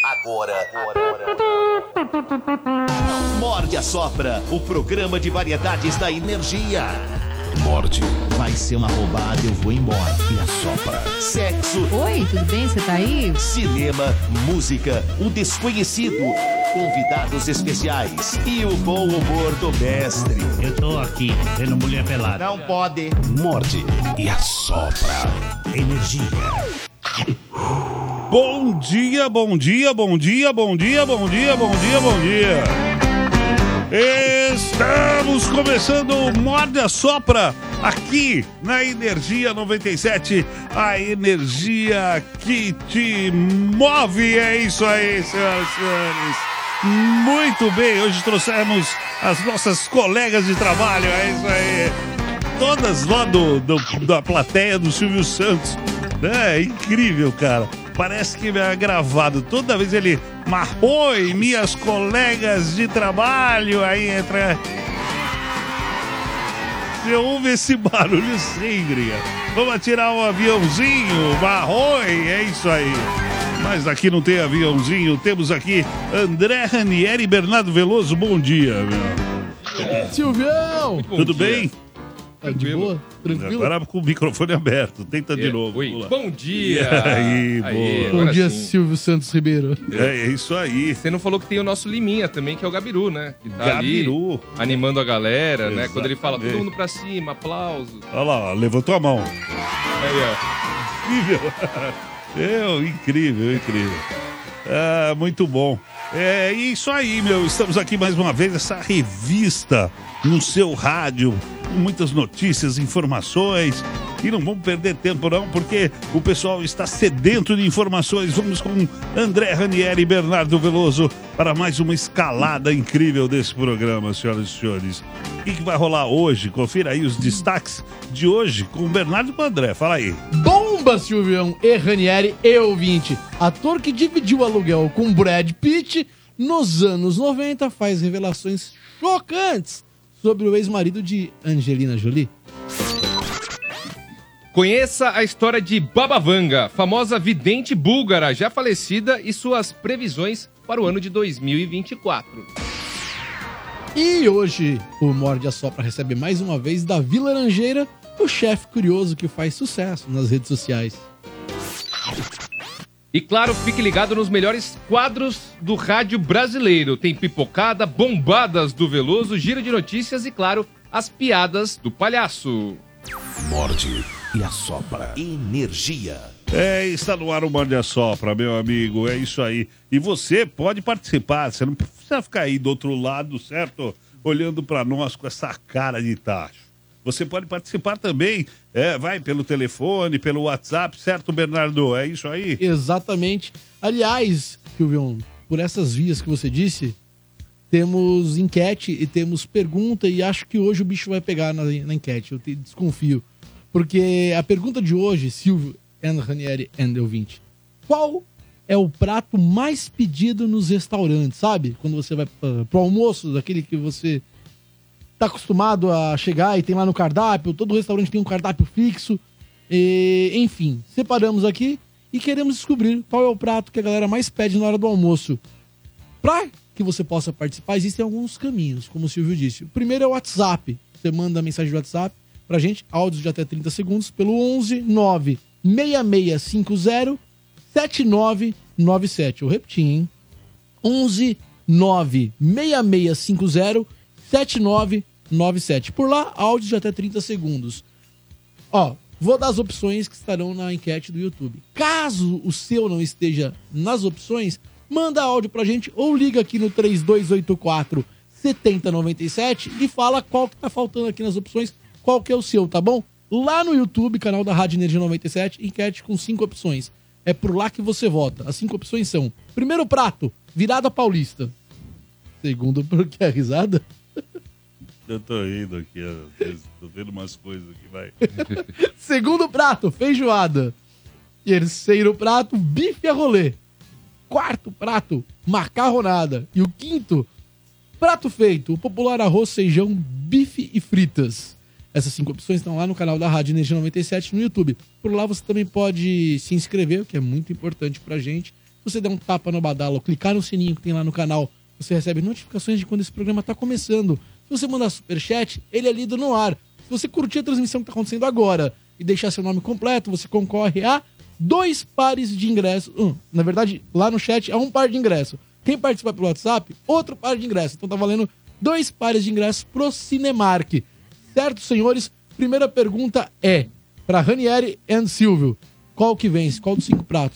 Agora. Morde a Sopra, o programa de variedades da Energia. Morde. Vai ser uma roubada, eu vou embora. E a Sopra. Sexo. Oi, tudo bem? Você tá aí? Cinema, música, o desconhecido, convidados especiais e o bom humor do mestre. Eu tô aqui, vendo mulher pelada. Não pode. Morde e assopra. Energia. Bom dia, bom dia, bom dia, bom dia, bom dia, bom dia, bom dia. Estamos começando o Morde a Sopra aqui na Energia 97, a energia que te move. É isso aí, senhoras e senhores. Muito bem, hoje trouxemos as nossas colegas de trabalho, é isso aí. Todas lá da plateia do Silvio Santos. É incrível, cara. Parece que é gravado. Toda vez ele... Oi, minhas colegas de trabalho. Aí entra... Você ouve esse barulho sempre. Vamos atirar um aviãozinho. Oi, é isso aí. Mas aqui não tem aviãozinho. Temos aqui André Ranieri e Bernardo Veloso. Bom dia, meu. Silvião! Tudo bem? Tá de boa? Tranquilo? Agora com o microfone aberto. Tenta de novo. Oi. Bom dia! Aí, boa. Bom dia, sim. Silvio Santos Ribeiro. É isso aí. Você não falou que tem o nosso Liminha também, que é o Gabiru, né? Que tá Gabiru. ali animando a galera, né? Quando ele fala Exatamente. todo mundo pra cima, aplausos. Olha lá, levantou a mão. Aí, Incrível. Incrível. Ah, muito bom. É isso aí, meu. Estamos aqui mais uma vez, essa revista no seu rádio, com muitas notícias, informações. E não vamos perder tempo não, porque o pessoal está sedento de informações. Vamos com André Ranieri e Bernardo Veloso para mais uma escalada incrível desse programa, senhoras e senhores. O que vai rolar hoje? Confira aí os destaques de hoje com o Bernardo e com o André. Fala aí. Bomba, Silvião e Ranieri e ouvinte. Ator que dividiu o aluguel com Brad Pitt nos anos 90 faz revelações chocantes sobre o ex-marido de Angelina Jolie. Conheça a história de Baba Vanga, famosa vidente búlgara já falecida, e suas previsões para o ano de 2024. E hoje o Morde a Sopra recebe mais uma vez Davi Laranjeira, o chefe curioso que faz sucesso nas redes sociais. E claro, fique ligado nos melhores quadros do rádio brasileiro. Tem pipocada, bombadas do Veloso, giro de notícias e, claro, as piadas do palhaço. Morde e assopra. Energia. Está no ar o Morde a Sopra, meu amigo, é isso aí. E você pode participar, você não precisa ficar aí do outro lado, certo? Olhando para nós com essa cara de tacho. Você pode participar também, vai pelo telefone, pelo WhatsApp, certo, Bernardo? É isso aí? Exatamente. Aliás, Silvião, por essas vias que você disse, temos enquete e temos pergunta, e acho que hoje o bicho vai pegar na enquete, eu desconfio. Porque a pergunta de hoje, Silvio, Ranieri e ouvinte, qual é o prato mais pedido nos restaurantes, sabe? Quando você vai pro almoço, daquele que você tá acostumado a chegar e tem lá no cardápio, todo restaurante tem um cardápio fixo, enfim, separamos aqui e queremos descobrir qual é o prato que a galera mais pede na hora do almoço. Pra que você possa participar, existem alguns caminhos, como o Silvio disse. O primeiro é o WhatsApp, você manda a mensagem do WhatsApp pra gente, áudios de até 30 segundos, pelo 11 9 6650 7997. Eu repeti, hein? 11 9 6650 7997. Por lá, áudios de até 30 segundos. Ó, vou dar as opções que estarão na enquete do YouTube. Caso o seu não esteja nas opções, manda áudio pra gente ou liga aqui no 3284 7097 e fala qual que tá faltando aqui nas opções, qual que é o seu, tá bom? Lá no YouTube, canal da Rádio Energia 97, enquete com 5 opções. É por lá que você vota. As 5 opções são: primeiro prato, virada paulista. Segundo, por que a risada? Eu tô rindo aqui, tô vendo umas coisas aqui, vai. Segundo prato, feijoada. Terceiro prato, bife a rolê. Quarto prato, macarronada. E o quinto, prato feito, o popular arroz, feijão, bife e fritas. Essas 5 opções estão lá no canal da Rádio Energia 97 no YouTube. Por lá você também pode se inscrever, o que é muito importante pra gente. você der um tapa no badalo, clicar no sininho que tem lá no canal, você recebe notificações de quando esse programa tá começando. Se você mandar superchat, ele é lido no ar. Se você curtir a transmissão que tá acontecendo agora e deixar seu nome completo, você concorre a 2 pares de ingressos. Na verdade, lá no chat é 1 par de ingresso. Quem participa pelo WhatsApp, outro par de ingressos. Então tá valendo 2 pares de ingressos pro Cinemark. Certo, senhores? Primeira pergunta é para Ranieri e Silvio. Qual que vence? Qual dos 5 pratos?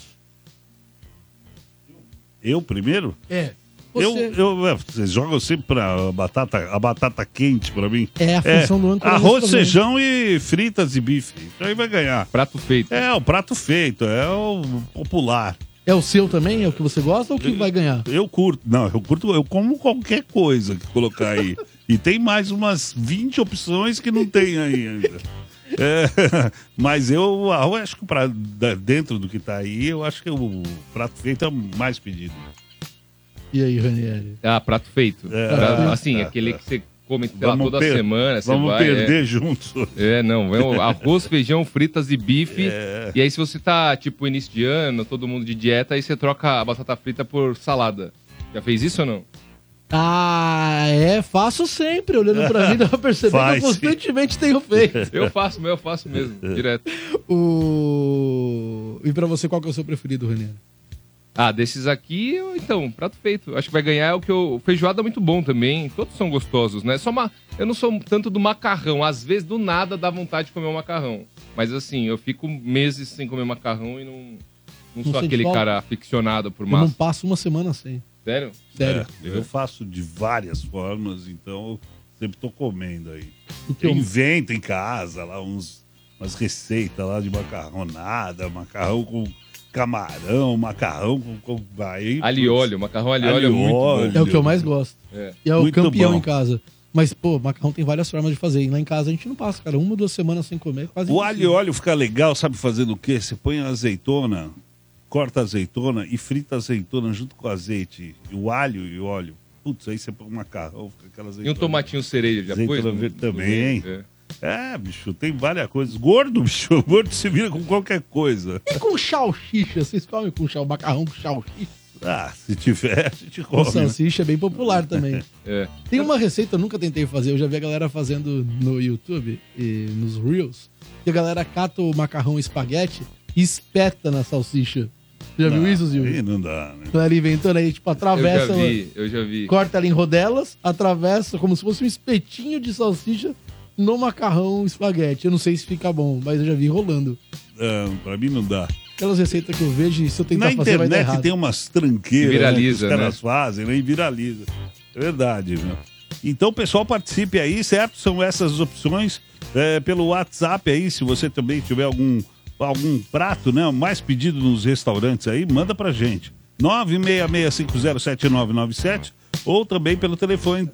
Eu primeiro? É. Vocês jogam sempre a batata quente pra mim. É a função do âncora. Arroz, feijão e fritas e bife. Isso aí vai ganhar. Prato feito. É, o prato feito, é o popular. É o seu também? É o que você gosta ou o que vai ganhar? Eu curto. Não, eu como qualquer coisa que colocar aí. E tem mais umas 20 opções que não tem aí ainda. Mas eu acho que dentro do que tá aí, eu acho que o prato feito é o mais pedido. E aí, Ranieri? Prato feito. Aquele que você come toda semana. Vamos perder juntos. Arroz, feijão, fritas e bife. E aí, se você tá, tipo, início de ano, todo mundo de dieta, aí você troca a batata frita por salada. Já fez isso ou não? Faço sempre. Olhando pra mim, dá pra perceber que eu constantemente tenho feito. Eu faço mesmo, direto. E pra você, qual que é o seu preferido, Ranieri? Desses aqui, então, prato feito. Acho que vai ganhar o feijoada é muito bom também. Todos são gostosos, né? Eu não sou tanto do macarrão. Às vezes, do nada, dá vontade de comer um macarrão. Mas assim, eu fico meses sem comer macarrão e não sou aquele cara aficionado por massa. Eu não passo uma semana sem. Sério? Sério. Eu faço de várias formas, então eu sempre tô comendo aí. Eu invento em casa lá umas receitas lá de macarronada, macarrão com camarão, macarrão com alho e óleo, macarrão alho e óleo é muito bom. É o que eu mais gosto. E é o muito campeão bom em casa. Mas, macarrão tem várias formas de fazer. E lá em casa a gente não passa, cara. 1 ou 2 semanas sem comer, quase o alho e óleo fica legal, sabe fazendo o quê? Você põe a azeitona, corta a azeitona e frita a azeitona junto com o azeite. O alho e o óleo. Putz, aí você põe o macarrão, fica aquela azeitona. E um tomatinho cereja, já pôs? Azeitona verde também. Bicho, tem várias coisas. Gordo, bicho, gordo se vira com qualquer coisa. E com salsicha? Vocês comem com macarrão com salsicha? Se tiver, a gente come. O salsicha é bem popular também. Tem uma receita, eu nunca tentei fazer, eu já vi a galera fazendo no YouTube e nos Reels, que a galera cata o macarrão espaguete e espeta na salsicha. Já viu isso, Zil? Aí não dá, né? Então ele inventando aí, tipo, atravessa... Eu já vi. Corta ela em rodelas, atravessa como se fosse um espetinho de salsicha no macarrão espaguete. Eu não sei se fica bom, mas eu já vi rolando. Pra mim não dá. Aquelas receitas que eu vejo e se eu tentar fazer vai dar errado. Na internet tem umas tranqueiras viraliza, que os caras fazem, né? E viraliza. É verdade, viu? Então, pessoal, participe aí, certo? São essas as opções pelo WhatsApp aí, se você também tiver algum prato, né? Mais pedido nos restaurantes aí, manda pra gente. 966507997 ou também pelo telefone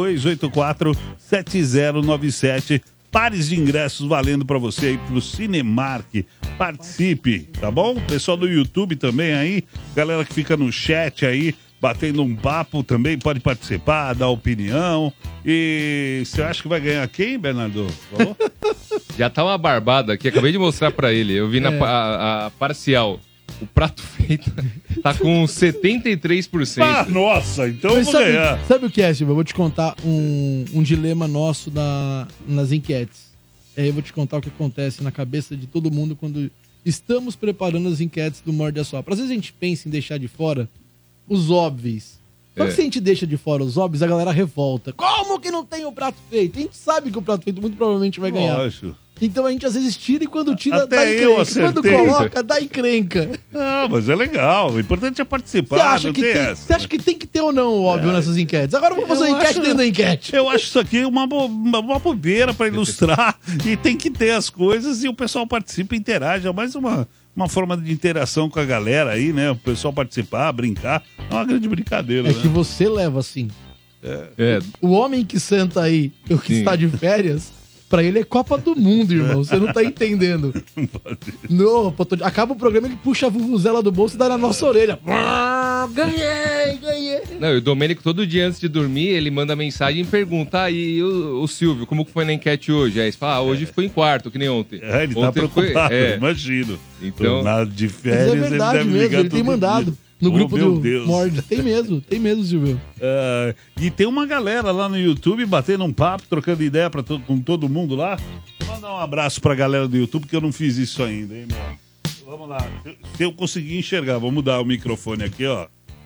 3284-7097. Pares de ingressos valendo pra você aí pro Cinemark. Participe, tá bom? Pessoal do YouTube também aí, galera que fica no chat aí, batendo um papo também, pode participar, dar opinião. E você acha que vai ganhar quem, Bernardo? Falou? Já tá uma barbada aqui, acabei de mostrar pra ele. Eu vi a parcial. O prato feito tá com 73%. Nossa, então eu vou ganhar. Sabe o que é, Silvio? Eu vou te contar um dilema nosso nas enquetes. Eu vou te contar o que acontece na cabeça de todo mundo quando estamos preparando as enquetes do Morde a Sopra. Às vezes a gente pensa em deixar de fora os óbvios. Só que se a gente deixa de fora os óbvios, a galera revolta. Como que não tem o prato feito? A gente sabe que o prato feito muito provavelmente vai ganhar. Lógico. Então a gente às vezes tira e quando tira, até dá encrenca. Quando coloca, dá encrenca. Não, mas é legal. O importante é participar. Você acha que tem que ter ou não o óbvio nessas enquetes? Agora vamos fazer uma enquete dentro da enquete. Eu acho isso aqui uma bobeira pra ilustrar. E tem que ter as coisas e o pessoal participa e interage. É mais uma forma de interação com a galera aí, né? O pessoal participar, brincar. É uma grande brincadeira, né? Que você leva assim. O homem que senta aí, o que está de férias... Pra ele é Copa do Mundo, irmão. Você não tá entendendo. Não, acaba o programa, ele puxa a vuvuzela do bolso e dá na nossa orelha. Ganhei. Não, e o Domênico, todo dia antes de dormir, ele manda mensagem e pergunta: e o Silvio, como que foi na enquete hoje? Aí ele fala: hoje ficou em quarto, que nem ontem. Ele ontem tá preocupado, imagino. Então, nada de férias, mas é verdade ele deve mesmo, ligar ele tem mandado. Dia. No Oh, grupo meu do Deus. Morde. Tem mesmo, Silvio. E tem uma galera lá no YouTube batendo um papo, trocando ideia com todo mundo lá. Vou mandar um abraço pra galera do YouTube, que eu não fiz isso ainda, hein, meu? Vamos lá. Se eu conseguir enxergar, vou mudar o microfone aqui, ó.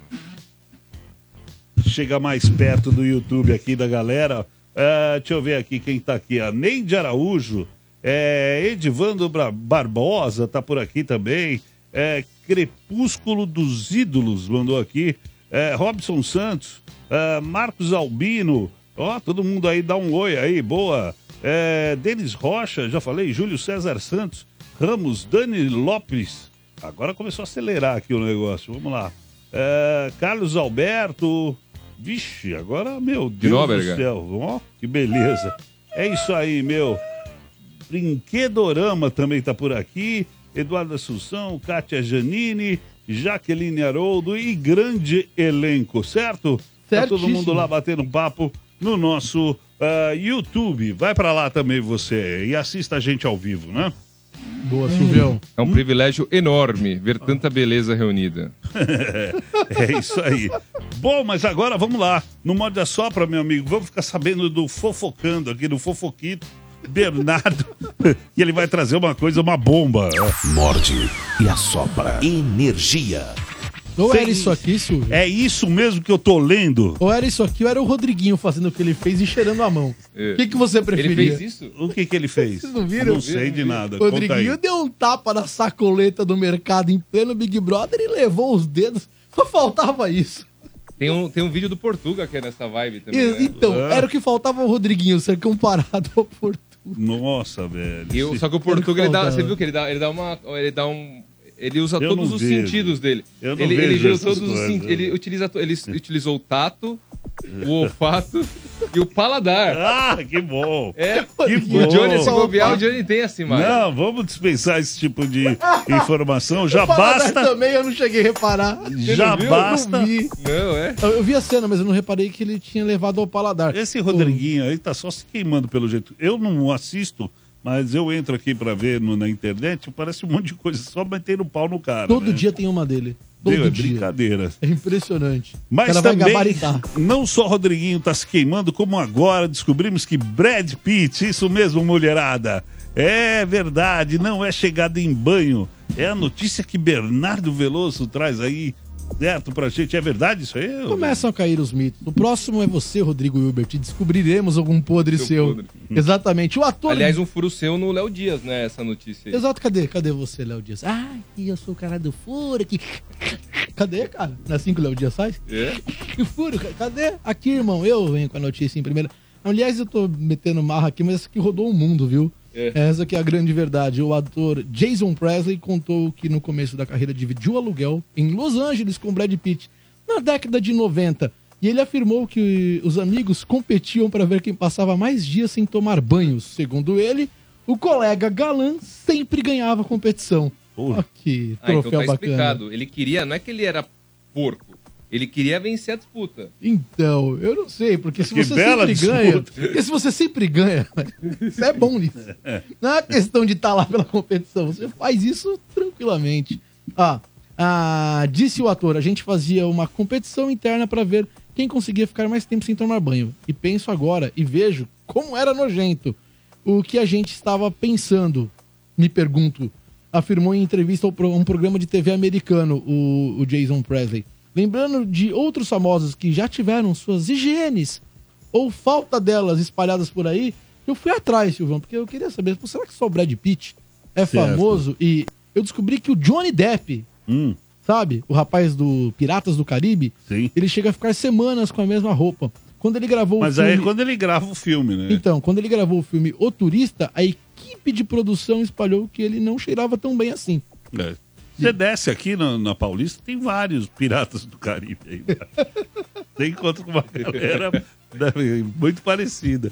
Chega mais perto do YouTube aqui da galera. Deixa eu ver aqui quem tá aqui. A Neide Araújo, Edivando Barbosa tá por aqui também. Crepúsculo dos Ídolos mandou aqui. Robson Santos, Marcos Albino. Ó, todo mundo aí dá um oi aí, boa. Denis Rocha, já falei. Júlio César Santos, Ramos, Dani Lopes. Agora começou a acelerar aqui o negócio. Vamos lá. Carlos Alberto. Vixe, agora, meu Deus do céu. Ó, que beleza. É isso aí, meu. Brinquedorama também tá por aqui. Eduardo Assunção, Kátia Janine, Jaqueline Haroldo e grande elenco, certo? Tá todo mundo lá batendo um papo no nosso YouTube. Vai pra lá também você e assista a gente ao vivo, né? Boa, Silvião. É um privilégio enorme ver tanta beleza reunida. É isso aí. Bom, mas agora vamos lá. No Morde a Sopra, meu amigo, vamos ficar sabendo do fofocando aqui, do fofoquito Bernardo. E ele vai trazer uma bomba. Morde e assopra. Energia. Ou era isso aqui, Silvio? É isso mesmo que eu tô lendo. Ou era isso aqui, ou era o Rodriguinho fazendo o que ele fez e cheirando a mão. O que você preferia? Ele fez isso? O que ele fez? Vocês não viram? Não sei de nada. O Rodriguinho deu um tapa na sacoleta do mercado em pleno Big Brother e levou os dedos. Só faltava isso. Tem um vídeo do Portuga que é nessa vibe também, né? Então, era o que faltava ao Rodriguinho ser comparado ao Portuga. Nossa, velho. Só que o Portuga, você viu que ele usa Eu todos não os vejo. sentidos dele. Eu não Ele vejo usa essas todos os coisas. sentidos. Ele utilizou o tato, o olfato e o paladar. Ah, que bom. Que bom. O Johnny, se bobear, o Johnny tem essa imagem. Não, vamos dispensar esse tipo de informação. Já O paladar basta. também eu não cheguei a reparar. Já não viu? basta. Não vi. Não, Eu vi a cena, mas eu não reparei que ele tinha levado ao paladar. Esse Rodriguinho aí tá só se queimando pelo jeito. Eu não assisto, mas eu entro aqui pra ver na internet, parece um monte de coisa, só metendo o pau no cara. Todo né? dia tem uma dele. Todo Meu, é dia. brincadeira. É impressionante. Mas Ela vai também, gabaritar. não só Rodriguinho tá se queimando, como agora descobrimos que Brad Pitt, isso mesmo, mulherada, é verdade, não é chegada em banho. É a notícia que Bernardo Veloso traz aí, certo, pra gente. É verdade isso aí? Começam a cair os mitos. O próximo é você, Rodrigo Hilbert. Descobriremos algum podre seu. podre. Exatamente. O ator. Aliás, um furo seu no Léo Dias, né? Essa notícia aí. Exato, cadê você, Léo Dias? Ah, eu sou o cara do furo aqui. Cadê, cara? Não é assim que o Léo Dias faz? Que furo? Cadê? Aqui, irmão, eu venho com a notícia em primeira. Aliás, eu tô metendo marra aqui, mas essa aqui rodou o mundo, viu? Essa aqui é a grande verdade. O ator Jason Presley contou que no começo da carreira dividiu aluguel em Los Angeles com Brad Pitt na década de 90. E ele afirmou que os amigos competiam para ver quem passava mais dias sem tomar banhos. Segundo ele, o colega galã sempre ganhava a competição. Olha que troféu então tá bacana. explicado. Ele queria, não é que ele era porco. Ele queria vencer a disputa. Então, eu não sei, porque se Que você bela sempre ganha. disputa. Porque se você sempre ganha, você é bom nisso. Não é questão de estar lá pela competição. Você faz isso tranquilamente. Disse o ator, a gente fazia uma competição interna para ver quem conseguia ficar mais tempo sem tomar banho. E penso agora e vejo como era nojento. O que a gente estava pensando, me pergunto, afirmou em entrevista a um programa de TV americano, o Jason Presley. Lembrando de outros famosos que já tiveram suas higienes ou falta delas espalhadas por aí, eu fui atrás, Silvão, porque eu queria saber, será que só o Brad Pitt é famoso? E eu descobri que o Johnny Depp, sabe, o rapaz do Piratas do Caribe, ele chega a ficar semanas com a mesma roupa. Quando ele gravou Mas o filme... aí é quando ele grava o filme, né? Então, quando ele gravou o filme O Turista, a equipe de produção espalhou que ele não cheirava tão bem assim. Você desce aqui na Paulista, tem vários Piratas do Caribe aí. Você encontra com uma galera muito parecida.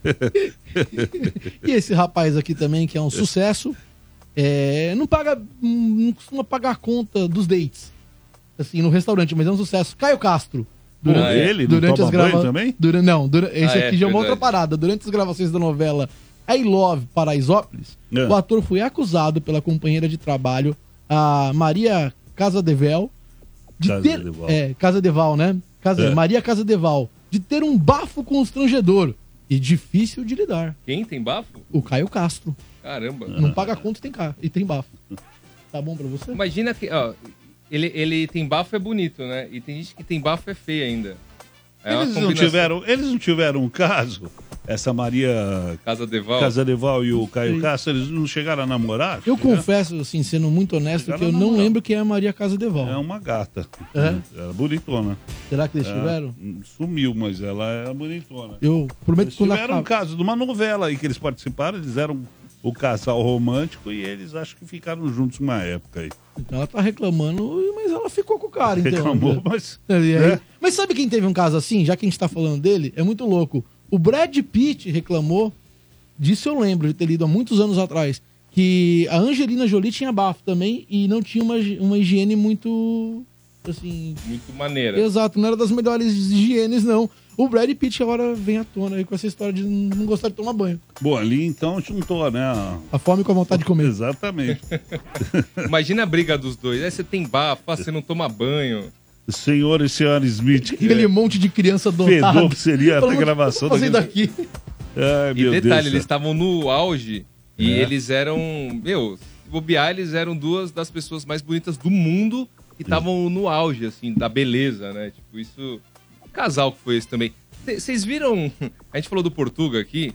E esse rapaz aqui também, que é um sucesso, não costuma pagar a conta dos dates, assim, no restaurante, mas é um sucesso. Caio Castro. Ele não toma banho também? Esse aqui já é uma outra parada. Durante as gravações da novela I Love Paraisópolis, o ator foi acusado pela companheira de trabalho, a Maria Casadevel, de Casa ter... Deval. Casa Deval, né? Maria Casa Deval. De ter um bafo constrangedor e difícil de lidar. Quem tem bafo? O Caio Castro. Caramba. Não paga conta e tem bafo. Tá bom pra você? Imagina que, ó, ele tem bafo é bonito, né? E tem gente que tem bafo é feio ainda. É uma Eles não combinação. tiveram um caso, essa Maria Casa Deval. Casadeval e o Caio Castro, eles não chegaram a namorar? Eu confesso, assim, sendo muito honesto, Chegaram que eu a não namorar. lembro quem é a Maria Casa Deval. É uma gata. É? Era bonitona. Será que eles tiveram? Sumiu, mas ela era bonitona. Eu prometo Eles que quando tiveram um acabar... caso de uma novela aí que eles participaram, eles eram o casal romântico e eles acho que ficaram juntos uma época aí. Então ela tá reclamando, mas ela ficou com o cara, então. Reclamou, né? mas... E aí- né? Mas sabe quem teve um caso assim, já que a gente tá falando dele? É muito louco. O Brad Pitt reclamou, disso eu lembro de ter lido há muitos anos atrás, que a Angelina Jolie tinha bafo também e não tinha uma higiene muito, assim... Muito maneira. Exato, não era das melhores higienes, não. O Brad Pitt agora vem à tona aí com essa história de não gostar de tomar banho. Bom, ali então juntou, né? A fome com a vontade de comer. Exatamente. Imagina a briga dos dois. Aí você tem bafo, você não toma banho. Senhor e senhora Smith, que Aquele monte de criança dotada. fedor que seria a Falando, gravação "O que eu tô fazendo daquele... aqui?" Ai, E meu detalhe, Deus do eles céu. estavam no auge e É. eles eram... Meu, se bobear, eles eram duas das pessoas mais bonitas do mundo que estavam no auge, assim, da beleza, né? Tipo, isso... Que casal que foi esse também. Vocês viram... A gente falou do Portuga aqui,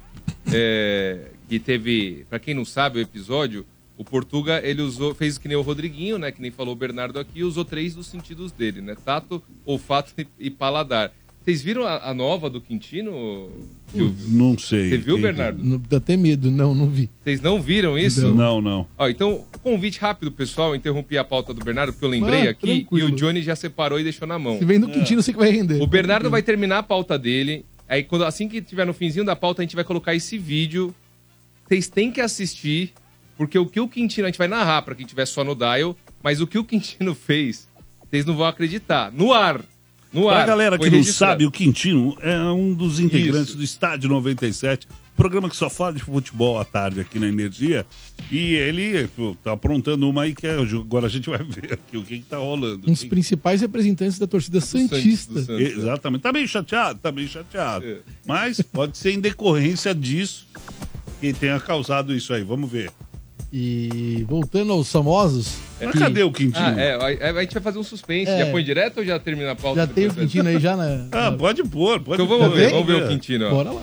que teve... Pra quem não sabe o episódio, o Portuga, ele fez que nem o Rodriguinho, né? Que nem falou o Bernardo aqui, usou 3 dos sentidos dele, né? Tato, olfato e paladar. Vocês viram a nova do Quintino? Silvio? Não sei. Você viu, Quem- Bernardo? Não, dá até medo, não vi. Vocês não viram isso? Não. Ó, então, convite rápido, pessoal. Eu interrompi a pauta do Bernardo, porque eu lembrei Ah, aqui tranquilo. e o Johnny já separou e deixou na mão. Se vem no Quintino, você que vai render. O Bernardo vai terminar a pauta dele. Aí, assim que tiver no finzinho da pauta, a gente vai colocar esse vídeo. Vocês têm que assistir, porque o que o Quintino... A gente vai narrar pra quem estiver só no dial, mas o que o Quintino fez, vocês não vão acreditar. No ar! Pra galera que Foi não registrado. sabe, o Quintino é um dos integrantes Isso. do Estádio 97, programa que só fala de futebol à tarde aqui na Energia. E ele tá aprontando uma aí que agora a gente vai ver aqui o que tá rolando. Um dos principais representantes da torcida santista. do Santos. Exatamente. Tá meio chateado. É. Mas pode ser em decorrência disso que tenha causado isso aí. Vamos ver. E voltando aos famosos... Mas que cadê o Quintino? A gente vai fazer um suspense. É. Já põe direto ou já termina a pauta? Já tem o depois? Quintino aí já, né? Ah, pode pôr. Pode Então vamos pôr. ver, vamos ver o Quintino. Ó. Bora lá.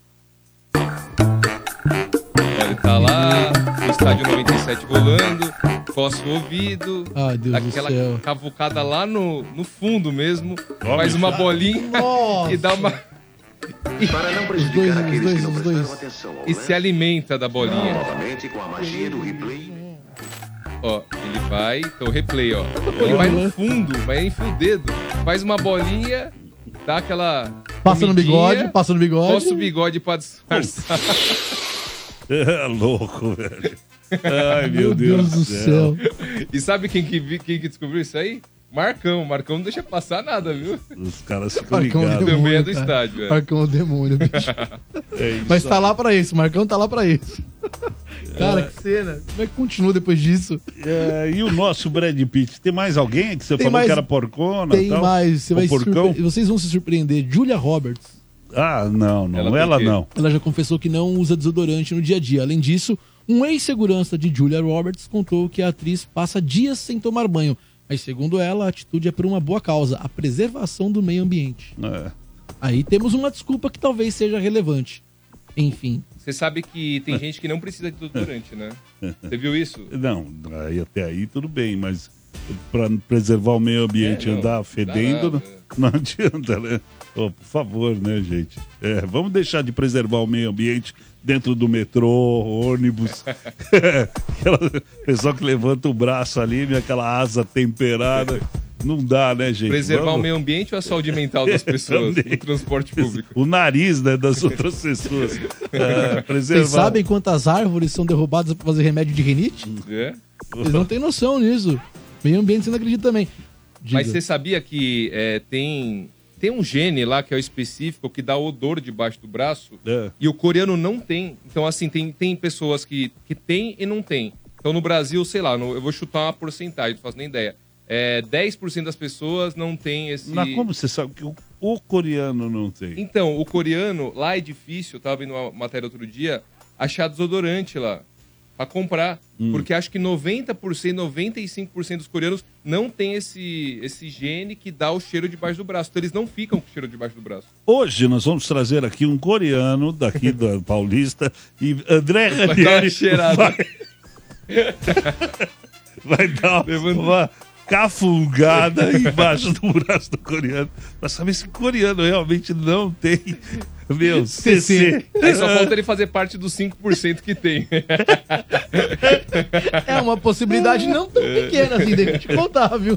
Ó, ele tá lá, o estádio 97 rolando, coça o ouvido, Ai, Deus aquela do céu. cavucada lá no fundo mesmo, Ó, faz uma bicho. bolinha Nossa. e dá uma. Para não Os prejudicar dois, aqueles que não os prestaram dois. atenção ao E lance, se alimenta da bolinha. novamente com a magia do replay. Ó, ele vai, então replay, ó. Ele vai no fundo, vai enfia o dedo, faz uma bolinha, dá aquela. Passa no comidinha, bigode, passa no bigode. Coça o bigode pra disfarçar. É louco, velho. Ai, Meu Deus do céu. E sabe quem que descobriu isso aí? Marcão. Marcão não deixa passar nada, viu? Os caras ficam Marcão ligados. demônio, Também é do cara. estádio, velho. Marcão é o demônio, bicho. É isso Mas tá aí. lá pra isso, Marcão tá lá pra isso. Cara, que cena. Como é que continua depois disso? É, e o nosso Brad Pitt? Tem mais alguém que você Tem falou mais- que era porcona? Tem tal? mais. O porcão? Vocês vão se surpreender. Julia Roberts. Ah, não. Ela Ela, tem o quê? não. Ela já confessou que não usa desodorante no dia a dia. Além disso, um ex-segurança de Julia Roberts contou que a atriz passa dias sem tomar banho. Mas, segundo ela, a atitude é por uma boa causa, a preservação do meio ambiente. É. Aí temos uma desculpa que talvez seja relevante. Enfim, Você sabe que tem gente que não precisa de desodorante, né? Você viu isso? Não, aí, até aí tudo bem, mas para preservar o meio ambiente É, não, andar dá fedendo, nada. não adianta, né? Ô, por favor, né, gente? É, vamos deixar de preservar o meio ambiente dentro do metrô, ônibus. Aquela pessoa que levanta o braço ali, vê aquela asa temperada. Não dá, né, gente? Preservar Vamos- o meio ambiente ou a saúde mental das pessoas Também. no transporte público? O nariz, né, das outras pessoas. É, preservar. vocês sabem quantas árvores são derrubadas para fazer remédio de rinite? É? Vocês não têm noção nisso. Meio ambiente você não acredita também. Diga. Mas você sabia que tem um gene lá que é o específico que dá odor debaixo do braço É. e o coreano não tem. Então, assim, tem pessoas que tem e não tem. Então, no Brasil, sei lá, eu vou chutar uma porcentagem, não faço nem ideia. 10% das pessoas não tem esse... Mas como você sabe que o coreano não tem? Então, o coreano, lá é difícil, eu tava vendo uma matéria outro dia, achar desodorante lá, pra comprar. Porque acho que 90%, 95% dos coreanos não tem esse gene que dá o cheiro debaixo do braço. Então eles não ficam com o cheiro debaixo do braço. Hoje nós vamos trazer aqui um coreano daqui da Paulista e André Vai dar uma Ranieri cheirada. vai dar uma cafungada embaixo do braço do coreano pra saber se o coreano realmente não tem, meu, CC. Aí só falta ele fazer parte dos 5% que tem. É uma possibilidade não tão pequena assim, deixa eu te contar, viu?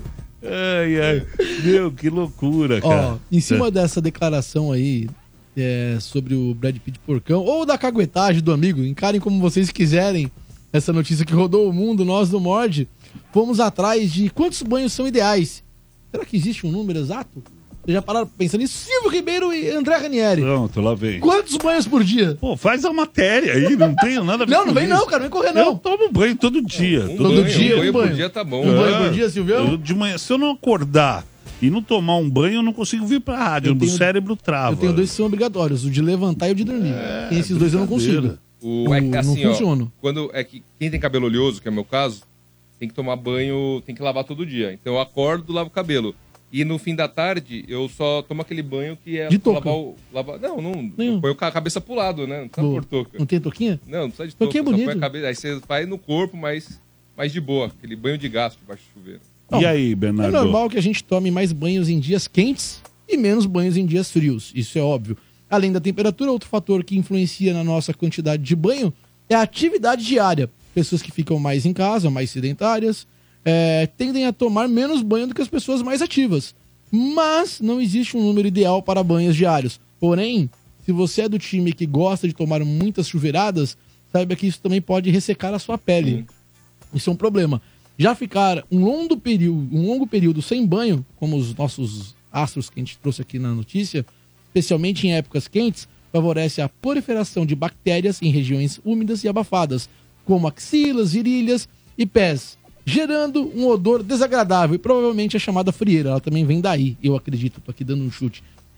Ai, meu, que loucura, cara. Ó, em cima dessa declaração aí sobre o Brad Pitt porcão, ou da caguetagem do amigo, encarem como vocês quiserem essa notícia que rodou o mundo, nós do Mord, fomos atrás de quantos banhos são ideais. Será que existe um número exato? Vocês já pararam pensando nisso? Silvio Ribeiro e André Ranieri. Pronto, lá vem. Quantos banhos por dia? Pô, faz a matéria aí, não tenho nada a ver Não, com não vem isso. não, cara, não vem correr não. Eu tomo banho todo dia. Um Todo banho, dia, um banho um por banho. dia tá bom. Um banho por dia, Silvio? De manhã, se eu não acordar e não tomar um banho, eu não consigo vir pra rádio. Eu O tenho- cérebro trava. Eu tenho dois que são obrigatórios, o de levantar e o de dormir. Tem esses dois eu não consigo. Assim, não ó, funciona. quando é que quem tem cabelo oleoso, que é o meu caso, tem que tomar banho, tem que lavar todo dia. Então eu acordo, lavo o cabelo. E no fim da tarde, eu só tomo aquele banho que é De pra touca. Não, Nenhum. põe a cabeça pro lado, né? Não precisa Boa. pôr touca. Não tem touquinha? Não, não precisa de Touquinha touca, é só bonito. põe a cabeça. Aí você faz no corpo, mas de boa. Aquele banho de gasto debaixo do chuveiro. Não, E aí, É Bernardo? normal que a gente tome mais banhos em dias quentes e menos banhos em dias frios. Isso é óbvio. Além da temperatura, outro fator que influencia na nossa quantidade de banho é a atividade diária. Pessoas que ficam mais em casa, mais sedentárias, tendem a tomar menos banho do que as pessoas mais ativas. Mas não existe um número ideal para banhos diários. Porém, se você é do time que gosta de tomar muitas chuveiradas, saiba que isso também pode ressecar a sua pele. Isso é um problema. Já ficar um longo período sem banho, como os nossos astros que a gente trouxe aqui na notícia, especialmente em épocas quentes, favorece a proliferação de bactérias em regiões úmidas e abafadas, como axilas, virilhas e pés, gerando um odor desagradável e provavelmente a chamada frieira. Ela também vem daí, eu acredito. Tô aqui dando um chute.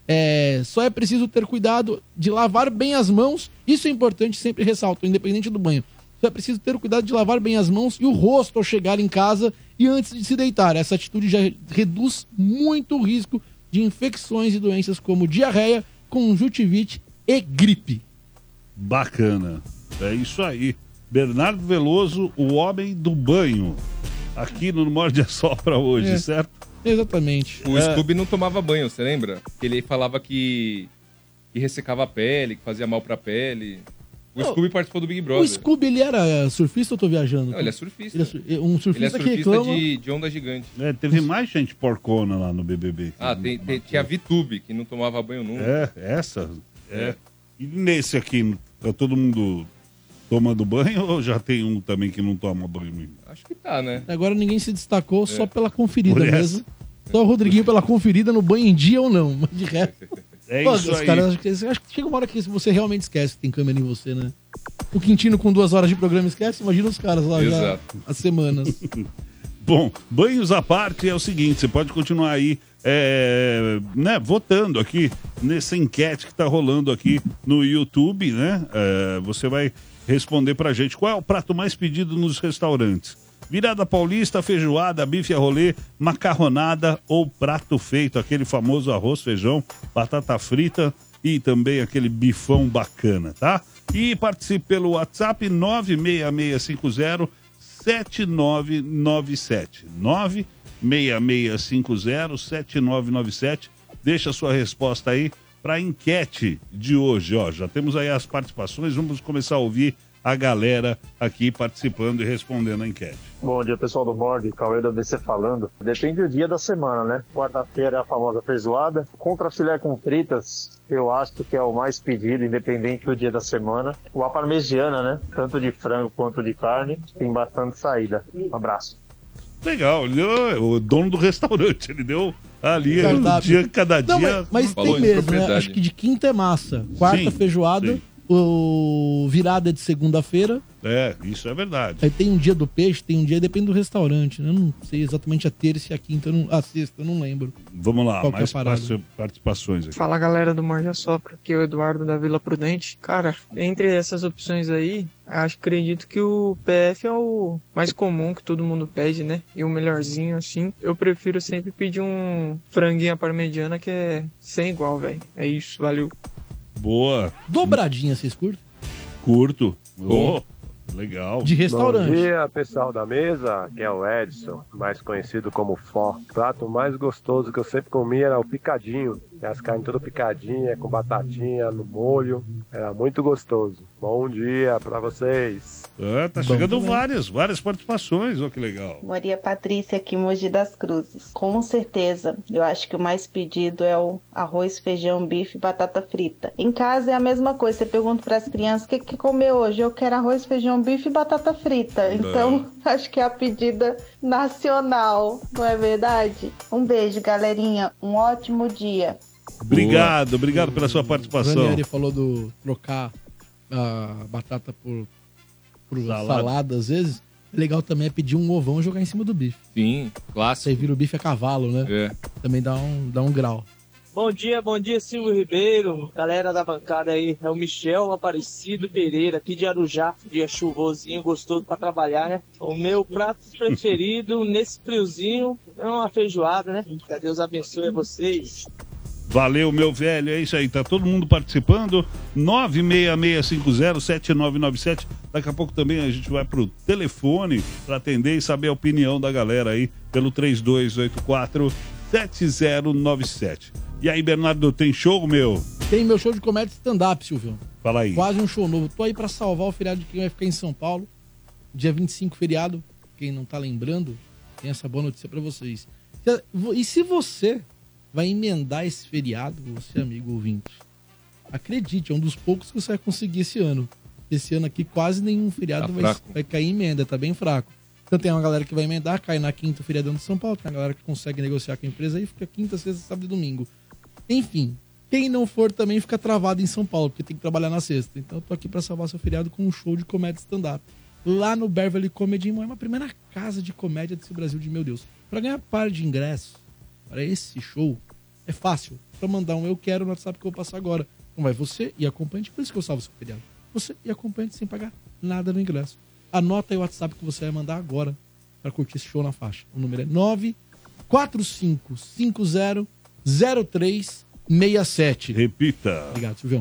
Só é preciso ter cuidado de lavar bem as mãos. Isso é importante, sempre ressalto, independente do banho. Só é preciso ter cuidado de lavar bem as mãos e o rosto ao chegar em casa e antes de se deitar. Essa atitude já reduz muito o risco de infecções e doenças como diarreia, conjuntivite e gripe. Bacana. É isso aí. Bernardo Veloso, o homem do banho. Aqui no Morde a Sopra hoje, certo? Exatamente. O Scooby não tomava banho, você lembra? Ele falava que ressecava a pele, que fazia mal pra pele. O Scooby participou do Big Brother. O Scooby, ele era surfista ou eu tô viajando? Não, ele é surfista. Um surfista, Ele é que surfista reclama... de onda gigante. Teve mais gente porcona lá no BBB. Tinha a VTube, que não tomava banho nunca. Essa? E nesse aqui, tá todo mundo tomando banho ou já tem um também que não toma banho mesmo? Acho que tá, né? Agora ninguém se destacou só pela conferida Por essa. mesmo. Só o Rodriguinho pela conferida no banho em dia ou não. Mas de resto... É Pô, isso os aí. caras, acho que chega uma hora que você realmente esquece que tem câmera em você, né? O Quintino com 2 horas de programa esquece, imagina os caras lá já Exato. há semanas. Bom, banhos à parte é o seguinte, você pode continuar aí votando aqui nessa enquete que tá rolando aqui no YouTube, né? Você vai responder pra gente qual é o prato mais pedido nos restaurantes. Virada paulista, feijoada, bife a rolê, macarronada ou prato feito, aquele famoso arroz, feijão, batata frita e também aquele bifão bacana, tá? E participe pelo WhatsApp 96650-7997. 96650-7997. Deixa a sua resposta aí para a enquete de hoje, ó. Já temos aí as participações, vamos começar a ouvir a galera aqui participando e respondendo a enquete. Bom dia, pessoal do Mord, Cauê da BC falando. Depende do dia da semana, né? Quarta-feira é a famosa feijoada. Contra filé com fritas, eu acho que é o mais pedido, independente do dia da semana. O à parmegiana, né? Tanto de frango quanto de carne, tem bastante saída. Um abraço. Legal, ele é o dono do restaurante, ele deu ali Cardápio. cada Não, dia... mas Falou tem de mesmo, né? propriedade. Acho que de quinta é massa. Quarta, Sim, feijoada. sim. O virada é de segunda-feira. Isso é verdade. Aí tem um dia do peixe, tem um dia, depende do restaurante, né? Eu não sei exatamente a terça e a quinta, a sexta, eu não lembro. Vamos lá, Qual que é mais a parada? participações aqui. Fala, galera do Morde a Sopra, aqui é o Eduardo da Vila Prudente. Cara, entre essas opções aí, acredito que o PF é o mais comum que todo mundo pede, né? E o melhorzinho, assim. Eu prefiro sempre pedir um franguinho à parmegiana que é sem igual, velho. É isso, valeu. Boa. Dobradinha, vocês curtem? Curto. Oh, legal. De restaurante. Bom dia, pessoal da mesa. Aqui é o Edson, mais conhecido como Fó. O prato mais gostoso que eu sempre comi era o picadinho. As carnes todas picadinhas, com batatinha no molho. Era muito gostoso. Bom dia pra vocês. Tá chegando várias participações. Olha que legal. Maria Patrícia aqui, Mogi das Cruzes. Com certeza, eu acho que o mais pedido é o arroz, feijão, bife e batata frita. Em casa é a mesma coisa. Você pergunta para as crianças o que comer hoje. Eu quero arroz, feijão, bife e batata frita. Então, acho que é a pedida nacional, não é verdade? Um beijo, galerinha. Um ótimo dia. Obrigado pela sua participação. O Ranieri falou do trocar a batata por salada às vezes. Legal também é pedir um ovão e jogar em cima do bife. Sim, clássico. Aí vira o bife a cavalo, né? Também dá um grau. Bom dia, Silvio Ribeiro, galera da bancada aí. É o Michel Aparecido Pereira, aqui de Arujá. Dia chuvosinho, gostoso pra trabalhar, né? O meu prato preferido nesse friozinho é uma feijoada, né? Que Deus abençoe a vocês. Valeu, meu velho, é isso aí, tá todo mundo participando, 966507997, daqui a pouco também a gente vai pro telefone para atender e saber a opinião da galera aí, pelo 3284-7097. E aí, Bernardo, tem show, meu? Tem meu show de comédia stand-up, Silvio. Fala aí. Quase um show novo, tô aí pra salvar o feriado de quem vai ficar em São Paulo, dia 25 feriado, quem não tá lembrando, tem essa boa notícia pra vocês. E se você vai emendar esse feriado, você, amigo ouvinte, acredite, é um dos poucos que você vai conseguir esse ano. Esse ano aqui quase nenhum feriado vai cair em emenda, tá bem fraco. Então tem uma galera que vai emendar, cai na quinta feriadão de São Paulo, tem uma galera que consegue negociar com a empresa aí, fica quinta, sexta, sábado e domingo. Enfim, quem não for também fica travado em São Paulo, porque tem que trabalhar na sexta. Então eu tô aqui pra salvar seu feriado com um show de comédia stand-up. Lá no Beverly Comedy em Moema, a primeira casa de comédia desse Brasil de meu Deus. Pra ganhar par de ingressos para esse show, é fácil. Pra mandar um eu quero no WhatsApp que eu vou passar agora. Então vai você e acompanhante, por isso que eu salvo seu feriado. Você e acompanhante sem pagar nada no ingresso. Anota aí o WhatsApp que você vai mandar agora para curtir esse show na faixa. O número é 945500367. Repita. Obrigado, Silvião.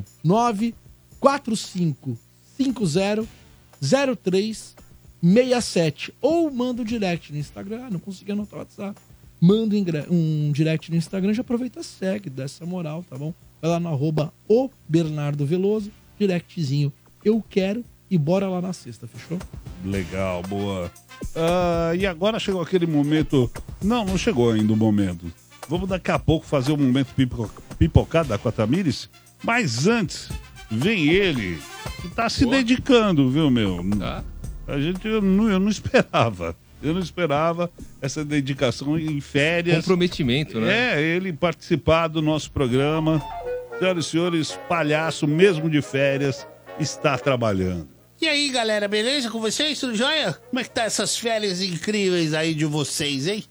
945500367. Ou manda um direct no Instagram. Não consegui anotar o WhatsApp. Manda um direct no Instagram, já aproveita, segue, dá essa moral, tá bom? Vai lá no @o Bernardo Veloso, directzinho, eu quero, e bora lá na sexta, fechou? Legal, boa. E agora chegou aquele momento, não chegou ainda o momento. Vamos daqui a pouco fazer o momento pipocada com a Tamires, mas antes, vem ele, que tá se dedicando, viu, meu? Eu não esperava. Eu não esperava essa dedicação em férias. Comprometimento, né? Ele participar do nosso programa. Senhoras e senhores, palhaço, mesmo de férias, está trabalhando. E aí, galera, beleza com vocês? Tudo jóia? Como é que tá essas férias incríveis aí de vocês, hein?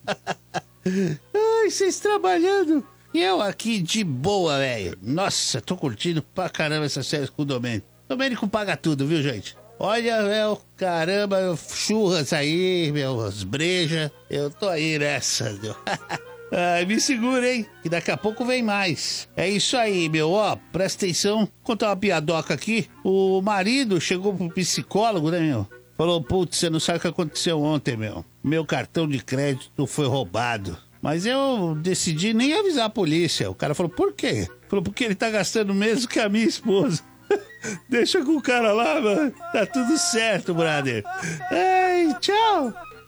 Ai, vocês trabalhando. E eu aqui de boa, velho. Nossa, tô curtindo pra caramba essas férias com o Domênico. Domênico paga tudo, viu, gente? Olha, meu, caramba, churras aí, meus breja. Eu tô aí nessa, meu. Ai, me segura, hein? Que daqui a pouco vem mais. É isso aí, meu. Ó, presta atenção. Vou contar uma piadoca aqui. O marido chegou pro psicólogo, né, meu? Falou, putz, você não sabe o que aconteceu ontem, meu. Meu cartão de crédito foi roubado. Mas eu decidi nem avisar a polícia. O cara falou, por quê? Falou, porque ele tá gastando mesmo que a minha esposa. Deixa com o cara lá, mano. Tá tudo certo, brother. Ei, tchau.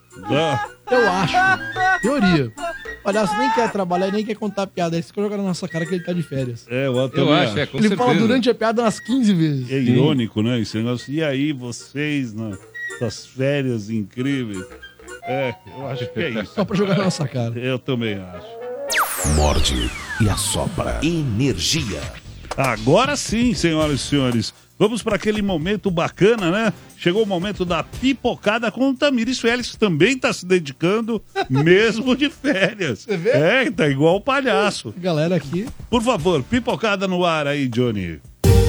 Eu acho. Teoria. Olha, você nem quer trabalhar, nem quer contar piada. Aí você joga na nossa cara que ele tá de férias. Eu acho, com ele certeza. fala durante a piada umas 15 vezes. É irônico, né? Esse negócio. E aí, vocês, nas férias incríveis. Eu acho que é isso. Só pra jogar na nossa cara. Eu também acho. Morde e assopra. Energia. Agora sim, senhoras e senhores. Vamos para aquele momento bacana, né? Chegou o momento da pipocada com o Tamires Félix, que também está se dedicando, mesmo de férias. Você vê? É, tá igual o palhaço. Galera aqui. Por favor, pipocada no ar aí, Johnny.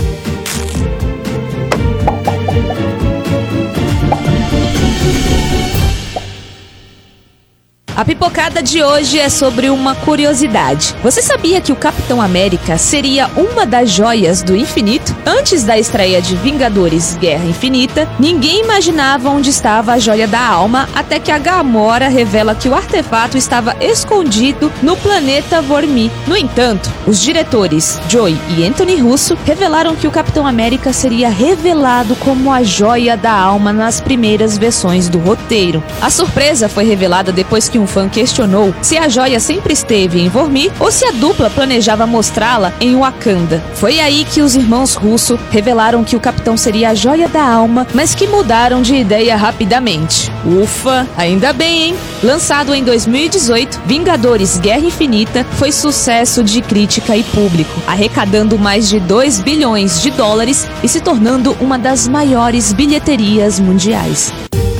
A pipocada de hoje é sobre uma curiosidade. Você sabia que o Capitão América seria uma das joias do infinito? Antes da estreia de Vingadores Guerra Infinita, ninguém imaginava onde estava a joia da alma, até que a Gamora revela que o artefato estava escondido no planeta Vormir. No entanto, os diretores Joy e Anthony Russo revelaram que o Capitão América seria revelado como a joia da alma nas primeiras versões do roteiro. A surpresa foi revelada depois que um fã questionou se a joia sempre esteve em Vormir ou se a dupla planejava mostrá-la em Wakanda. Foi aí que os irmãos Russo revelaram que o capitão seria a joia da alma, mas que mudaram de ideia rapidamente. Ufa, ainda bem, hein? Lançado em 2018, Vingadores Guerra Infinita foi sucesso de crítica e público, arrecadando mais de 2 bilhões de dólares e se tornando uma das maiores bilheterias mundiais.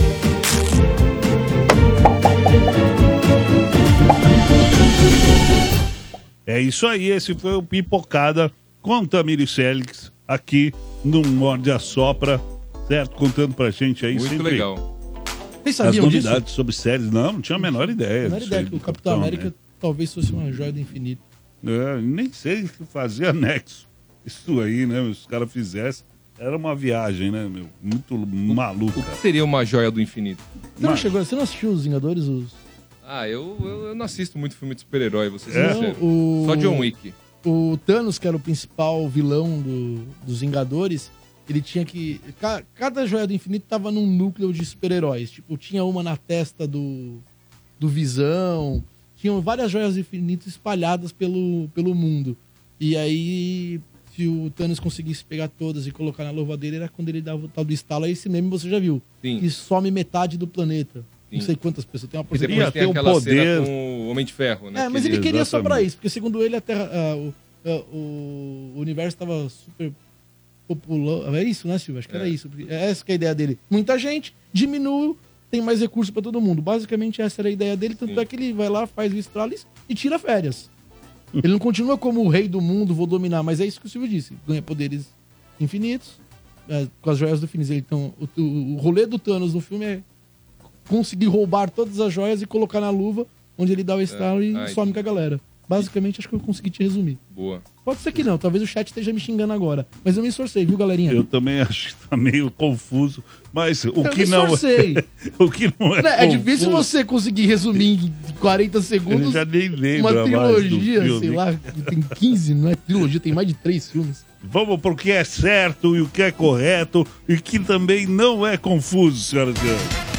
É isso aí, esse foi o Pipocada com Tamires Félix aqui no Morde a Sopra, certo? Contando pra gente aí Muito sempre legal. Vocês sabiam as novidades disso? sobre séries. Não tinha a menor ideia. A menor disso ideia aí que o do Capitão América talvez fosse uma joia do infinito. É, nem sei o que fazia anexo. Isso aí, né? Os caras fizessem. Era uma viagem, né, meu? Muito maluca. O que seria uma joia do infinito? Você não assistiu Os Vingadores? Eu não assisto muito filme de super-herói, vocês Não, sincero. o- Só John Wick. O Thanos, que era o principal vilão dos Vingadores, ele tinha que... Cada joia do infinito tava num núcleo de super-heróis. Tipo, tinha uma na testa do Visão. Tinham várias joias do infinito espalhadas pelo mundo. E aí, se o Thanos conseguisse pegar todas e colocar na luva dele, era quando ele dava o tal do estalo. Aí esse meme você já viu. Sim. Que some metade do planeta. Não sei quantas pessoas. Tem uma E depois tem aquela cena com o Homem de Ferro, né? mas ele queria só pra isso, porque segundo ele a Terra, o universo estava super popular. É isso, né, Silvio? Acho que era isso. Essa que é a ideia dele. Muita gente, diminui, tem mais recursos pra todo mundo. Basicamente essa era a ideia dele, tanto é que ele vai lá, faz o estralo e tira férias. Ele não continua como o rei do mundo, vou dominar, mas é isso que o Silvio disse. Ganha poderes infinitos, com as joias do infinito. Então, o rolê do Thanos no filme é conseguir roubar todas as joias e colocar na luva, onde ele dá o estalo e some com a galera. Basicamente, acho que eu consegui te resumir. Boa. Pode ser que não, talvez o chat esteja me xingando agora. Mas eu me esforcei, viu, galerinha? Eu também acho que tá meio confuso, mas o Eu que me não esforcei. o que não é É confuso, difícil você conseguir resumir em 40 segundos Eu já nem lembro uma mais do trilogia, filme. sei lá, que tem 15, não é trilogia, tem mais de 3 filmes. Vamos pro que é certo e o que é correto e que também não é confuso, senhoras e senhores.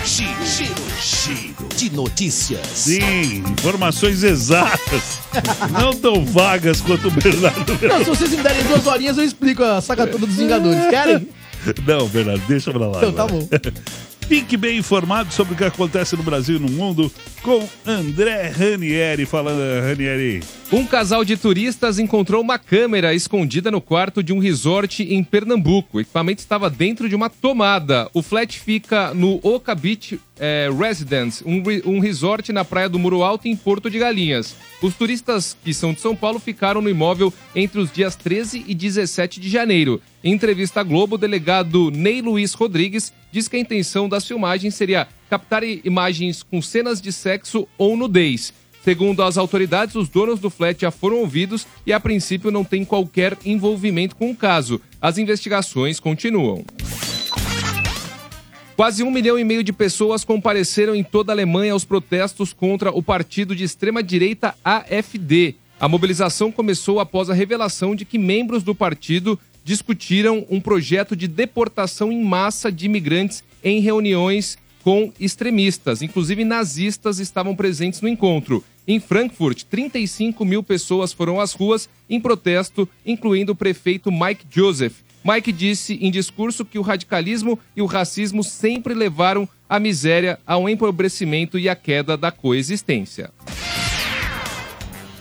Giro de notícias. Sim, informações exatas, não tão vagas quanto o Bernardo. Não, se vocês me derem 2 horinhas, eu explico a saga toda dos Vingadores. Querem? Não, Bernardo, deixa pra lá. Então, tá agora. bom. Fique bem informado sobre o que acontece no Brasil e no mundo com André Ranieri. Fala, Ranieri. Um casal de turistas encontrou uma câmera escondida no quarto de um resort em Pernambuco. O equipamento estava dentro de uma tomada. O flat fica no Oca Beach Residence, um resort na praia do Muro Alto, em Porto de Galinhas. Os turistas que são de São Paulo ficaram no imóvel entre os dias 13 e 17 de janeiro. Em entrevista à Globo, o delegado Ney Luiz Rodrigues diz que a intenção das filmagens seria captar imagens com cenas de sexo ou nudez. Segundo as autoridades, os donos do flat já foram ouvidos e, a princípio, não tem qualquer envolvimento com o caso. As investigações continuam. Quase 1,5 milhão de pessoas compareceram em toda a Alemanha aos protestos contra o partido de extrema-direita AfD. A mobilização começou após a revelação de que membros do partido discutiram um projeto de deportação em massa de imigrantes em reuniões com extremistas. Inclusive, nazistas estavam presentes no encontro. Em Frankfurt, 35 mil pessoas foram às ruas em protesto, incluindo o prefeito Mike Joseph. Mike disse em discurso que o radicalismo e o racismo sempre levaram à miséria, ao empobrecimento e à queda da coexistência.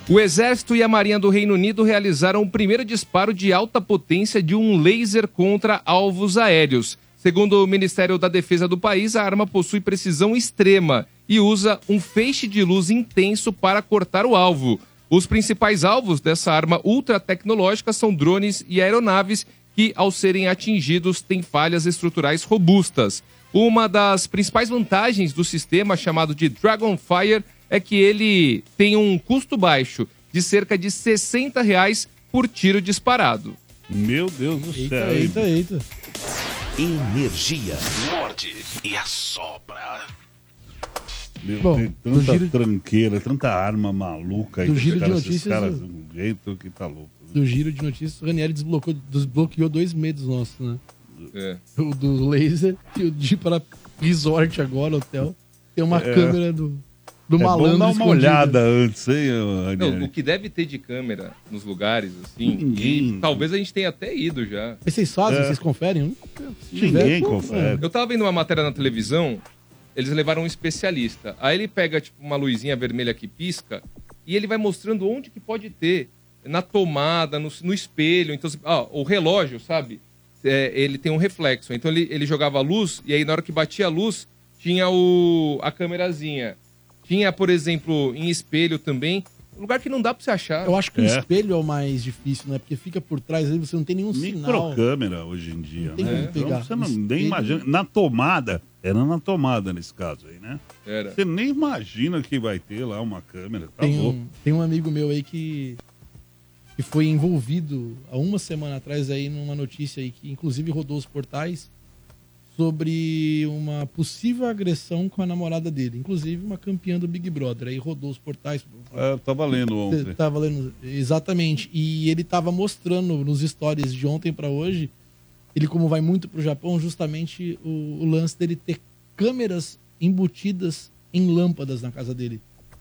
O Exército e a Marinha do Reino Unido realizaram o primeiro disparo de alta potência de um laser contra alvos aéreos. Segundo o Ministério da Defesa do país, a arma possui precisão extrema e usa um feixe de luz intenso para cortar o alvo. Os principais alvos dessa arma ultra-tecnológica são drones e aeronaves que, ao serem atingidos, têm falhas estruturais robustas. Uma das principais vantagens do sistema, chamado de Dragonfire, é que ele tem um custo baixo, de cerca de R$60 por tiro disparado. Meu Deus do céu. Eita. Energia. Morde e assopra. Meu, Bom, tem do tanta giro- tranqueira, tanta arma maluca aí. Do que giro de esses notícias, caras, eu- um jeito que tá louco. Do giro de notícias, o Ranieri desbloqueou 2 medos nossos, né? É. O do laser e o de ir para resort agora, hotel. Tem uma câmera do malandro bom dar uma escondida. olhada antes, hein, Não, Ranieri? o que deve ter de câmera nos lugares, assim, Ninguém. e talvez a gente tenha até ido já. Mas vocês fazem? É. Vocês conferem? Se Ninguém tiver, confere. Eu tava vendo uma matéria na televisão, eles levaram um especialista. Aí ele pega, tipo, uma luzinha vermelha que pisca e ele vai mostrando onde que pode ter. Na tomada, no espelho. Então, o relógio, sabe? Ele tem um reflexo. Então ele jogava a luz e aí na hora que batia a luz, tinha a câmerazinha. Tinha, por exemplo, em espelho também. Um lugar que não dá pra você achar. Eu acho que o espelho é o mais difícil, né? Porque fica por trás, aí você não tem nenhum sinal. Microcâmera hoje em dia, Não tem né? como Então pegar. você não, nem Espelho. imagina. Na tomada, era na tomada nesse caso aí, né? Era. Você nem imagina que vai ter lá uma câmera. Tá louco. Tem um amigo meu aí que foi envolvido há uma semana atrás aí numa notícia aí que inclusive rodou os portais sobre uma possível agressão com a namorada dele, inclusive uma campeã do Big Brother, aí rodou os portais. Tava lendo ontem. Tava lendo, exatamente, e ele tava mostrando nos stories de ontem pra hoje, ele como vai muito pro Japão, justamente o lance dele ter câmeras embutidas em lâmpadas na casa dele.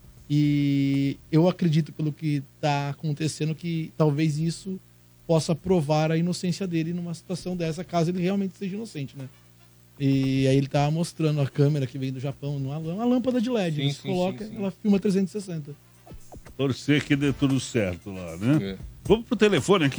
E eu acredito, pelo que está acontecendo, que talvez isso possa provar a inocência dele numa situação dessa, caso ele realmente seja inocente, né? E aí ele tá mostrando a câmera que vem do Japão, uma lâmpada de LED. Sim, Você sim, coloca, sim. ela filma 360. Torcer que dê tudo certo lá, né? É. Vamos pro telefone aqui,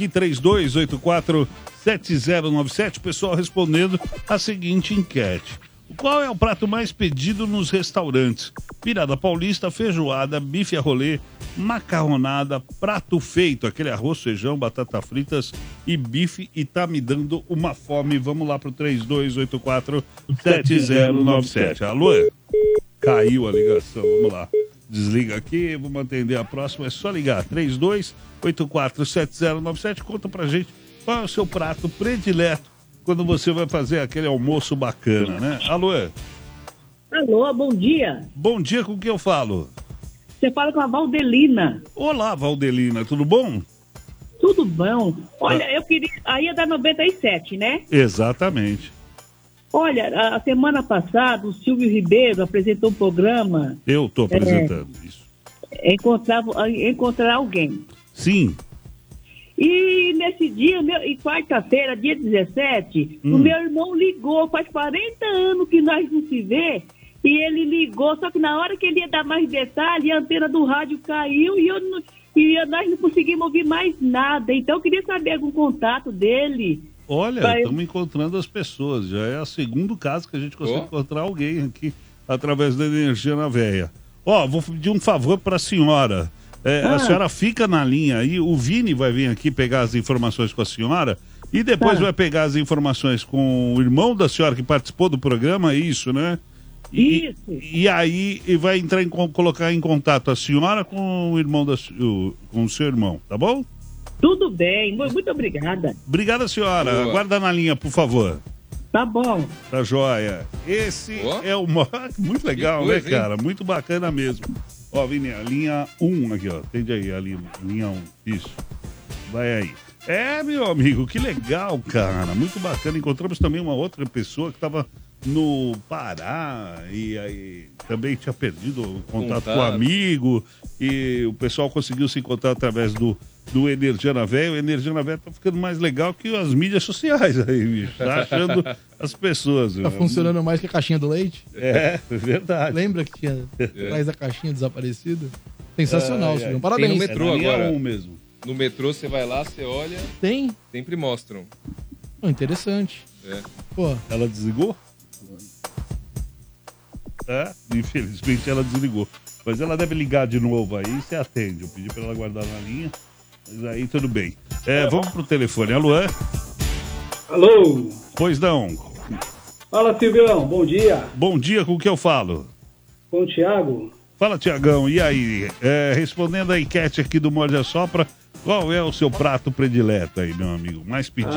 3284-7097. O pessoal respondendo a seguinte enquete. Qual é o prato mais pedido nos restaurantes? Virada paulista, feijoada, bife a rolê, macarronada, prato feito, aquele arroz, feijão, batata fritas e bife, e tá me dando uma fome. Vamos lá pro 3284-7097. Alô? Caiu a ligação, vamos lá. Desliga aqui, vamos atender a próxima, é só ligar. 3284-7097, conta pra gente qual é o seu prato predileto quando você vai fazer aquele almoço bacana, né? Alô? Alô, bom dia. Bom dia, com quem eu falo? Você fala com a Valdelina. Olá, Valdelina, tudo bom? Tudo bom? Olha, eu queria... Aí é da 97, né? Exatamente. Olha, a semana passada o Silvio Ribeiro apresentou um programa... Eu tô apresentando isso. Encontrar alguém. Sim. E nesse dia, em quarta-feira, dia 17, o meu irmão ligou, faz 40 anos que nós não se vê, e ele ligou, só que na hora que ele ia dar mais detalhe, a antena do rádio caiu e nós não conseguimos ouvir mais nada. Então eu queria saber algum contato dele. Olha, estamos encontrando as pessoas. Já é o segundo caso que a gente consegue encontrar alguém aqui através da Energia na Veia. Vou pedir um favor para a senhora. A senhora fica na linha aí, o Vini vai vir aqui pegar as informações com a senhora e depois vai pegar as informações com o irmão da senhora que participou do programa, isso, né? Isso. E aí vai colocar em contato a senhora com o irmão com o seu irmão, tá bom? Tudo bem, muito obrigada. Obrigada, senhora. Boa. Aguarda na linha, por favor. Tá bom. Tá joia. Esse é o... Muito legal, Que coisa, né, cara? Muito bacana mesmo. Vini, a linha 1 aqui, ó. Entende aí, a linha 1. Isso. Vai aí. Meu amigo, que legal, cara. Muito bacana. Encontramos também uma outra pessoa que estava no Pará e aí também tinha perdido o contato com o amigo e o pessoal conseguiu se encontrar através do Energia na Veia. O Energia na Veia tá ficando mais legal que as mídias sociais aí, bicho. Tá achando as pessoas. Tá funcionando mais que a caixinha do leite? É verdade. Lembra que tinha atrás da caixinha desaparecida? Sensacional, Silvio. Parabéns. Tem no metrô É na linha agora. 1 mesmo. No metrô você vai lá, você olha. Tem? Sempre mostram. Interessante. É. Pô. Ela desligou? Infelizmente ela desligou. Mas ela deve ligar de novo aí e você atende. Eu pedi pra ela guardar na linha, mas aí tudo bem. Vamos pro telefone. Alô? Alô? Pois não. Fala, Silvião. Bom dia. Bom dia, com o que eu falo? Com o Thiago. Fala, Tiagão. E aí? Respondendo a enquete aqui do Morde a Sopra, qual é o seu prato predileto aí, meu amigo? Mais pedido?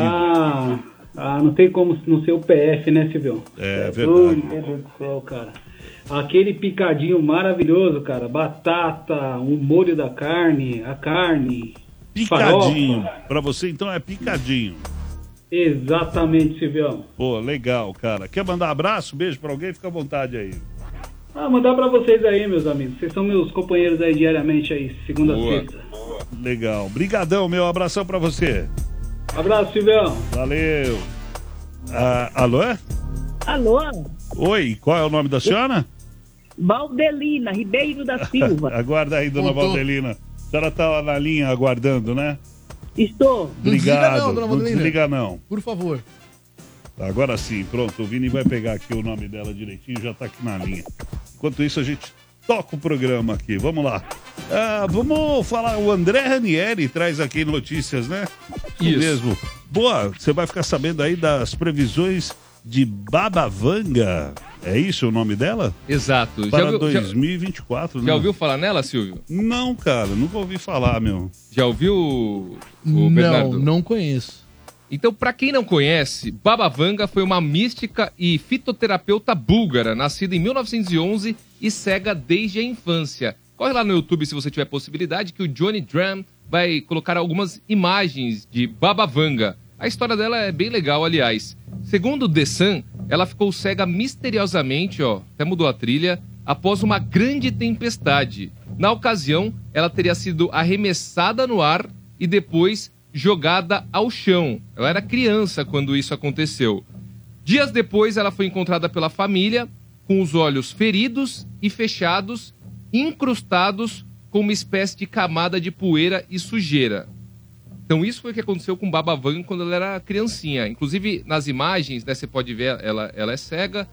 Não tem como não ser o PF, né, Silvião? É verdade. Meu Deus do céu, cara. Aquele picadinho maravilhoso, cara. Batata, o molho da carne, a carne. Picadinho. Farofa. Pra você, então, é picadinho. Exatamente, Silvião. Pô, legal, cara. Quer mandar abraço, beijo pra alguém? Fica à vontade aí. Mandar pra vocês aí, meus amigos. Vocês são meus companheiros aí diariamente aí, segunda a sexta. Legal. Brigadão, meu. Abração pra você. Abraço, Silvião. Valeu. Alô? Alô? Oi, qual é o nome da senhora? Valdelina Ribeiro da Silva. Aguarda aí, dona Valdelina. A senhora tá na linha aguardando, né? Estou. Obrigado. Não desliga não. Por favor. Agora sim, pronto. O Vini vai pegar aqui o nome dela direitinho, já tá aqui na linha. Enquanto isso, a gente toca o programa aqui. Vamos lá. Vamos falar. O André Ranieri traz aqui notícias, né? Isso mesmo. Boa, você vai ficar sabendo aí das previsões de Baba Vanga. É isso o nome dela? Exato. Para 2024, né? Já ouviu falar nela, Silvio? Não, cara, nunca ouvi falar, meu. Já ouviu o Bernardo? Não conheço. Então, pra quem não conhece, Baba Vanga foi uma mística e fitoterapeuta búlgara, nascida em 1911 e cega desde a infância. Corre lá no YouTube se você tiver possibilidade, que o Johnny Dram vai colocar algumas imagens de Baba Vanga. A história dela é bem legal, aliás. Segundo The Sun, ela ficou cega misteriosamente, até mudou a trilha, após uma grande tempestade. Na ocasião, ela teria sido arremessada no ar e depois jogada ao chão. Ela era criança quando isso aconteceu. Dias depois, ela foi encontrada pela família com os olhos feridos e fechados, incrustados com uma espécie de camada de poeira e sujeira. Então isso foi o que aconteceu com Baba Vanga quando ela era criancinha. Inclusive, nas imagens, né, você pode ver, ela é cega,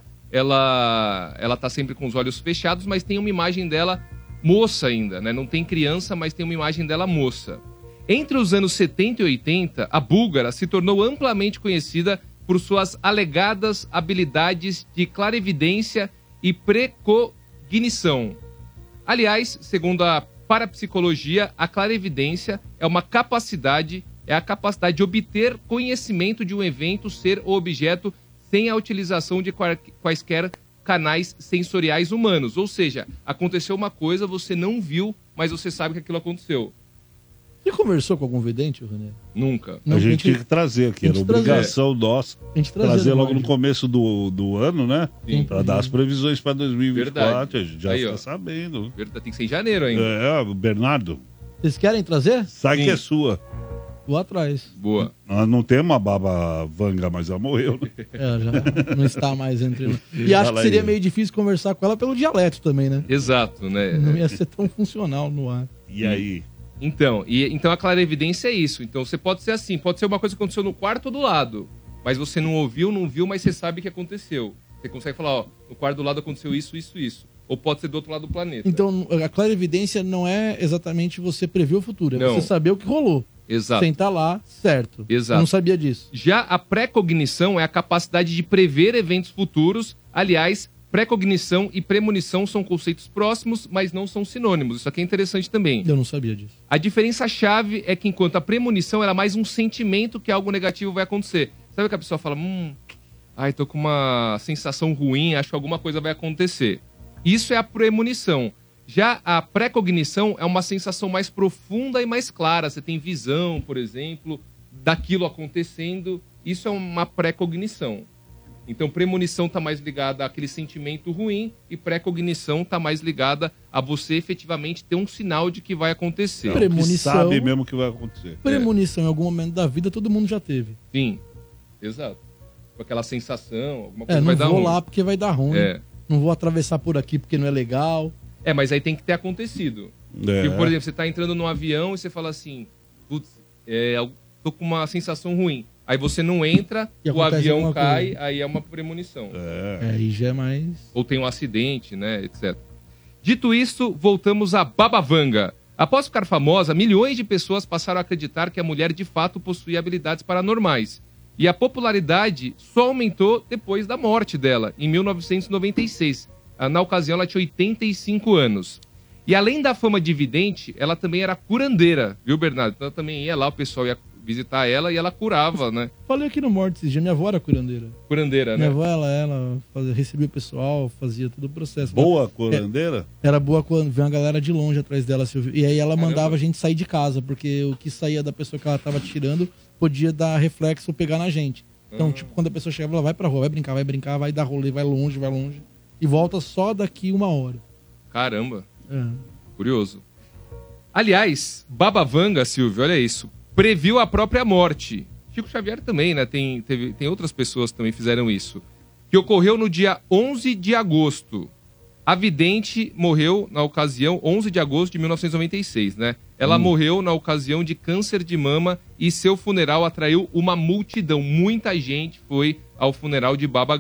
ela tá sempre com os olhos fechados, mas tem uma imagem dela moça ainda, né? Não tem criança, mas tem uma imagem dela moça. Entre os anos 70 e 80, a búlgara se tornou amplamente conhecida por suas alegadas habilidades de clarividência e precognição. Aliás, segundo a parapsicologia, a clarividência é a capacidade de obter conhecimento de um evento, ser ou objeto sem a utilização de quaisquer canais sensoriais humanos. Ou seja, aconteceu uma coisa, você não viu, mas você sabe que aquilo aconteceu. Você conversou com algum vidente, René? Nunca. A gente tinha que trazer aqui, era obrigação nossa. Trazer logo no começo do ano, né? Sim. Pra dar as previsões pra 2024. Verdade. A gente já Aí, fica ó. sabendo. Verdade, tem que ser em janeiro ainda. O Bernardo, Vocês querem trazer? sai que é sua. Vou atrás. Boa. Nós não temos uma Baba Vanga, mas ela morreu, né? Já não está mais entre nós. E acho que Fala seria aí. meio difícil conversar com ela pelo dialeto também, né? Exato, né? Não ia ser tão funcional no ar. E aí? Então, então a clarividência é isso. Então você pode ser assim, pode ser uma coisa que aconteceu no quarto ou do lado, mas você não ouviu, não viu, mas você sabe que aconteceu. Você consegue falar, no quarto do lado aconteceu isso, isso, isso. Ou pode ser do outro lado do planeta. Então, a clarividência não é exatamente você prever o futuro, é Não. você saber o que rolou. Exato. Sentar lá, certo. Exato. Eu não sabia disso. Já a precognição é a capacidade de prever eventos futuros. Aliás, precognição e premonição são conceitos próximos, mas não são sinônimos. Isso aqui é interessante também. Eu não sabia disso. A diferença-chave é que enquanto a premonição era mais um sentimento que algo negativo vai acontecer. Sabe que a pessoa fala, tô com uma sensação ruim, acho que alguma coisa vai acontecer. Isso é a premonição. Já a precognição é uma sensação mais profunda e mais clara. Você tem visão, por exemplo, daquilo acontecendo. Isso é uma precognição. Então, premonição está mais ligada àquele sentimento ruim e precognição está mais ligada a você efetivamente ter um sinal de que vai acontecer. Premonição. Sabe mesmo que vai acontecer. Premonição em algum momento da vida todo mundo já teve. Sim, exato. Com aquela sensação, alguma coisa Não vai dar vou ruim. lá porque vai dar ruim. É. Não vou atravessar por aqui porque não é legal. Mas aí tem que ter acontecido. Tipo, por exemplo, você tá entrando num avião e você fala assim, putz, eu tô com uma sensação ruim. Aí você não entra, E o acontece avião alguma cai, coisa. aí é uma premonição. Aí já é mais... Ou tem um acidente, né, etc. Dito isso, voltamos a Baba Vanga. Após ficar famosa, milhões de pessoas passaram a acreditar que a mulher de fato possuía habilidades paranormais. E a popularidade só aumentou depois da morte dela, em 1996. Na ocasião, ela tinha 85 anos. E além da fama de vidente, ela também era curandeira, viu, Bernardo? Então ela também ia lá, o pessoal ia visitar ela e ela curava, né? Falei aqui no Morte esses dias, minha avó era curandeira. Curandeira, né? Minha avó, ela recebia o pessoal, fazia todo o processo. Boa curandeira? Era boa quando veio uma galera de longe atrás dela. E aí ela mandava a gente sair de casa, porque o que saía da pessoa que ela tava tirando podia dar reflexo ou pegar na gente. Então, tipo, quando a pessoa chegava, ela vai pra rua, vai brincar, vai dar rolê, vai longe. E volta só daqui 1 hora. Caramba. É. Curioso. Aliás, Baba Vanga, Silvio, olha isso. Previu a própria morte. Chico Xavier também, né? Tem outras pessoas que também fizeram isso. Que ocorreu no dia 11 de agosto. A vidente morreu na ocasião, 11 de agosto de 1996, né? Ela morreu na ocasião de câncer de mama e seu funeral atraiu uma multidão. Muita gente foi ao funeral de Baba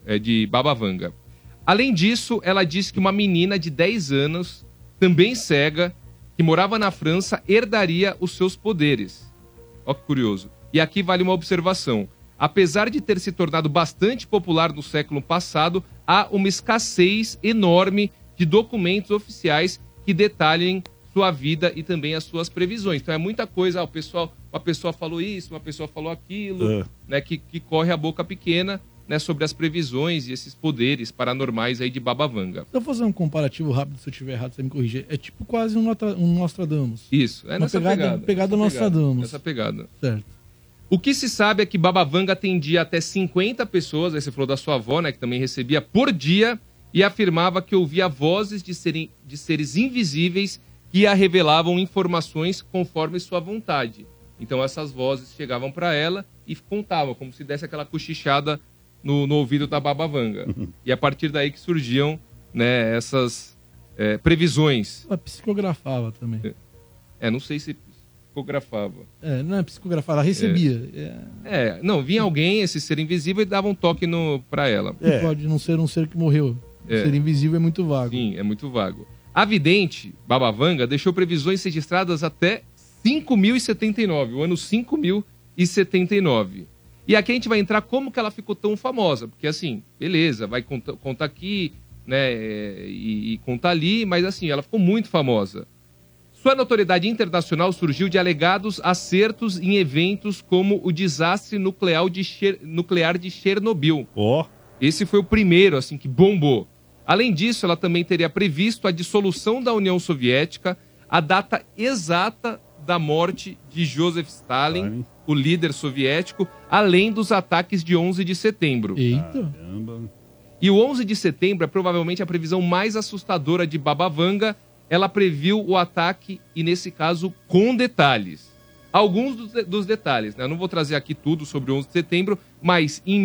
Vanga. Além disso, ela disse que uma menina de 10 anos, também cega, que morava na França, herdaria os seus poderes. Ó que curioso. E aqui vale uma observação. Apesar de ter se tornado bastante popular no século passado, há uma escassez enorme de documentos oficiais que detalhem sua vida e também as suas previsões. Então é muita coisa, uma pessoa falou isso, uma pessoa falou aquilo, né, que corre a boca pequena, né, sobre as previsões e esses poderes paranormais aí de Baba Vanga. Se eu fazer um comparativo rápido, se eu estiver errado, você me corrigir. É tipo quase um Nostradamus. Isso, é nessa pegada Nostradamus. Nessa pegada. Certo. O que se sabe é que Baba Vanga atendia até 50 pessoas, aí você falou da sua avó, né, que também recebia por dia, e afirmava que ouvia vozes de seres invisíveis que a revelavam informações conforme sua vontade. Então essas vozes chegavam para ela e contavam, como se desse aquela cochichada no ouvido da Baba Vanga. E a partir daí que surgiam, né, essas previsões. Ela psicografava também. Não sei se psicografava. Não é psicografar, ela recebia. Não, vinha alguém, esse ser invisível, e dava um toque pra ela. Pode não ser um ser que morreu. Ser invisível é muito vago. Sim, é muito vago. A vidente, Baba Vanga, deixou previsões registradas até 5.079, o ano 5.079. E aqui a gente vai entrar como que ela ficou tão famosa. Porque assim, beleza, vai contar aqui, né, e contar ali, mas assim, ela ficou muito famosa. Sua notoriedade internacional surgiu de alegados acertos em eventos como o desastre nuclear de Chernobyl. Esse foi o primeiro, assim, que bombou. Além disso, ela também teria previsto a dissolução da União Soviética, a data exata da morte de Joseph Stalin, o líder soviético, além dos ataques de 11 de setembro. Eita! E o 11 de setembro é provavelmente a previsão mais assustadora de Baba Vanga. Ela previu o ataque e, nesse caso, com detalhes. Alguns dos detalhes, né? Eu não vou trazer aqui tudo sobre o 11 de setembro, mas em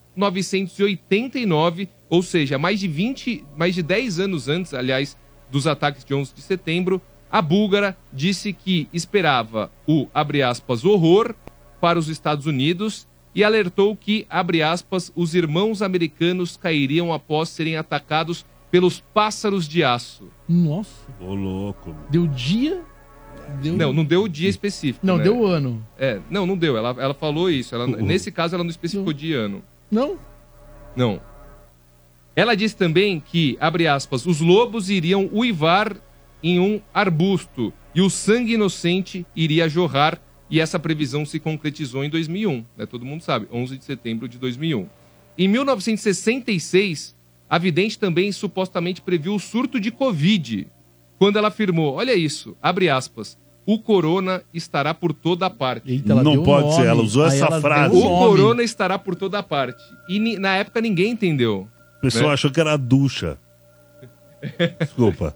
1989, ou seja, mais de 10 anos antes, aliás, dos ataques de 11 de setembro, a búlgara disse que esperava o, abre aspas, horror para os Estados Unidos e alertou que, abre aspas, os irmãos americanos cairiam após serem atacados pelos pássaros de aço. Nossa. Ô, louco. Deu dia? Não deu o dia específico. Não, né? deu o ano. Não deu. Ela falou isso. Nesse caso, ela não especificou de ano. Não? Não. Ela disse também que, abre aspas, os lobos iriam uivar em um arbusto e o sangue inocente iria jorrar, e essa previsão se concretizou em 2001, né? Todo mundo sabe, 11 de setembro de 2001. Em 1966, a vidente também supostamente previu o surto de Covid, quando ela afirmou, olha isso, abre aspas, o corona estará por toda parte. Eita, não pode ser, ela usou essa frase. O corona estará por toda parte. E na época ninguém entendeu. O pessoal achou que era a ducha. Desculpa.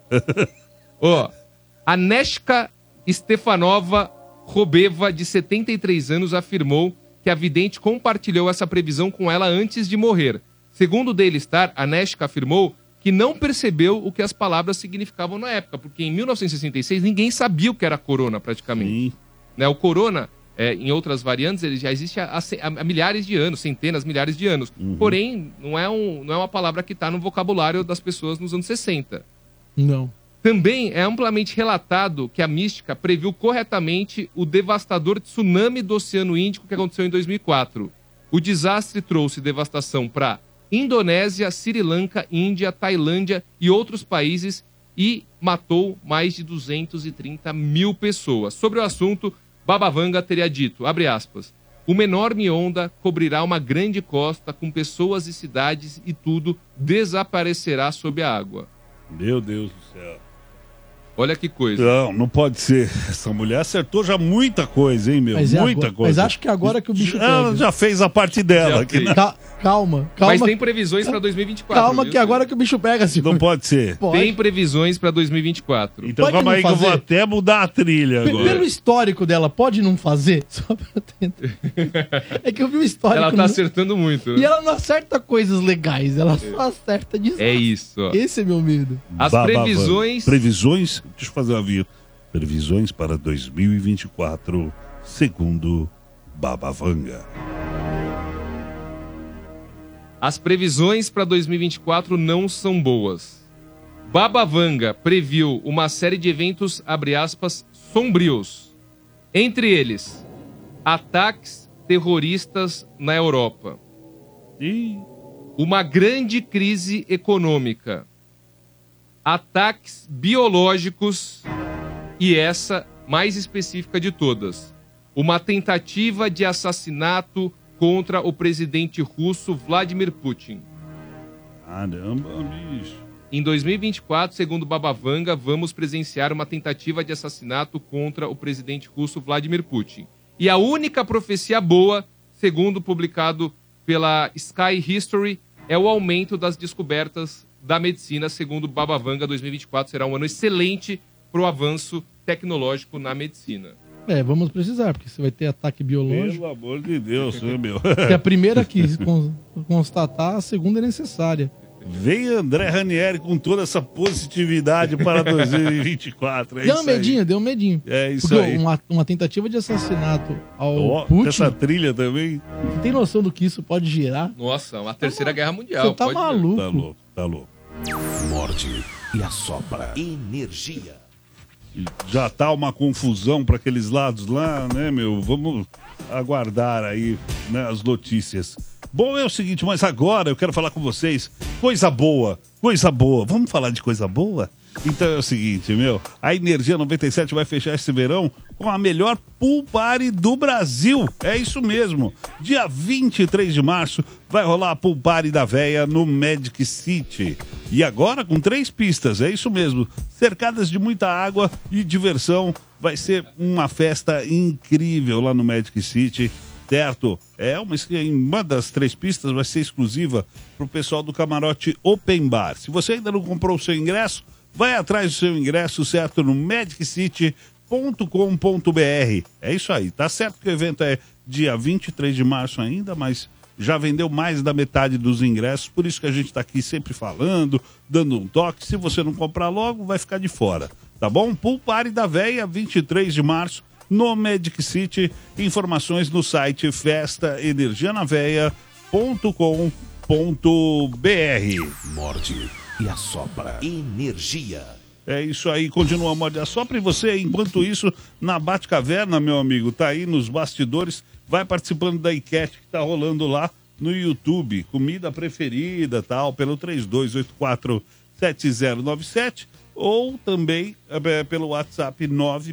A Neshka Stefanova Robeva, de 73 anos, afirmou que a vidente compartilhou essa previsão com ela antes de morrer. Segundo o Daily Star, a Neshka afirmou que não percebeu o que as palavras significavam na época, porque em 1966 ninguém sabia o que era corona praticamente. Né? O corona, em outras variantes, ele já existe há milhares de anos, centenas, milhares de anos. Porém, não é uma palavra que está no vocabulário das pessoas nos anos 60. Não. Também é amplamente relatado que a mística previu corretamente o devastador tsunami do Oceano Índico que aconteceu em 2004. O desastre trouxe devastação para Indonésia, Sri Lanka, Índia, Tailândia e outros países e matou mais de 230 mil pessoas. Sobre o assunto, Baba Vanga teria dito, abre aspas, uma enorme onda cobrirá uma grande costa com pessoas e cidades e tudo desaparecerá sob a água. Meu Deus do céu. Olha que coisa. Não pode ser. Essa mulher acertou já muita coisa, hein, meu? Muita coisa. Mas acho que agora que o bicho pega. Ela já fez a parte dela. Aqui, né? Calma. Mas tem previsões para 2024. Calma, viu? que agora que o bicho pega, senhor. Não pode ser. Tem previsões para 2024. Então calma aí que eu vou até mudar a trilha agora. Pelo histórico dela, pode não fazer? Só pra tentar. É que eu vi o histórico. Ela tá acertando muito. Né? E ela não acerta coisas legais, ela só acerta desastre. É isso. Ó. Esse é meu medo. As previsões... Previsões, deixa eu fazer uma via. Previsões para 2024, segundo Baba Vanga. As previsões para 2024 não são boas. Baba Vanga previu uma série de eventos, abre aspas, sombrios. Entre eles, ataques terroristas na Europa. Uma grande crise econômica. Ataques biológicos e essa mais específica de todas. Uma tentativa de assassinato contra o presidente russo Vladimir Putin. Caramba, bicho. Em 2024, segundo Baba Vanga, vamos presenciar uma tentativa de assassinato contra o presidente russo Vladimir Putin. E a única profecia boa, segundo publicado pela Sky History, é o aumento das descobertas da medicina. Segundo Baba Vanga, 2024 será um ano excelente para o avanço tecnológico na medicina. Vamos precisar, porque você vai ter ataque biológico. Pelo amor de Deus, né, meu? Que a primeira que constatar, a segunda é necessária. Vem André Ranieri com toda essa positividade para 2024. Deu um medinho. É isso porque aí. Uma tentativa de assassinato ao Putin. Essa trilha também. Você tem noção do que isso pode gerar? Nossa, uma terceira guerra mundial. Você tá maluco. Tá louco. Morde e assopra. Energia. Já tá uma confusão para aqueles lados lá, né, meu? Vamos aguardar aí, né, as notícias. Bom, é o seguinte, mas agora eu quero falar com vocês. Coisa boa. Vamos falar de coisa boa? Então é o seguinte, meu. A Energia 97 vai fechar esse verão com a melhor pool party do Brasil. É isso mesmo. Dia 23 de março vai rolar a pool party da véia no Magic City. E agora com 3 pistas, é isso mesmo. Cercadas de muita água e diversão. Vai ser uma festa incrível lá no Magic City. Certo? Uma das 3 pistas vai ser exclusiva para o pessoal do Camarote Open Bar. Se você ainda não comprou o seu ingresso, vai atrás do seu ingresso, certo? No magiccity.com.br. É isso aí. Tá certo que o evento é dia 23 de março ainda, mas já vendeu mais da metade dos ingressos, por isso que a gente está aqui sempre falando, dando um toque. Se você não comprar logo, vai ficar de fora. Tá bom? Pool Party da Véia, 23 de março. No Magic City, informações no site festaenergianaveia.com.br. Morde e assopra. Energia. É isso aí, continua a Morde e Assopra. E você, enquanto isso, na Batcaverna, meu amigo, tá aí nos bastidores, vai participando da enquete que tá rolando lá no YouTube. Comida preferida, tal, pelo 32847097 ou também pelo WhatsApp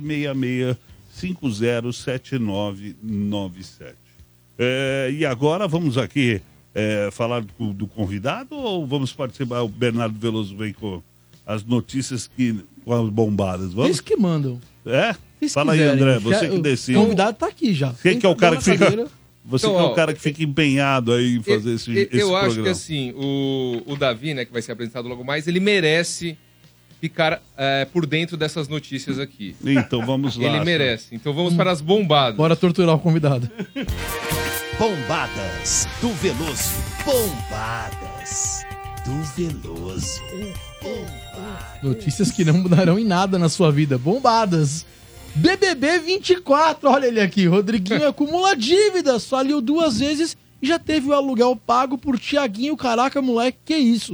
966-507997. E agora vamos aqui falar do convidado ou vamos participar? O Bernardo Veloso vem com as notícias com as bombadas. Vamos? Eles que mandam. Fala aí, André, você que decide. O convidado tá aqui já. Quem que é o cara que fica... Você que é o cara que fica empenhado aí em fazer esse programa. Eu acho que assim, o Davi, né, que vai ser apresentado logo mais, ele merece ficar por dentro dessas notícias aqui. Então vamos lá. Ele merece. Então vamos para as bombadas. Bora torturar o convidado. Bombadas do Veloso. Bombadas. Veloso. Notícias que não mudarão em nada na sua vida. Bombadas. BBB 24, olha ele aqui. Rodriguinho acumula dívida, só liu 2 vezes e já teve o aluguel pago por Tiaguinho. Caraca, moleque, que isso?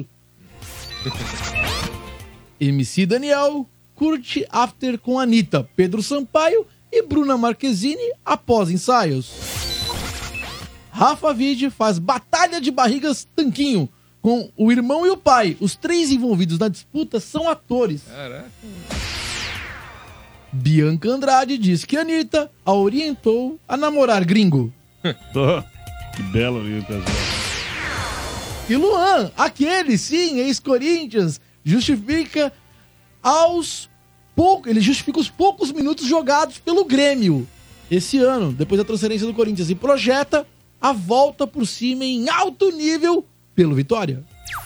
MC Daniel curte after com Anitta, Pedro Sampaio e Bruna Marquezine após ensaios. Rafa Vide faz batalha de barrigas tanquinho com o irmão e o pai. Os 3 envolvidos na disputa são atores. Caraca. Bianca Andrade diz que Anitta a orientou a namorar gringo. Que bela orientação. E Luan, aquele sim, ex-Corinthians, justifica ele justifica os poucos minutos jogados pelo Grêmio esse ano, depois da transferência do Corinthians, e projeta a volta por cima em alto nível pelo Vitória.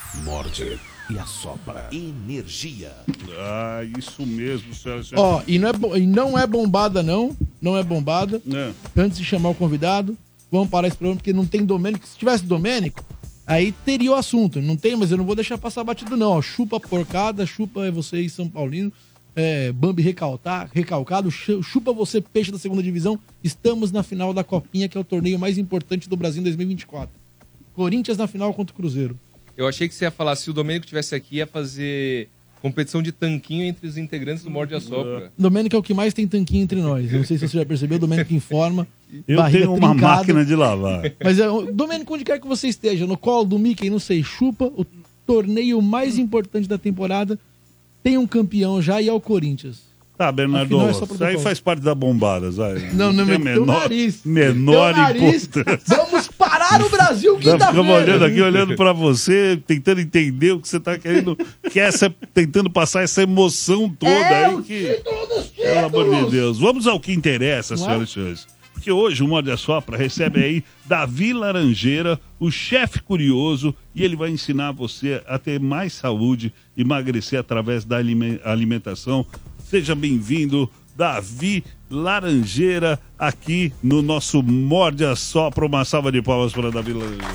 Morde e assopra. Energia. Ah, isso mesmo, senhoras e senhores. Ó, e não é bombada, não. Não é bombada. É. Antes de chamar o convidado, vamos parar esse programa, porque não tem Domênico. Se tivesse Domênico, aí teria o assunto. Não tem, mas eu não vou deixar passar batido, não. Ó, chupa porcada, chupa vocês, São Paulino. Bambi recalcado, chupa você, peixe da segunda divisão. Estamos na final da Copinha, que é o torneio mais importante do Brasil em 2024. Corinthians na final contra o Cruzeiro. Eu achei que você ia falar, se o Domênico estivesse aqui, ia fazer competição de tanquinho entre os integrantes do Morde e Assopra. Domênico é o que mais tem tanquinho entre nós. Eu não sei se você já percebeu, o Domênico informa. Eu tenho uma máquina de lavar. Mas, Domênico, onde quer que você esteja, no colo do Mickey, não sei, chupa o torneio mais importante da temporada. Tem um campeão já e é o Corinthians. Tá, Bernardo, isso aí faz parte da bombada, vai. Não, meu nariz. Menor importância. Vamos parar o Brasil quinta-feira. Ficamos olhando aqui, olhando pra você, tentando entender o que você tá querendo, tentando passar essa emoção toda aí que... Pelo amor de Deus. Vamos ao que interessa, senhoras e senhores. Porque hoje o Morde e Assopra recebe aí Davi Laranjeira, o chefe curioso, e ele vai ensinar você a ter mais saúde, emagrecer através da alimentação. Seja bem-vindo, Davi Laranjeira, aqui no nosso Morde e Assopra. Uma salva de palmas para Davi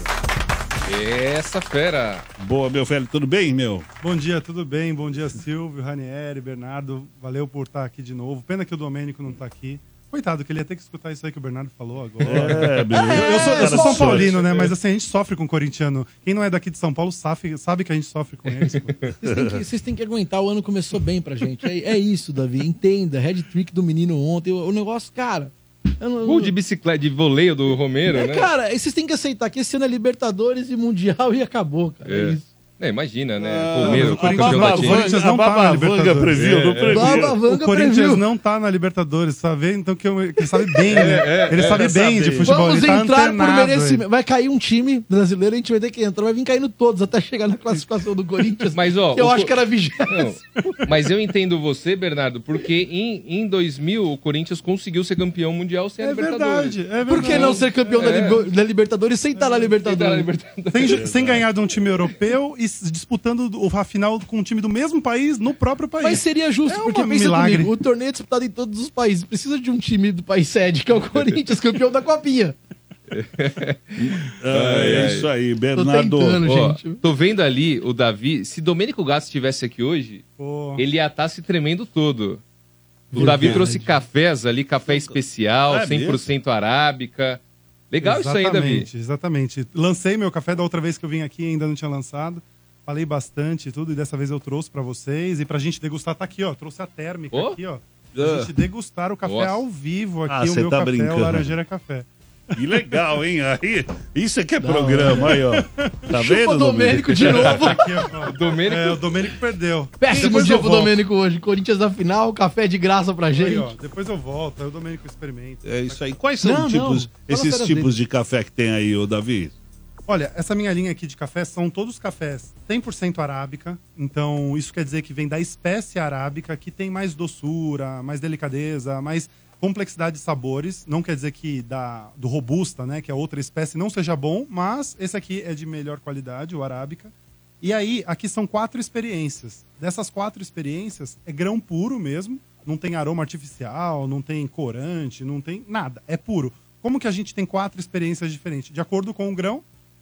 Laranjeira. Essa fera. Boa, meu velho, tudo bem, meu? Bom dia, tudo bem? Bom dia, Silvio, Ranieri, Bernardo. Valeu por estar aqui de novo. Pena que o Domênico não está aqui. Coitado, que ele ia ter que escutar isso aí que o Bernardo falou agora. Eu sou São Paulino, né? Mas assim, a gente sofre com o corintiano. Quem não é daqui de São Paulo sabe que a gente sofre com eles. Vocês têm que aguentar, o ano começou bem pra gente. É isso, Davi, entenda. Head trick do menino ontem, o negócio, cara... Gol de bicicleta, de voleio do Romero, né? Cara, vocês têm que aceitar que esse ano é Libertadores e Mundial e acabou, cara. É isso. Imagina, né? Romero, o Corinthians não tá na Libertadores. O Corinthians não tá na Libertadores, sabe? Então que ele sabe bem, né? Ele sabe bem de futebol. Vamos ele tá entrar por antenado merecimento. aí. Vai cair um time brasileiro, a gente vai ter que entrar. Vai vir caindo todos até chegar na classificação do Corinthians. Mas, ó, eu acho que era 20º. Mas eu entendo você, Bernardo, porque em 2000 o Corinthians conseguiu ser campeão mundial sem a Libertadores. É verdade. Por que não ser campeão da Libertadores sem estar na Libertadores? Sem ganhar de um time europeu e disputando a final com um time do mesmo país no próprio país. Mas seria justo, porque pensa milagre. comigo, o torneio é disputado em todos os países. Precisa de um time do país sede, que é o Corinthians, campeão da Copinha. É isso aí, Bernardo. Tô vendo ali o Davi. Se Domênico Gato estivesse aqui hoje, ele ia estar se tremendo todo. O Davi trouxe cafés ali, café especial, 100% arábica. Legal isso aí, Davi. Exatamente. Lancei meu café da outra vez que eu vim aqui, ainda não tinha lançado. Falei bastante e tudo, e dessa vez eu trouxe pra vocês. E pra gente degustar, tá aqui, ó. Trouxe a térmica aqui, ó. Pra gente degustar o café ao vivo aqui, o meu café, o Laranjeira Café. Que legal, hein? Aí, isso aqui é programa, aí, ó. Tá Chupa vendo, o Domênico de novo. Aqui, ó. O Domênico perdeu. Péssimo dia pro Domênico hoje. Corinthians na final, café de graça pra gente. Aí, ó, depois eu volto, aí o Domênico experimenta. É isso aí. Quais são esses tipos de café que tem aí, ô Davi? Olha, essa minha linha aqui de café são todos cafés 100% arábica. Então, isso quer dizer que vem da espécie arábica, que tem mais doçura, mais delicadeza, mais complexidade de sabores. Não quer dizer que do robusta, né, que é outra espécie, não seja bom, mas esse aqui é de melhor qualidade, o arábica. E aí, aqui são 4 experiências. Dessas 4 experiências, é grão puro mesmo. Não tem aroma artificial, não tem corante, não tem nada. É puro. Como que a gente tem 4 experiências diferentes? De acordo com o grão,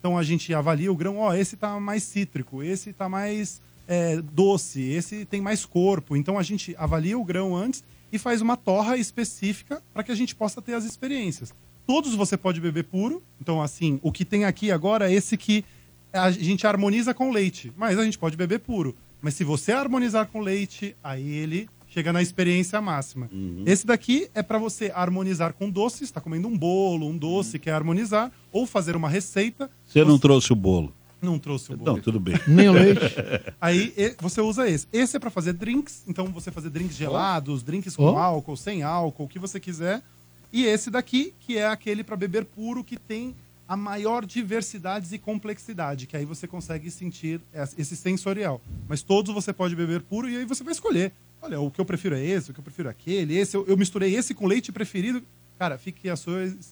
Então a gente avalia o grão, esse tá mais cítrico, esse tá mais doce, esse tem mais corpo. Então a gente avalia o grão antes e faz uma torra específica para que a gente possa ter as experiências. Todos você pode beber puro. Então, assim, o que tem aqui agora é esse que a gente harmoniza com leite. Mas a gente pode beber puro. Mas se você harmonizar com leite, aí ele chega na experiência máxima. Esse daqui é para você harmonizar com doce. Está comendo um bolo, um doce, quer harmonizar. Ou fazer uma receita. Você não trouxe o bolo? Não trouxe o bolo. Não, tudo bem. Nem o leite. Aí você usa esse. Esse é para fazer drinks. Então você fazer drinks gelados, drinks com álcool, sem álcool, o que você quiser. E esse daqui, que é aquele para beber puro, que tem a maior diversidade e complexidade, que aí você consegue sentir esse sensorial. Mas todos você pode beber puro e aí você vai escolher. Olha, o que eu prefiro é esse, o que eu prefiro é aquele, esse. Eu misturei esse com leite preferido. Cara, fique à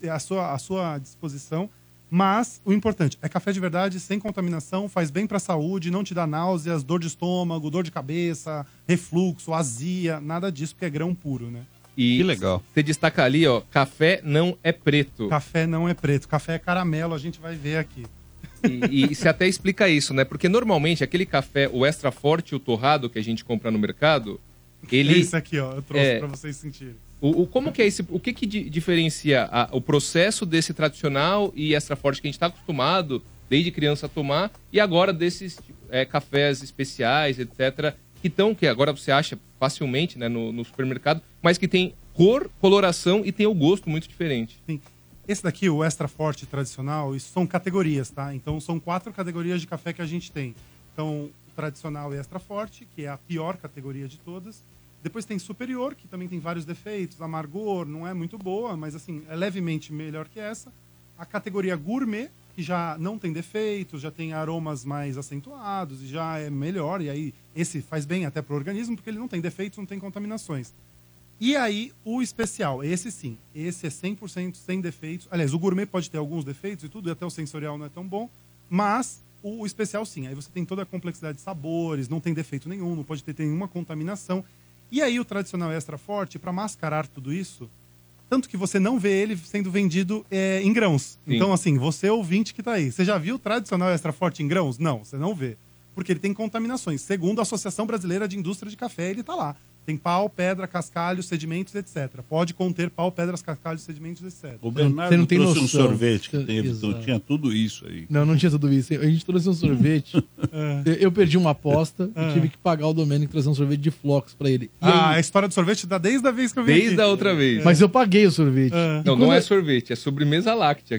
sua disposição. Mas o importante é café de verdade, sem contaminação, faz bem para a saúde, não te dá náuseas, dor de estômago, dor de cabeça, refluxo, azia, nada disso, porque é grão puro, né? E que legal. Você destaca ali, café não é preto. Café não é preto, café é caramelo, a gente vai ver aqui. E você até explica isso, né? Porque normalmente aquele café, o extra forte, o torrado que a gente compra no mercado, ele... Esse aqui, eu trouxe pra vocês sentirem. Como que é esse... O que diferencia o processo desse tradicional e extra forte que a gente está acostumado desde criança a tomar e agora desses cafés especiais, etc., que agora você acha facilmente, né, no supermercado, mas que tem coloração e tem o gosto muito diferente. Sim. Esse daqui, o extra forte tradicional, isso são categorias, tá? Então são 4 categorias de café que a gente tem. Então, o tradicional e extra forte, que é a pior categoria de todas. Depois tem superior, que também tem vários defeitos, amargor, não é muito boa, mas assim, é levemente melhor que essa. A categoria gourmet, que já não tem defeitos, já tem aromas mais acentuados e já é melhor. E aí, esse faz bem até para o organismo, porque ele não tem defeitos, não tem contaminações. E aí, o especial, esse sim. Esse é 100% sem defeitos. Aliás, o gourmet pode ter alguns defeitos e tudo, e até o sensorial não é tão bom. Mas o especial sim. Aí você tem toda a complexidade de sabores, não tem defeito nenhum, não pode ter nenhuma contaminação. E aí, o tradicional extra forte, para mascarar tudo isso... Tanto que você não vê ele sendo vendido em grãos. Sim. Então, assim, você ouvinte que tá aí. Você já viu o tradicional extra forte em grãos? Não, você não vê. Porque ele tem contaminações. Segundo a Associação Brasileira de Indústria de Café, ele tá lá. Tem pau, pedra, cascalho, sedimentos, etc. Pode conter pau, pedras, cascalhos, sedimentos, etc. O Bernardo não tem trouxe noção. Um sorvete que tinha tudo isso aí. Não tinha tudo isso. A gente trouxe um sorvete. Eu perdi uma aposta e tive que pagar o Domênico trazer um sorvete de flocos pra ele. E a história do sorvete dá desde a vez que eu vi Desde aqui. a outra vez. Mas eu paguei o sorvete. Não é sorvete, é sobremesa láctea.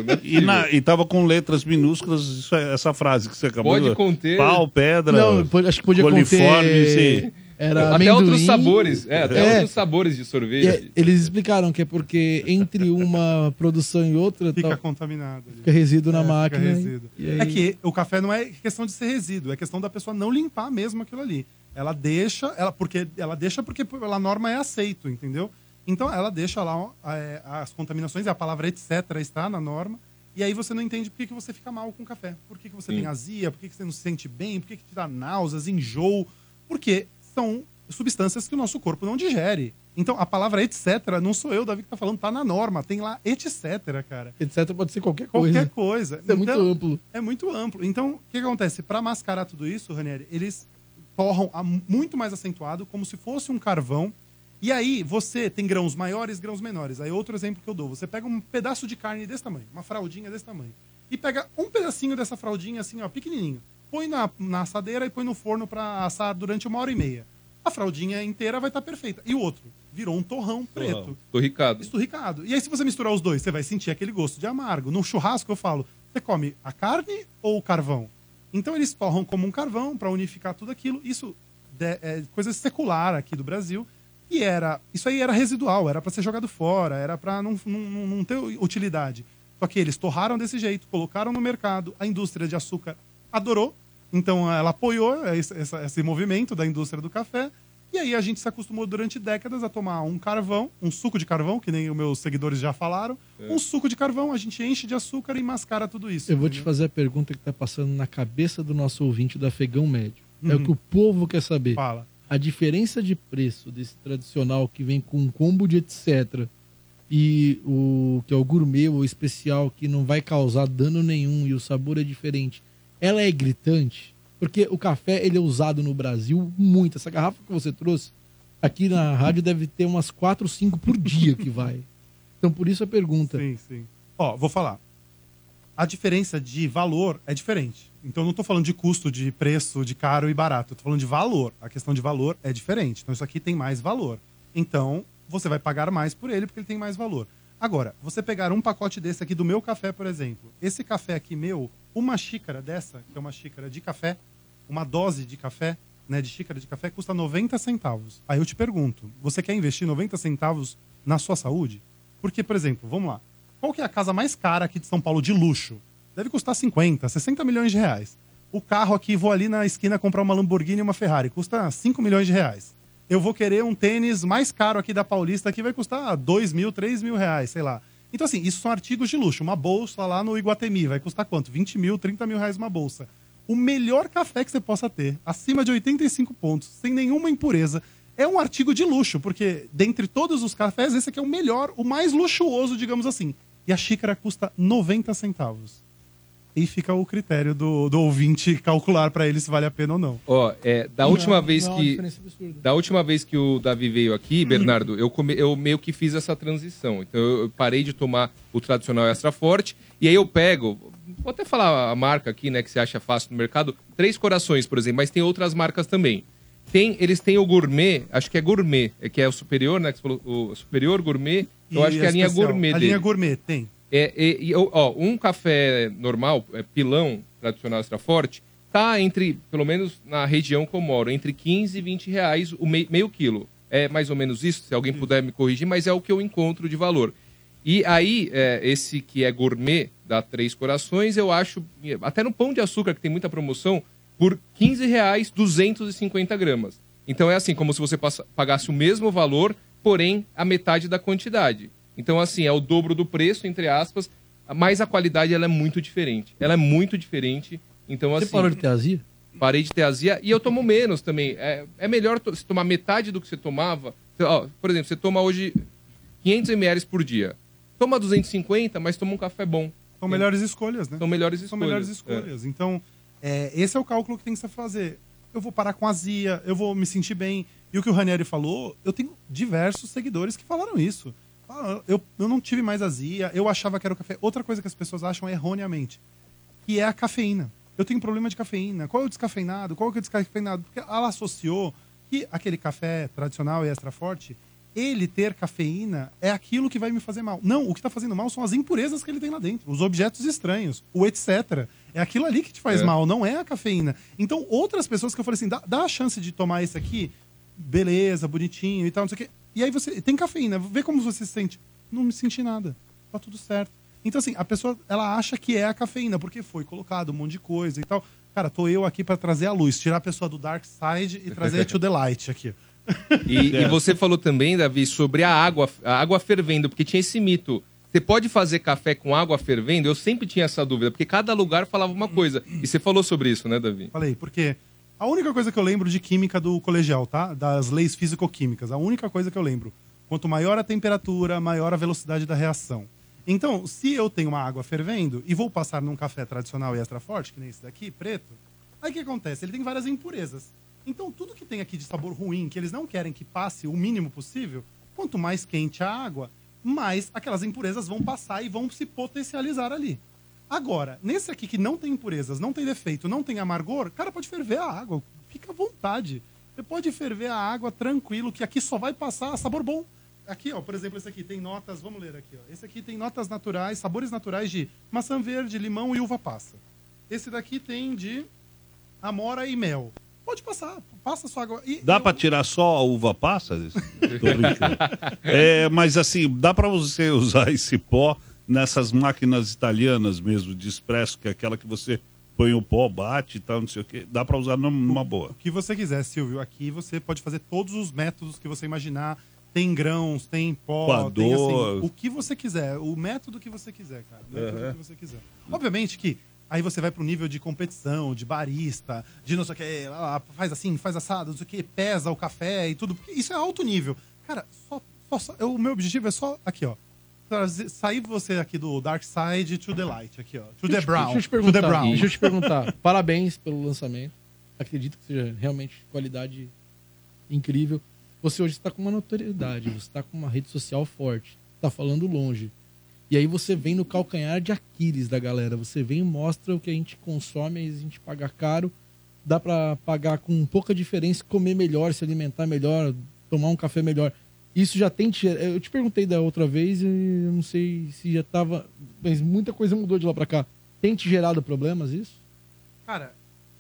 E tava com letras minúsculas essa frase que você acabou Pode de... conter... Pau, pedra, Não, acho que podia conter... Era até amendoim. outros sabores. Outros sabores de sorvete. Eles explicaram que é porque entre uma produção e outra... Fica contaminado. Fica resíduo na máquina. Fica resíduo. É que o café não é questão de ser resíduo, é questão da pessoa não limpar mesmo aquilo ali. Ela deixa porque pela norma é aceito, entendeu? Então ela deixa lá as contaminações, a palavra etc. está na norma, e aí você não entende por que você fica mal com o café. Por que você tem azia, por que você não se sente bem, por que te dá náuseas, enjoo. Porque são substâncias que o nosso corpo não digere. Então, a palavra etc. não sou eu, Davi, que tá falando, tá na norma. Tem lá etc, cara. Etc pode ser qualquer coisa. Qualquer coisa. Isso é muito amplo. É muito amplo. Então, o que acontece? Para mascarar tudo isso, Ranieri, eles torram muito mais acentuado, como se fosse um carvão. E aí, você tem grãos maiores, grãos menores. Aí, outro exemplo que eu dou. Você pega um pedaço de carne desse tamanho, uma fraldinha desse tamanho, e pega um pedacinho dessa fraldinha, assim, ó, pequenininho. Põe na assadeira e põe no forno para assar durante 1h30. A fraldinha inteira vai estar perfeita. E o outro virou um torrão preto. Esturricado. E aí, se você misturar os dois, você vai sentir aquele gosto de amargo. No churrasco, eu falo, você come a carne ou o carvão? Então, eles torram como um carvão para unificar tudo aquilo. Isso é coisa secular aqui do Brasil. E isso aí era residual, era para ser jogado fora, era para não ter utilidade. Só que eles torraram desse jeito, colocaram no mercado, a indústria de açúcar adorou. Então, ela apoiou esse movimento da indústria do café. E aí, a gente se acostumou durante décadas a tomar um carvão, um suco de carvão, que nem os meus seguidores já falaram. Um suco de carvão, a gente enche de açúcar e mascara tudo isso. Eu vou te fazer a pergunta que está passando na cabeça do nosso ouvinte do Afegão Médio. É o que o povo quer saber. Fala. A diferença de preço desse tradicional que vem com um combo de etc. e o que é o gourmet ou especial, que não vai causar dano nenhum e o sabor é diferente, ela é gritante? Porque o café, ele é usado no Brasil muito. Essa garrafa que você trouxe, aqui na rádio deve ter umas 4 ou 5 por dia que vai. Então, por isso a pergunta. Sim, sim. Ó, vou falar. A diferença de valor é diferente. Então, eu não tô falando de custo, de preço, de caro e barato. Eu tô falando de valor. A questão de valor é diferente. Então, isso aqui tem mais valor. Então, você vai pagar mais por ele porque ele tem mais valor. Agora, você pegar um pacote desse aqui do meu café, por exemplo. Esse café aqui meu, uma xícara dessa, que é uma xícara de café, uma dose de café, né, de xícara de café, custa 90 centavos. Aí eu te pergunto, você quer investir 90 centavos na sua saúde? Porque, por exemplo, vamos lá. Qual que é a casa mais cara aqui de São Paulo de luxo? Deve custar 50, 60 milhões de reais. O carro aqui, vou ali na esquina comprar uma Lamborghini e uma Ferrari, custa 5 milhões de reais. Eu vou querer um tênis mais caro aqui da Paulista, que vai custar 2 mil, 3 mil reais, sei lá. Então, assim, isso são artigos de luxo. Uma bolsa lá no Iguatemi vai custar quanto? 20 mil, 30 mil reais uma bolsa. O melhor café que você possa ter, acima de 85 pontos, sem nenhuma impureza, é um artigo de luxo, porque dentre todos os cafés, esse aqui é o melhor, o mais luxuoso, digamos assim. E a xícara custa 90 centavos. E fica o critério do ouvinte calcular pra ele se vale a pena ou não. Ó, da última vez que o Davi veio aqui, Bernardo, eu meio que fiz essa transição. Então eu parei de tomar o tradicional extra forte e aí eu pego, vou até falar a marca aqui, né, que você acha fácil no mercado, Três Corações, por exemplo, mas tem outras marcas também. Eles têm o gourmet, acho que é gourmet, que é o superior, né, que você falou, o superior gourmet, eu acho que é a linha gourmet dele. A linha gourmet, tem. Um café normal, pilão, tradicional extra forte, tá entre, pelo menos na região que eu moro, entre 15 e 20 reais o meio quilo. É mais ou menos isso, se alguém puder me corrigir, mas é o que eu encontro de valor. E aí, esse que é gourmet, da Três Corações, eu acho, até no Pão de Açúcar, que tem muita promoção, por 15 reais, 250 gramas. Então é assim, como se você pagasse o mesmo valor, porém a metade da quantidade. Então, assim, é o dobro do preço, entre aspas, mas a qualidade ela é muito diferente. Ela é muito diferente. Então, assim, você parou de ter azia? Parei de ter azia e eu tomo menos também. É melhor você tomar metade do que você tomava. Por exemplo, você toma hoje 500 ml por dia. Toma 250, mas toma um café bom. São melhores escolhas, né? São melhores escolhas. São melhores escolhas. Então, esse é o cálculo que tem que se fazer. Eu vou parar com azia, eu vou me sentir bem. E o que o Ranieri falou, eu tenho diversos seguidores que falaram isso. Eu não tive mais azia, eu achava que era o café. Outra coisa que as pessoas acham erroneamente, que é a cafeína. Eu tenho problema de cafeína. Qual é o descafeinado? Qual é o descafeinado? Porque ela associou que aquele café tradicional e extra forte, ele ter cafeína é aquilo que vai me fazer mal. Não, o que está fazendo mal são as impurezas que ele tem lá dentro, os objetos estranhos, o etc. É aquilo ali que te faz mal, não é a cafeína. Então, outras pessoas que eu falei assim, dá a chance de tomar esse aqui, beleza, bonitinho e tal, não sei o quê. E aí você tem cafeína, vê como você se sente. Não me senti nada, tá tudo certo. Então assim, a pessoa, ela acha que é a cafeína, porque foi colocado um monte de coisa e tal. Cara, tô eu aqui pra trazer a luz, tirar a pessoa do dark side e trazer to the light aqui. E você falou também, Davi, sobre a água fervendo, porque tinha esse mito. Você pode fazer café com água fervendo? Eu sempre tinha essa dúvida, porque cada lugar falava uma coisa. E você falou sobre isso, né, Davi? Falei, porque a única coisa que eu lembro de química do colegial, tá? Das leis físico-químicas. A única coisa que eu lembro. Quanto maior a temperatura, maior a velocidade da reação. Então, se eu tenho uma água fervendo e vou passar num café tradicional e extra forte, que nem esse daqui, preto, aí o que acontece? Ele tem várias impurezas. Então, tudo que tem aqui de sabor ruim, que eles não querem que passe o mínimo possível, quanto mais quente a água, mais aquelas impurezas vão passar e vão se potencializar ali. Agora, nesse aqui que não tem impurezas, não tem defeito, não tem amargor, cara, pode ferver a água, fica à vontade. Você pode ferver a água tranquilo, que aqui só vai passar sabor bom. Aqui, ó, por exemplo, esse aqui tem notas, vamos ler aqui, ó. Esse aqui tem notas naturais, sabores naturais de maçã verde, limão e uva passa. Esse daqui tem de amora e mel. Pode passar, passa sua água. Dá pra tirar só a uva passa? Tô brincando. Mas assim, dá pra você usar esse pó nessas máquinas italianas mesmo, de expresso, que é aquela que você põe o pó, bate e tal, não sei o quê. Dá pra usar numa boa. O que você quiser, Silvio. Aqui você pode fazer todos os métodos que você imaginar. Tem grãos, tem pó, Coador. Tem assim, o que você quiser. O método que você quiser, cara. O método que você quiser. Obviamente que aí você vai pro nível de competição, de barista, de não sei o que, faz assim, faz assado, não sei o que, pesa o café e tudo. Porque isso é alto nível. Cara, o meu objetivo é só aqui, ó. sair você aqui do Dark Side to the Light, aqui, ó. To the Brown. Deixa eu te perguntar. Parabéns pelo lançamento. Acredito que seja realmente qualidade incrível. Você hoje está com uma notoriedade, você está com uma rede social forte, está falando longe. E aí você vem no calcanhar de Aquiles da galera. Você vem e mostra o que a gente consome, a gente paga caro, dá para pagar com pouca diferença, comer melhor, se alimentar melhor, tomar um café melhor. Isso já tem... Eu te perguntei da outra vez e eu não sei se já estava... Mas muita coisa mudou de lá para cá. Tem te gerado problemas isso? Cara,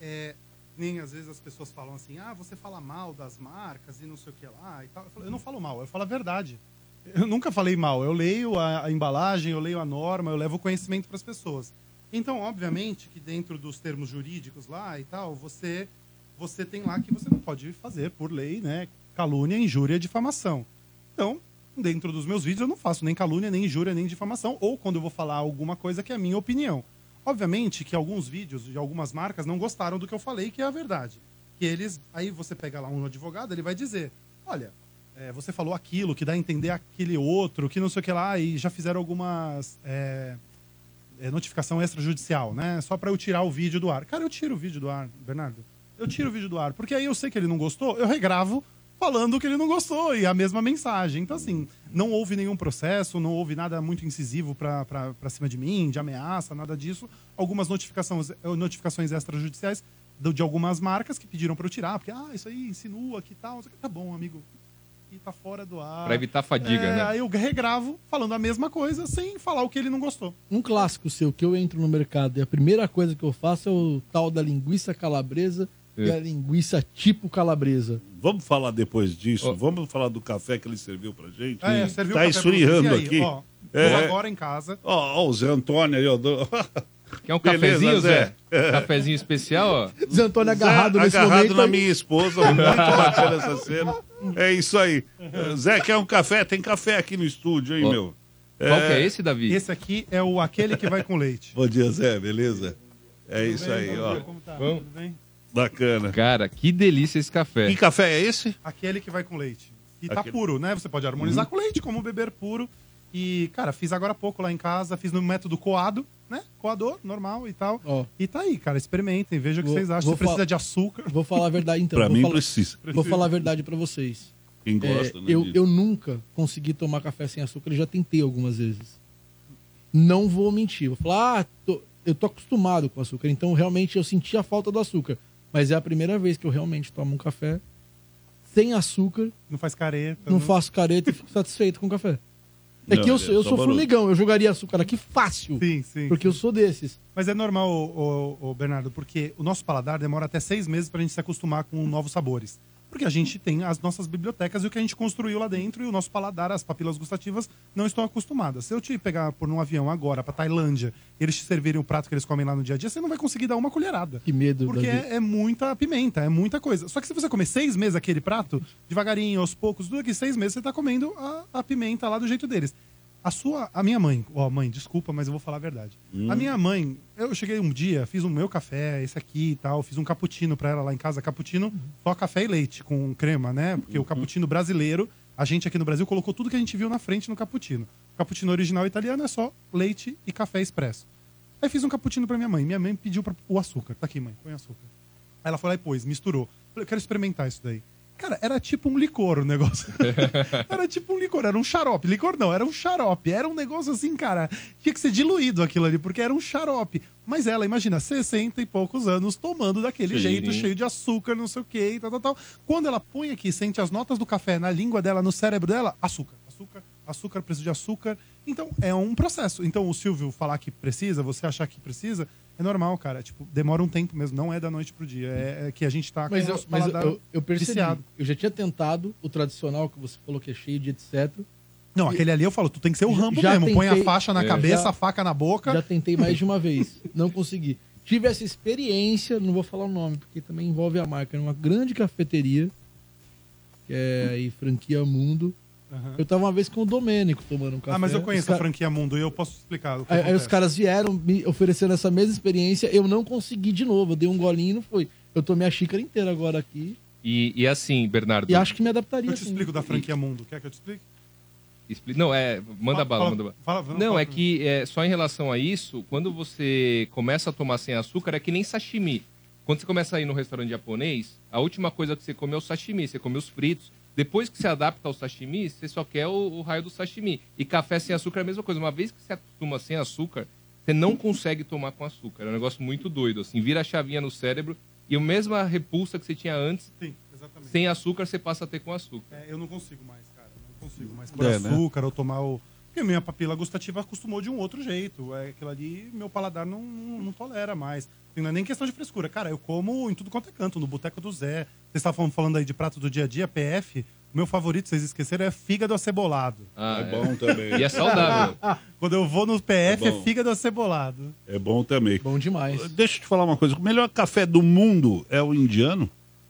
nem às vezes as pessoas falam assim, você fala mal das marcas e não sei o que lá e tal. Eu não falo mal, eu falo a verdade. Eu nunca falei mal. Eu leio a embalagem, eu leio a norma, eu levo conhecimento para as pessoas. Então, obviamente, que dentro dos termos jurídicos lá e tal, você tem lá que você não pode fazer, por lei, né? Calúnia, injúria, difamação. Então, dentro dos meus vídeos, eu não faço nem calúnia, nem injúria, nem difamação, ou quando eu vou falar alguma coisa que é a minha opinião. Obviamente que alguns vídeos de algumas marcas não gostaram do que eu falei, que é a verdade. Que eles... Aí você pega lá um advogado, ele vai dizer, olha... você falou aquilo, que dá a entender aquele outro, que não sei o que lá, e já fizeram algumas notificação extrajudicial, né? Só pra eu tirar o vídeo do ar. Cara, eu tiro o vídeo do ar, Bernardo. Eu tiro o vídeo do ar, porque aí eu sei que ele não gostou, eu regravo falando que ele não gostou, e a mesma mensagem. Então, assim, não houve nenhum processo, não houve nada muito incisivo pra cima de mim, de ameaça, nada disso. Algumas notificações extrajudiciais de algumas marcas que pediram pra eu tirar, porque, isso aí insinua que tal. Tá bom, amigo. Tá fora do ar. Pra evitar fadiga, né? Aí eu regravo falando a mesma coisa sem falar o que ele não gostou. Um clássico seu, que eu entro no mercado e a primeira coisa que eu faço é o tal da linguiça calabresa e a linguiça tipo calabresa. Vamos falar depois disso. Vamos falar do café que ele serviu pra gente. Serviu tá esfriando aqui. Ó, agora em casa. Ó, o Zé Antônio aí, ó. Quer um cafezinho, Zé? Cafezinho especial, ó. Zé Antônio agarrado nesse momento. Agarrado na minha esposa, muito bacana essa cena. É isso aí. Zé, quer um café? Tem café aqui no estúdio, hein, meu? Qual que é esse, Davi? Esse aqui é aquele que vai com leite. Bom dia, Zé, beleza? É Tudo isso bem, aí, ó. Como tá? Vamos. Tudo bem? Bacana. Cara, que delícia esse café. Que café é esse? Aquele que vai com leite. E tá puro, né? Você pode harmonizar com leite, como beber puro. E, cara, fiz agora há pouco lá em casa, fiz no método coado, né? Coador, normal e tal. E tá aí, cara, experimentem, vejam o que vocês acham. Você precisa de açúcar. Vou falar a verdade, então. Pra mim precisa. Vou falar a verdade pra vocês. Quem gosta, né? Eu nunca consegui tomar café sem açúcar, eu já tentei algumas vezes. Não vou mentir. Vou falar, eu tô acostumado com açúcar, então realmente eu senti a falta do açúcar. Mas é a primeira vez que eu realmente tomo um café sem açúcar. Não faz careta. Não faço careta e fico satisfeito com o café. É que eu sou formigão, eu jogaria açúcar aqui fácil. Sim. Porque eu sou desses. Mas é normal, Bernardo, porque o nosso paladar demora até 6 meses pra gente se acostumar com novos sabores. Porque a gente tem as nossas bibliotecas e o que a gente construiu lá dentro e o nosso paladar, as papilas gustativas, não estão acostumadas. Se eu te pegar por um avião agora pra Tailândia e eles te servirem o prato que eles comem lá no dia a dia, você não vai conseguir dar uma colherada. Que medo. Porque é muita pimenta, é muita coisa. Só que se você comer 6 meses aquele prato, devagarinho, aos poucos, tudo aqui 6 meses, você tá comendo a pimenta lá do jeito deles. A minha mãe, mãe, desculpa, mas eu vou falar a verdade. A minha mãe, eu cheguei um dia, fiz o meu café, esse aqui e tal, fiz um cappuccino pra ela lá em casa, cappuccino, só café e leite com crema, né? Porque o cappuccino brasileiro, a gente aqui no Brasil colocou tudo que a gente viu na frente no cappuccino. O cappuccino original italiano é só leite e café expresso. Aí fiz um cappuccino pra minha mãe pediu o açúcar, tá aqui mãe, põe açúcar. Aí ela foi lá e pôs, misturou. Falei, eu quero experimentar isso daí. Cara, era tipo um licor o negócio. Era tipo um licor, era um xarope. Licor não, era um xarope. Era um negócio assim, cara, tinha que ser diluído aquilo ali, porque era um xarope. Mas ela, imagina, 60 e poucos anos tomando daquele jeito, cheio de açúcar, não sei o que, tal. Quando ela põe aqui, sente as notas do café na língua dela, no cérebro dela, açúcar, preço de açúcar. Então, é um processo. Então, o Silvio falar que precisa, você achar que precisa, é normal, cara. Tipo, demora um tempo mesmo, não é da noite pro dia. É que a gente tá com o nosso paladar eu percebi. viciado. Eu já tinha tentado o tradicional, que você falou que é cheio de etc. Não, aquele ali eu falo, tu tem que ser o Rambo mesmo. Põe a faixa na cabeça, a faca na boca. Já tentei mais de uma vez, não consegui. Tive essa experiência, não vou falar o nome, porque também envolve a marca, numa grande cafeteria, que é aí Franquia Mundo. Eu tava uma vez com o Domênico tomando um café. Mas eu conheço a Franquia Mundo e eu posso explicar. Aí os caras vieram me oferecendo essa mesma experiência, eu não consegui de novo, eu dei um golinho e não foi. Eu tomei a xícara inteira agora aqui. E assim, Bernardo... E acho que me adaptaria. Eu te explico da Franquia Mundo, quer que eu te explique? Não, manda bala, fala- manda bala. fala- não, fala é pra que só em relação a isso, quando você começa a tomar sem açúcar, é que nem sashimi. Quando você começa a ir no restaurante japonês, a última coisa que você come é o sashimi, você come os fritos. Depois que você adapta ao sashimi, você só quer o raio do sashimi. E café sem açúcar é a mesma coisa. Uma vez que você acostuma sem açúcar, você não consegue tomar com açúcar. É um negócio muito doido, assim. Vira a chavinha no cérebro e a mesma repulsa que você tinha antes, Sim, exatamente. sem açúcar, você passa a ter com açúcar. Eu não consigo mais, cara. Não consigo mais por né? açúcar ou tomar o... Porque minha papila gustativa acostumou de um outro jeito. Aquilo ali, meu paladar não tolera mais. Não é nem questão de frescura. Cara, eu como em tudo quanto é canto, no Boteco do Zé. Vocês estavam falando aí de prato do dia a dia, PF. O meu favorito, vocês esqueceram, é fígado acebolado. É bom também. E é saudável. Quando eu vou no PF, É é bom. fígado acebolado. É bom também. Bom demais. Deixa eu te falar uma coisa. O melhor café do mundo é o indiano?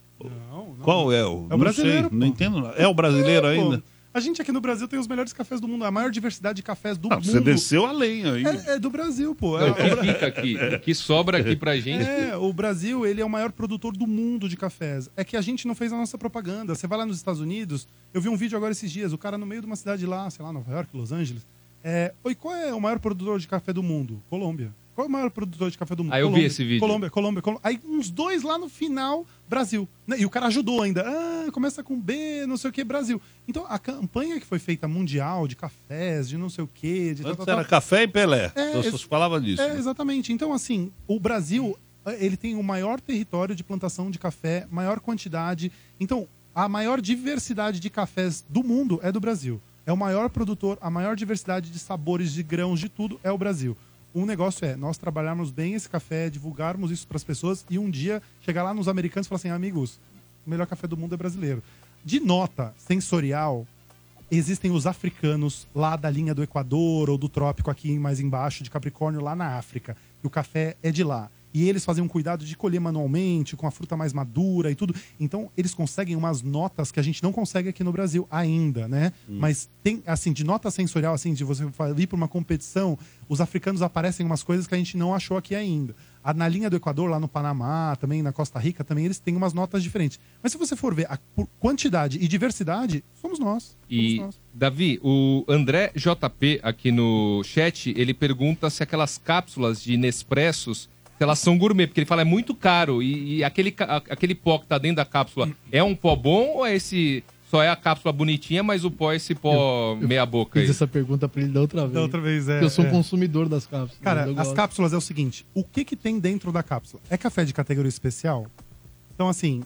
Não. Qual é o? É o brasileiro, Não sei, pô. não entendo. Nada. É o brasileiro ainda? Pô, a gente aqui no Brasil tem os melhores cafés do mundo. A maior diversidade de cafés do mundo. Você desceu a lenha aí. É do Brasil, pô. Não, o que fica aqui, o que sobra aqui pra gente. O Brasil, ele é o maior produtor do mundo de cafés. É que a gente não fez a nossa propaganda. Você vai lá nos Estados Unidos, eu vi um vídeo agora esses dias, o cara no meio de uma cidade lá, sei lá, Nova York, Los Angeles. Oi, qual é o maior produtor de café do mundo? Colômbia. Qual é o maior produtor de café do mundo? Ah, eu vi Colômbia. esse vídeo. Colômbia. Aí uns dois lá no final, Brasil. Né? E o cara ajudou ainda. Começa com B, não sei o que, Brasil. Então, a campanha que foi feita mundial de cafés, de não sei o que... De Antes era café e Pelé. Você falava disso. Exatamente. Então, assim, o Brasil, ele tem o maior território de plantação de café, maior quantidade. Então, a maior diversidade de cafés do mundo é do Brasil. É o maior produtor, a maior diversidade de sabores, de grãos, de tudo é o Brasil. O negócio é nós trabalharmos bem esse café, divulgarmos isso para as pessoas e um dia chegar lá nos americanos e falar assim, amigos, o melhor café do mundo é brasileiro. De nota sensorial, existem os africanos lá da linha do Equador ou do trópico aqui mais embaixo de Capricórnio, lá na África. E o café é de lá. E eles fazem um cuidado de colher manualmente, com a fruta mais madura e tudo. Então, eles conseguem umas notas que a gente não consegue aqui no Brasil ainda, né? Mas tem, assim, de nota sensorial, assim, de você ir para uma competição, os africanos aparecem umas coisas que a gente não achou aqui ainda. Na linha do Equador, lá no Panamá, também na Costa Rica, também eles têm umas notas diferentes. Mas se você for ver por quantidade e diversidade, somos nós. E, Davi, o André JP aqui no chat, ele pergunta se aquelas cápsulas de Nespressos, se elas são gourmet, porque ele fala é muito caro. E aquele pó que tá dentro da cápsula é um pó bom ou é esse... Só é a cápsula bonitinha, mas o pó é esse pó meia boca aí? Fiz essa pergunta pra ele da outra vez. Da outra vez, Porque eu sou um consumidor das cápsulas. Cara, eu as gosto. cápsulas é o seguinte, o que tem dentro da cápsula? É café de categoria especial? Então, assim,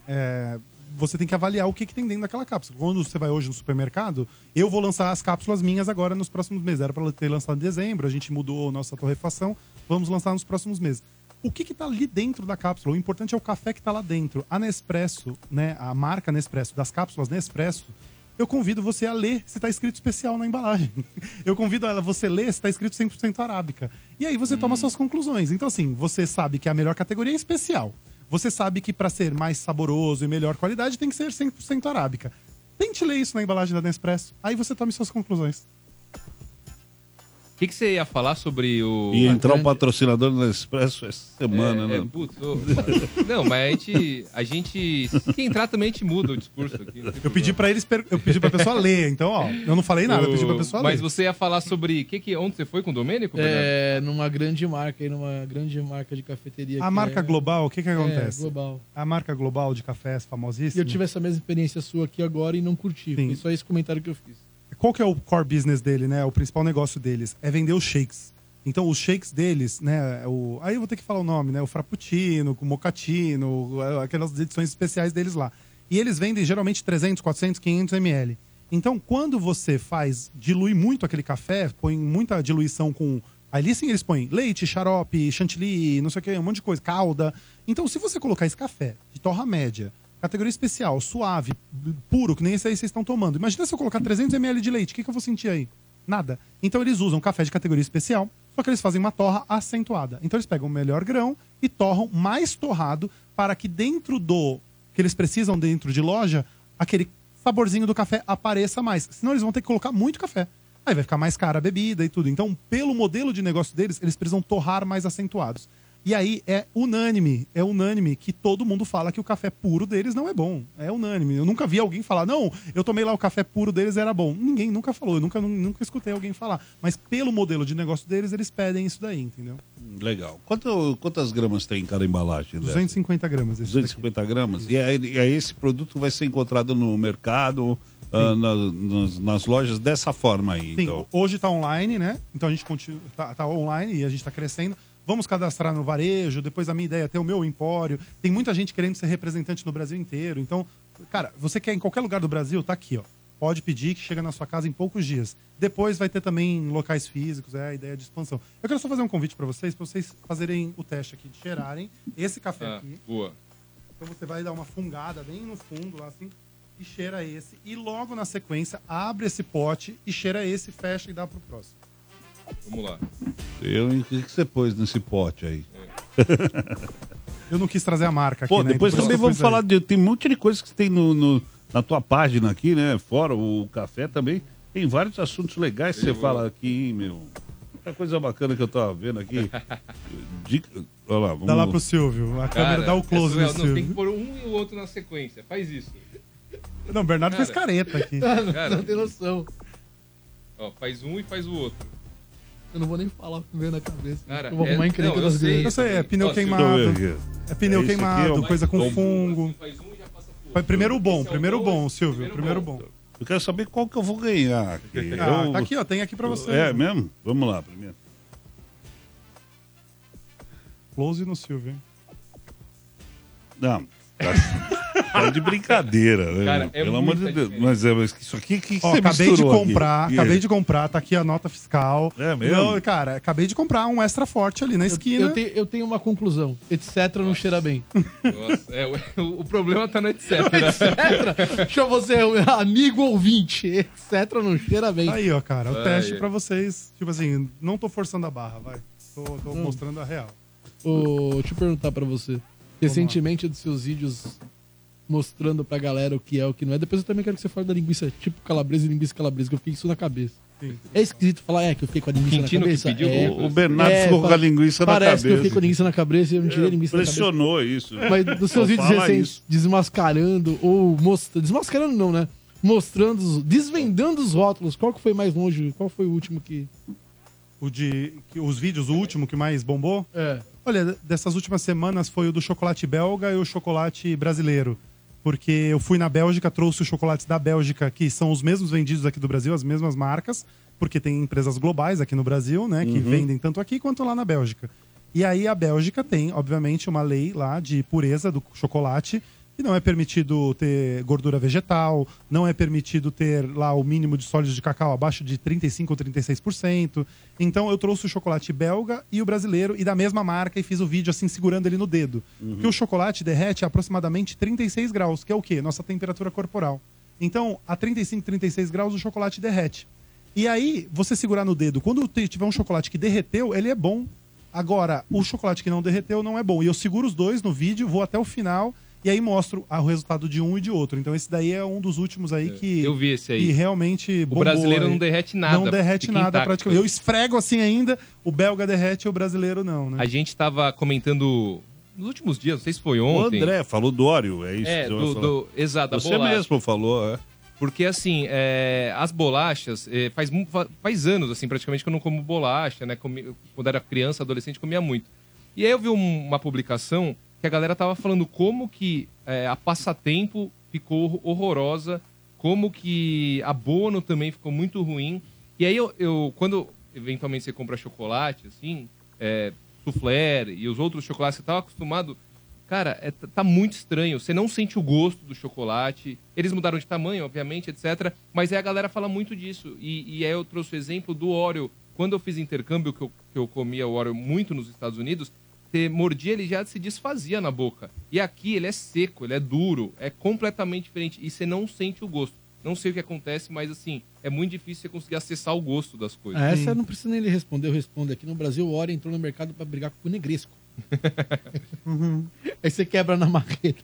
você tem que avaliar o que tem dentro daquela cápsula. Quando você vai hoje no supermercado, eu vou lançar as cápsulas minhas agora nos próximos meses. Era para ter lançado em dezembro, a gente mudou nossa torrefação, vamos lançar nos próximos meses. O que tá ali dentro da cápsula? O importante é o café que tá lá dentro. A Nespresso, né, a marca Nespresso, das cápsulas Nespresso, eu convido você a ler se tá escrito especial na embalagem. Eu convido você a ler se tá escrito 100% arábica. E aí você toma suas conclusões. Então, assim, você sabe que a melhor categoria é especial. Você sabe que para ser mais saboroso e melhor qualidade tem que ser 100% arábica. Tente ler isso na embalagem da Nespresso. Aí você tome suas conclusões. O que você ia falar sobre o... E entrar um patrocinador no Expresso essa semana, né? Não, mas a gente... Se entrar também a gente muda o discurso aqui. Eu pedi pra eles, eu pedi pra pessoa ler, então, ó, eu não falei nada, eu pedi pra pessoa ler. Mas você ia falar sobre... Onde você foi com o Domênico? Numa grande marca aí, numa grande marca de cafeteria. A marca global, o que acontece? Global. A marca global de cafés famosíssima. E eu tive essa mesma experiência sua aqui agora e não curti. Foi só esse comentário que eu fiz. Qual que é o core business dele, né? O principal negócio deles é vender os shakes. Então, os shakes deles, né? Aí eu vou ter que falar o nome, né? O Frappuccino, o Mochaccino, aquelas edições especiais deles lá. E eles vendem geralmente 300, 400, 500 ml. Então, quando você dilui muito aquele café, põe muita diluição com... Ali sim eles põem leite, xarope, chantilly, não sei o que, um monte de coisa, calda. Então, se você colocar esse café de torra média, categoria especial, suave, puro, que nem esse aí vocês estão tomando. Imagina se eu colocar 300 ml de leite, o que eu vou sentir aí? Nada. Então eles usam café de categoria especial, só que eles fazem uma torra acentuada. Então eles pegam o melhor grão e torram mais torrado para que dentro que eles precisam dentro de loja, aquele saborzinho do café apareça mais. Senão eles vão ter que colocar muito café. Aí vai ficar mais cara a bebida e tudo. Então, pelo modelo de negócio deles, eles precisam torrar mais acentuados. E aí é unânime que todo mundo fala que o café puro deles não é bom. É unânime. Eu nunca vi alguém falar, não, eu tomei lá o café puro deles, era bom. Ninguém nunca falou, eu nunca escutei alguém falar. Mas pelo modelo de negócio deles, eles pedem isso daí, entendeu? Legal. Quantas gramas tem em cada embalagem? 250 gramas. 250 gramas? E aí esse produto vai ser encontrado no mercado, nas lojas dessa forma aí. Sim, então. Hoje tá online, né? Então a gente continua, tá online e a gente tá crescendo. Vamos cadastrar no varejo, depois a minha ideia é ter o meu empório. Tem muita gente querendo ser representante no Brasil inteiro. Então, cara, você quer em qualquer lugar do Brasil, tá aqui, ó. Pode pedir que chega na sua casa em poucos dias. Depois vai ter também locais físicos, é a ideia de expansão. Eu quero só fazer um convite para vocês fazerem o teste aqui, de cheirarem esse café aqui. Boa. Então você vai dar uma fungada bem no fundo, lá assim, e cheira esse. E logo na sequência, abre esse pote e cheira esse, fecha e dá pro próximo. Vamos lá. O que você pôs nesse pote aí? Eu não quis trazer a marca aqui, Pô, né? depois também vamos falar tem um monte de coisa que tem na tua página aqui, né? Fora o café também. Tem vários assuntos legais que você fala aqui, hein, meu. Muita coisa bacana que eu tava vendo aqui. Olha lá, vamos... Dá lá pro Silvio. A câmera dá o close no Silvio. Tem que pôr um e o outro na sequência. Faz isso. Não, o Bernardo fez careta aqui. Não tem noção. Ó, faz um e faz o outro. Eu não vou nem falar o que veio na cabeça. Cara, eu vou arrumar encrenca não, das grandes. Eu sei, é pneu queimado. É pneu queimado, coisa com fungo. Primeiro o bom, Silvio. Primeiro bom. Eu quero saber qual que eu vou ganhar. Aqui. Tá aqui, ó. Tem aqui pra você. É mesmo? Vamos lá, primeiro. Close no Silvio, hein? Não. Tá de brincadeira, né? Cara, pelo amor de Deus. Mas isso aqui, que ó, você acabei de misturou comprar, tá aqui a nota fiscal. É mesmo? Não, cara, acabei de comprar um extra forte ali na esquina. Eu tenho uma conclusão. Etc. não cheira bem. Nossa, o problema tá no etc. Deixa você, amigo ouvinte. Etc. não cheira bem. Aí, ó, cara, o teste pra vocês. Tipo assim, não tô forçando a barra, vai. Tô mostrando a real. Deixa eu perguntar pra você. Recentemente, dos seus vídeos mostrando pra galera o que é, o que não é. Depois eu também quero que você fale da linguiça tipo calabresa e linguiça calabresa, que eu fiquei com isso na cabeça. Sim. É esquisito falar, que eu fiquei com a linguiça Quintino na cabeça. Que pediu, o Bernardo ficou com a linguiça na cabeça. Parece que eu fiquei com a linguiça na cabeça e eu não tirei a linguiça na cabeça. Impressionou isso. Mas dos seus vídeos recentes, desmascarando ou mostrando... Desmascarando não, né? Mostrando, desvendando os rótulos. Qual que foi mais longe? Qual foi o último que... Os vídeos, o último que mais bombou? É. Olha, dessas últimas semanas foi o do chocolate belga e o chocolate brasileiro. Porque eu fui na Bélgica, trouxe os chocolates da Bélgica, que são os mesmos vendidos aqui do Brasil, as mesmas marcas, porque tem empresas globais aqui no Brasil, né, que vendem tanto aqui quanto lá na Bélgica. E aí a Bélgica tem, obviamente, uma lei lá de pureza do chocolate, que não é permitido ter gordura vegetal, não é permitido ter lá o mínimo de sólidos de cacau abaixo de 35% ou 36%. Então eu trouxe o chocolate belga e o brasileiro e da mesma marca e fiz o vídeo assim segurando ele no dedo. Porque o chocolate derrete a aproximadamente 36 graus, que é o quê? Nossa temperatura corporal. Então, a 35, 36 graus o chocolate derrete. E aí, você segurar no dedo, quando tiver um chocolate que derreteu, ele é bom. Agora, o chocolate que não derreteu não é bom. E eu seguro os dois no vídeo, vou até o final... E aí mostro o resultado de um e de outro. Então esse daí é um dos últimos aí que... Eu vi esse aí. Que realmente bombou. O brasileiro aí. não derrete nada. Não derrete nada intacto. praticamente. Eu esfrego assim ainda, o belga derrete e o brasileiro não, né? A gente tava comentando nos últimos dias, não sei se foi ontem. O André falou do Oreo, é isso? Exato, da Você bolacha. mesmo falou, é. Porque, assim, as bolachas, faz anos, assim, praticamente que eu não como bolacha, né? Quando era criança, adolescente, comia muito. E aí eu vi uma publicação que a galera tava falando como que a Passatempo ficou horrorosa, como que a Bono também ficou muito ruim. E aí quando eventualmente você compra chocolate, assim, soufflé e os outros chocolates que você tava acostumado, cara, tá muito estranho. Você não sente o gosto do chocolate. Eles mudaram de tamanho, obviamente, etc. Mas aí a galera fala muito disso. E aí eu trouxe o exemplo do Oreo. Quando eu fiz intercâmbio, que eu comia o Oreo muito nos Estados Unidos, você mordia, ele já se desfazia na boca. E aqui ele é seco, ele é duro, é completamente diferente. E você não sente o gosto. Não sei o que acontece, mas assim, é muito difícil você conseguir acessar o gosto das coisas. Essa eu não preciso nem lhe responder, eu respondo aqui. No Brasil, o Oreo entrou no mercado para brigar com o Negresco. Aí você quebra na marreta.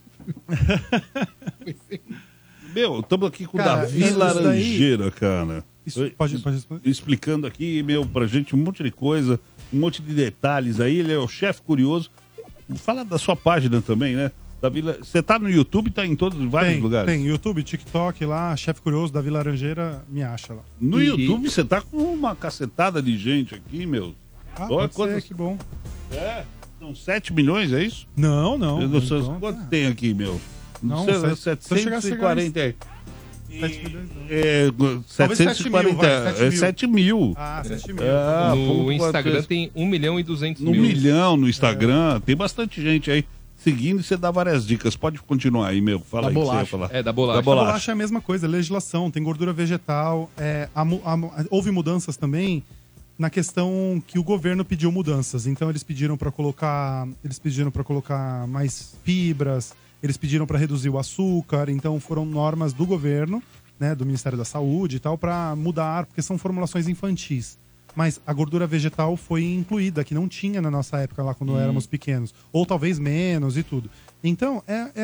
Meu, estamos aqui com o Davi Laranjeira, cara. Pode responder? Explicando aqui, pra gente um monte de coisa. um monte de detalhes aí. Ele é o chefe curioso. Fala da sua página também, né? Da Vila... Você tá no YouTube, tá em todos, vários lugares? Tem, YouTube, TikTok lá, chefe curioso da Vila Laranjeira, me acha lá. No YouTube você tá com uma cacetada de gente aqui, meu. Pode ser, que bom. São 7 milhões, é isso? Não. Eu não sei quanto tem aqui, meu. Não, 740. Talvez 740. 7 mil. 7 mil. No Instagram tem 1.200.000. 1 milhão no Instagram. Tem bastante gente aí seguindo e você dá várias dicas. Pode continuar aí, meu. Fala aí. Bolacha. Que você ia falar. Da bolacha. A bolacha é a mesma coisa, legislação, tem gordura vegetal. Houve mudanças também na questão que o governo pediu mudanças. Então eles pediram para colocar mais fibras, eles pediram para reduzir o açúcar. Então foram normas do governo, né, do Ministério da Saúde e tal, para mudar, porque são formulações infantis. Mas a gordura vegetal foi incluída, que não tinha na nossa época lá quando éramos pequenos. Ou talvez menos e tudo. Então,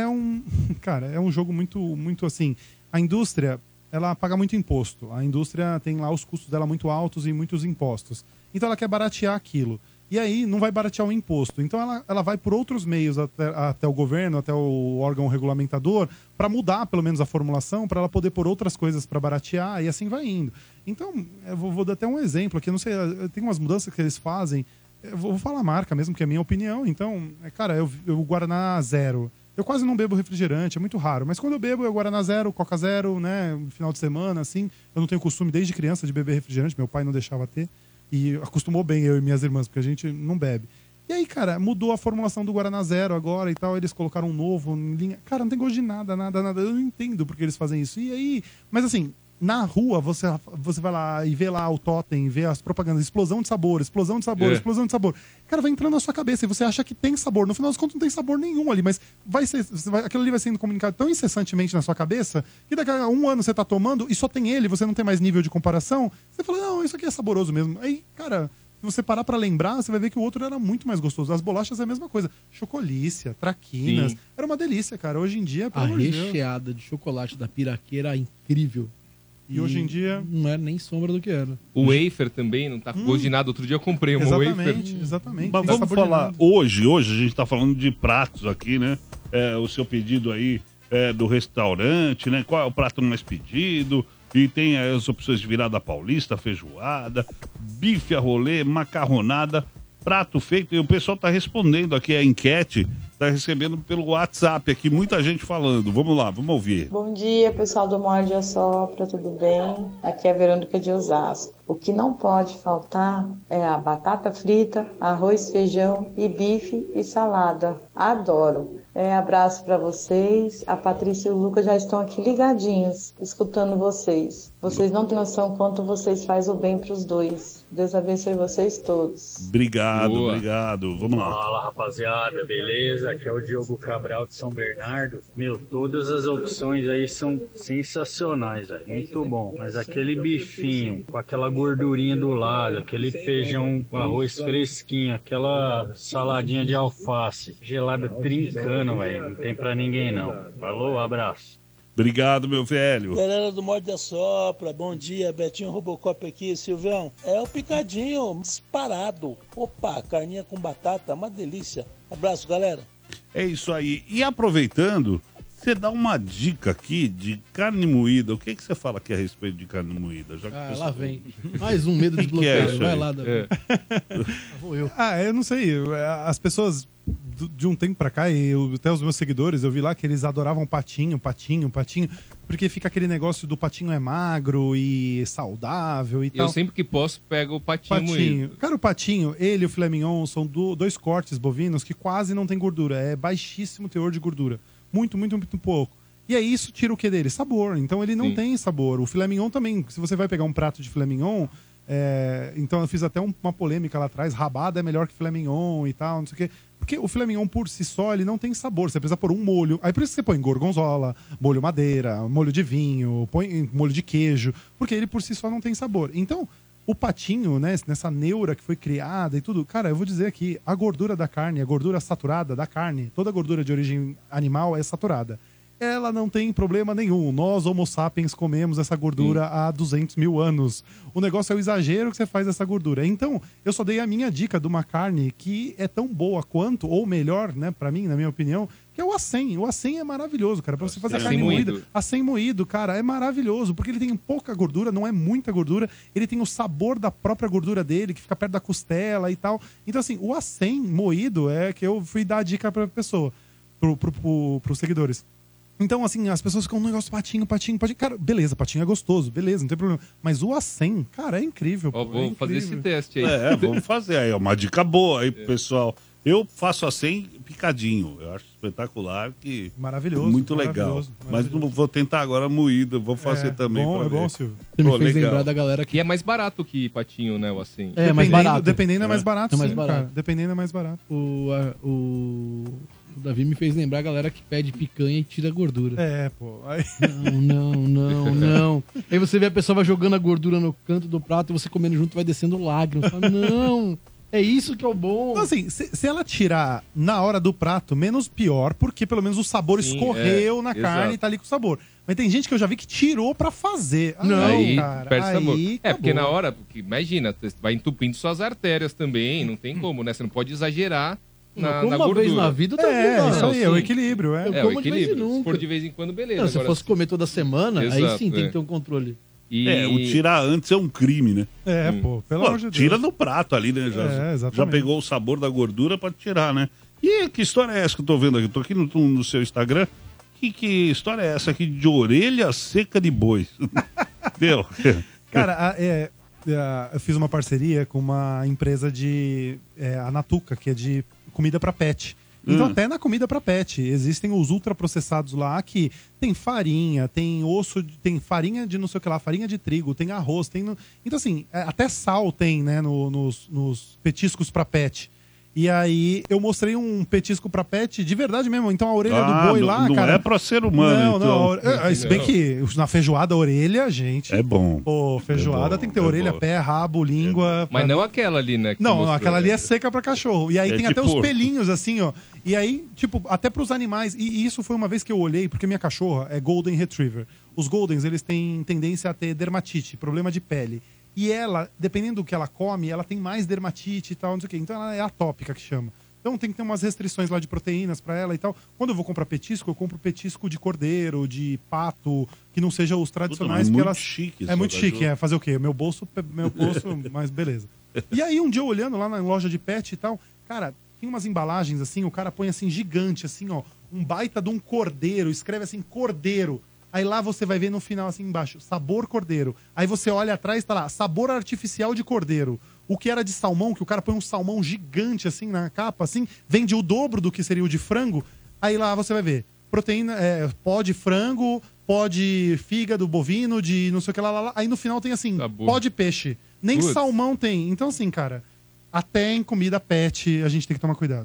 é um jogo muito, muito assim. A indústria, ela paga muito imposto. A indústria tem lá os custos dela muito altos e muitos impostos. Então ela quer baratear aquilo. E aí não vai baratear o imposto. Então ela vai por outros meios até o governo, até o órgão regulamentador, para mudar pelo menos a formulação, para ela poder pôr outras coisas para baratear, e assim vai indo. Então, eu vou dar até um exemplo aqui, não sei, tem umas mudanças que eles fazem, eu vou falar a marca mesmo, que é a minha opinião. Então, cara, eu Guaraná Zero. Eu quase não bebo refrigerante, é muito raro. Mas quando eu bebo, é Guaraná Zero, Coca Zero, né? No final de semana, assim. Eu não tenho costume desde criança de beber refrigerante, meu pai não deixava ter. E acostumou bem eu e minhas irmãs, porque a gente não bebe. E aí, cara, mudou a formulação do Guaraná Zero agora e tal. Eles colocaram um novo em linha. Cara, não tem gosto de nada. Eu não entendo porque eles fazem isso. E aí, mas assim, na rua, você vai lá e vê lá o totem, vê as propagandas, explosão de sabor, explosão de sabor, explosão de sabor. Cara, vai entrando na sua cabeça e você acha que tem sabor. No final das contas, não tem sabor nenhum ali, mas aquilo ali vai sendo comunicado tão incessantemente na sua cabeça que daqui a um ano você tá tomando e só tem ele, você não tem mais nível de comparação. Você fala, não, isso aqui é saboroso mesmo. Aí, cara, se você parar pra lembrar, você vai ver que o outro era muito mais gostoso. As bolachas é a mesma coisa. Chocolícia, traquinas. Sim. Era uma delícia, cara. Hoje em dia, a recheada de chocolate da Piraqueira é incrível. E hoje em dia... Não é nem sombra do que era. O wafer também não tá com gosto de nada. Outro dia eu comprei uma wafer. Exatamente. Mas vamos falar, hoje a gente tá falando de pratos aqui, né? O seu pedido aí do restaurante, né? Qual é o prato mais pedido? E tem as opções de virada paulista, feijoada, bife a rolê, macarronada, prato feito. E o pessoal tá respondendo aqui a enquete, tá recebendo pelo WhatsApp aqui, muita gente falando. Vamos lá, vamos ouvir. Bom dia, pessoal do Morde a Sopra, tudo bem? Aqui é a Verônica de Osasco. O que não pode faltar é a batata frita, arroz, feijão e bife e salada. Adoro. Abraço para vocês. A Patrícia e o Lucas já estão aqui ligadinhos, escutando vocês. Vocês não têm noção quanto vocês fazem o bem para os dois. Deus abençoe vocês todos. Obrigado. Vamos lá. Fala, rapaziada, beleza? Aqui é o Diogo Cabral de São Bernardo. Meu, todas as opções aí são sensacionais, velho. Muito bom. Mas aquele bifinho com aquela gordurinha do lado, aquele feijão com arroz fresquinho, aquela saladinha de alface, gelada trincando, velho. Não tem pra ninguém, não. Falou, abraço. Obrigado, meu velho. Galera do Morde a Sopra, bom dia, Betinho Robocop aqui, Silvão. É o picadinho disparado. Opa, carninha com batata, uma delícia. Abraço, galera. É isso aí. E aproveitando, você dá uma dica aqui de carne moída. O que você fala aqui a respeito de carne moída? Lá vem. Mais um medo desbloqueado. Vai lá, Davi. Vou eu. Eu não sei. As pessoas de um tempo pra cá, e até os meus seguidores, eu vi lá que eles adoravam patinho, porque fica aquele negócio do patinho é magro e saudável e tal. Eu sempre que posso pego o patinho moído. Cara, o patinho, ele e o filé mignon são dois cortes bovinos que quase não tem gordura, é baixíssimo teor de gordura, muito pouco. E aí isso tira o que dele? Sabor. Então ele não tem sabor. O filé mignon também, se você vai pegar um prato de filé mignon, então eu fiz até uma polêmica lá atrás, rabada é melhor que filé mignon e tal, não sei o quê. Porque o filé mignon por si só, ele não tem sabor. Você precisa pôr um molho. Aí por isso você põe gorgonzola, molho madeira, molho de vinho, põe molho de queijo, porque ele por si só não tem sabor. Então, o patinho, né, nessa neura que foi criada e tudo, cara, eu vou dizer aqui, a gordura da carne, a gordura saturada da carne, toda gordura de origem animal é saturada. ela não tem problema nenhum. Nós, homo sapiens, comemos essa gordura há 200 mil anos. O negócio é o exagero que você faz dessa gordura. Então, eu só dei a minha dica de uma carne que é tão boa quanto, ou melhor, né, pra mim, na minha opinião, que é o acém. O acém é maravilhoso, cara. Pra você fazer carne moída, acém moído, cara, é maravilhoso, porque ele tem pouca gordura, não é muita gordura, ele tem o sabor da própria gordura dele, que fica perto da costela e tal. Então, assim, o acém moído é que eu fui dar a dica pra pessoa, pros seguidores. Então, assim, as pessoas ficam no negócio patinho. Cara, beleza, patinho é gostoso, beleza, não tem problema. Mas o acém, cara, é incrível. Vamos fazer esse teste aí. Vamos fazer aí, uma dica boa aí pro pessoal. Eu faço acém picadinho, eu acho espetacular, que maravilhoso, muito legal. Mas não vou tentar agora moído, vou fazer também. Bom, bom, Silvio. Você me fez lembrar da galera que... E é mais barato que patinho, né, o acém. É, mais barato. Dependendo é mais barato, mais sim, barato. cara. Dependendo é mais barato. O Davi me fez lembrar a galera que pede picanha e tira a gordura. Pô. Aí... Não. Aí você vê a pessoa vai jogando a gordura no canto do prato e você comendo junto vai descendo lágrimas. Fala, não, é isso que é o bom. Então, assim, se ela tirar na hora do prato, menos pior, porque pelo menos o sabor escorreu na carne e tá ali com o sabor. Mas tem gente que eu já vi que tirou pra fazer. Não, cara. Perde sabor. Acabou. Porque na hora, porque imagina, você vai entupindo suas artérias também, não tem como, né? Você não pode exagerar na gordura. Vez na vida, tá isso aí, é o equilíbrio. Eu como o de vez em equilíbrio. Se nunca. for de vez em quando, beleza. Não, se eu fosse comer toda semana, aí sim tem que ter um controle. O tirar antes é um crime, né? Pô, pelo amor de Deus. Tira no prato ali, né? Já pegou o sabor da gordura pra tirar, né? E que história é essa que eu tô vendo aqui? Eu tô aqui no seu Instagram. Que história é essa aqui de orelha seca de boi? Deu? Cara, eu fiz uma parceria com uma empresa a Natuca, que é de comida pra pet. Então, até na comida pra pet, existem os ultraprocessados lá que tem farinha, tem osso, tem farinha de não sei o que lá, farinha de trigo, tem arroz, tem... Então, assim, até sal tem, né, nos petiscos pra pet. E aí, eu mostrei um petisco pra pet de verdade mesmo. Então, a orelha do boi lá, não cara... Não é pra ser humano, Não. Se bem que na feijoada, a orelha, gente... É bom. Pô, feijoada tem que ter orelha, pé, rabo, língua... Mas não aquela ali, né? Não, aquela ali é seca pra cachorro. E aí tem até os pelinhos, assim, ó. E aí, tipo, até pros animais... E isso foi uma vez que eu olhei, porque minha cachorra é Golden Retriever. Os Goldens, eles têm tendência a ter dermatite, problema de pele. E ela, dependendo do que ela come, ela tem mais dermatite e tal, não sei o quê. Então ela é atópica, que chama. Então tem que ter umas restrições lá de proteínas pra ela e tal. Quando eu vou comprar petisco, eu compro petisco de cordeiro, de pato, que não seja os tradicionais. Puta, porque muito chique. É muito chique, fazer o quê? Meu bolso, mas beleza. E aí um dia eu olhando lá na loja de pet e tal, cara, tem umas embalagens assim, o cara põe assim gigante, assim, ó, um baita de um cordeiro, escreve assim, cordeiro. Aí lá você vai ver no final, assim embaixo, sabor cordeiro. Aí você olha atrás, tá lá, sabor artificial de cordeiro. O que era de salmão, que o cara põe um salmão gigante, assim, na capa, assim, vende o dobro do que seria o de frango. Aí lá você vai ver, proteína, pó de frango, pó de fígado bovino, de não sei o que lá. Aí no final tem assim, pó de peixe. Nem salmão tem. Então assim, cara... Até em comida pet a gente tem que tomar cuidado.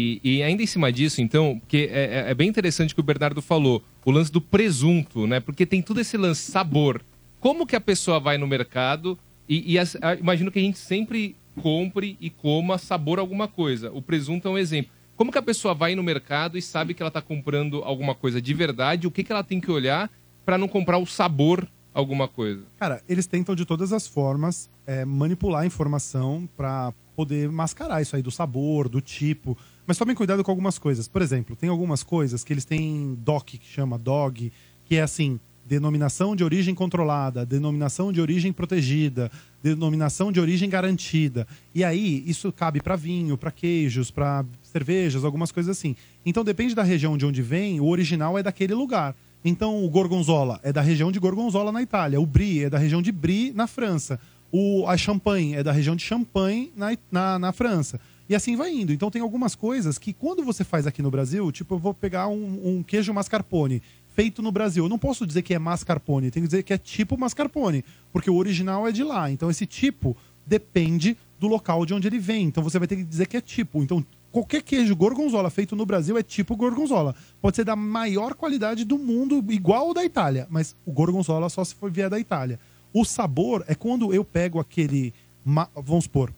E ainda em cima disso, então, porque é bem interessante o que o Bernardo falou, o lance do presunto, né? Porque tem tudo esse lance sabor. Como que a pessoa vai no mercado imagino que a gente sempre compre e coma sabor alguma coisa. O presunto é um exemplo. Como que a pessoa vai no mercado e sabe que ela está comprando alguma coisa de verdade? O que ela tem que olhar para não comprar o sabor alguma coisa? Cara, eles tentam de todas as formas manipular a informação para poder mascarar isso aí do sabor, do tipo. Mas tomem cuidado com algumas coisas. Por exemplo, tem algumas coisas que eles têm DOC, que chama DOG, que é assim, denominação de origem controlada, denominação de origem protegida, denominação de origem garantida. E aí, isso cabe para vinho, para queijos, para cervejas, algumas coisas assim. Então, depende da região de onde vem, o original é daquele lugar. Então, o Gorgonzola é da região de Gorgonzola, na Itália. O Brie é da região de Brie, na França. A Champagne é da região de Champagne, na França. E assim vai indo. Então, tem algumas coisas que, quando você faz aqui no Brasil, tipo, eu vou pegar um queijo mascarpone feito no Brasil. Eu não posso dizer que é mascarpone, tenho que dizer que é tipo mascarpone, porque o original é de lá. Então, esse tipo depende do local de onde ele vem. Então, você vai ter que dizer que é tipo. Então, qualquer queijo gorgonzola feito no Brasil é tipo gorgonzola. Pode ser da maior qualidade do mundo, igual ao da Itália, mas o gorgonzola só se for vier da Itália. O sabor é quando eu pego aquele... Vamos supor,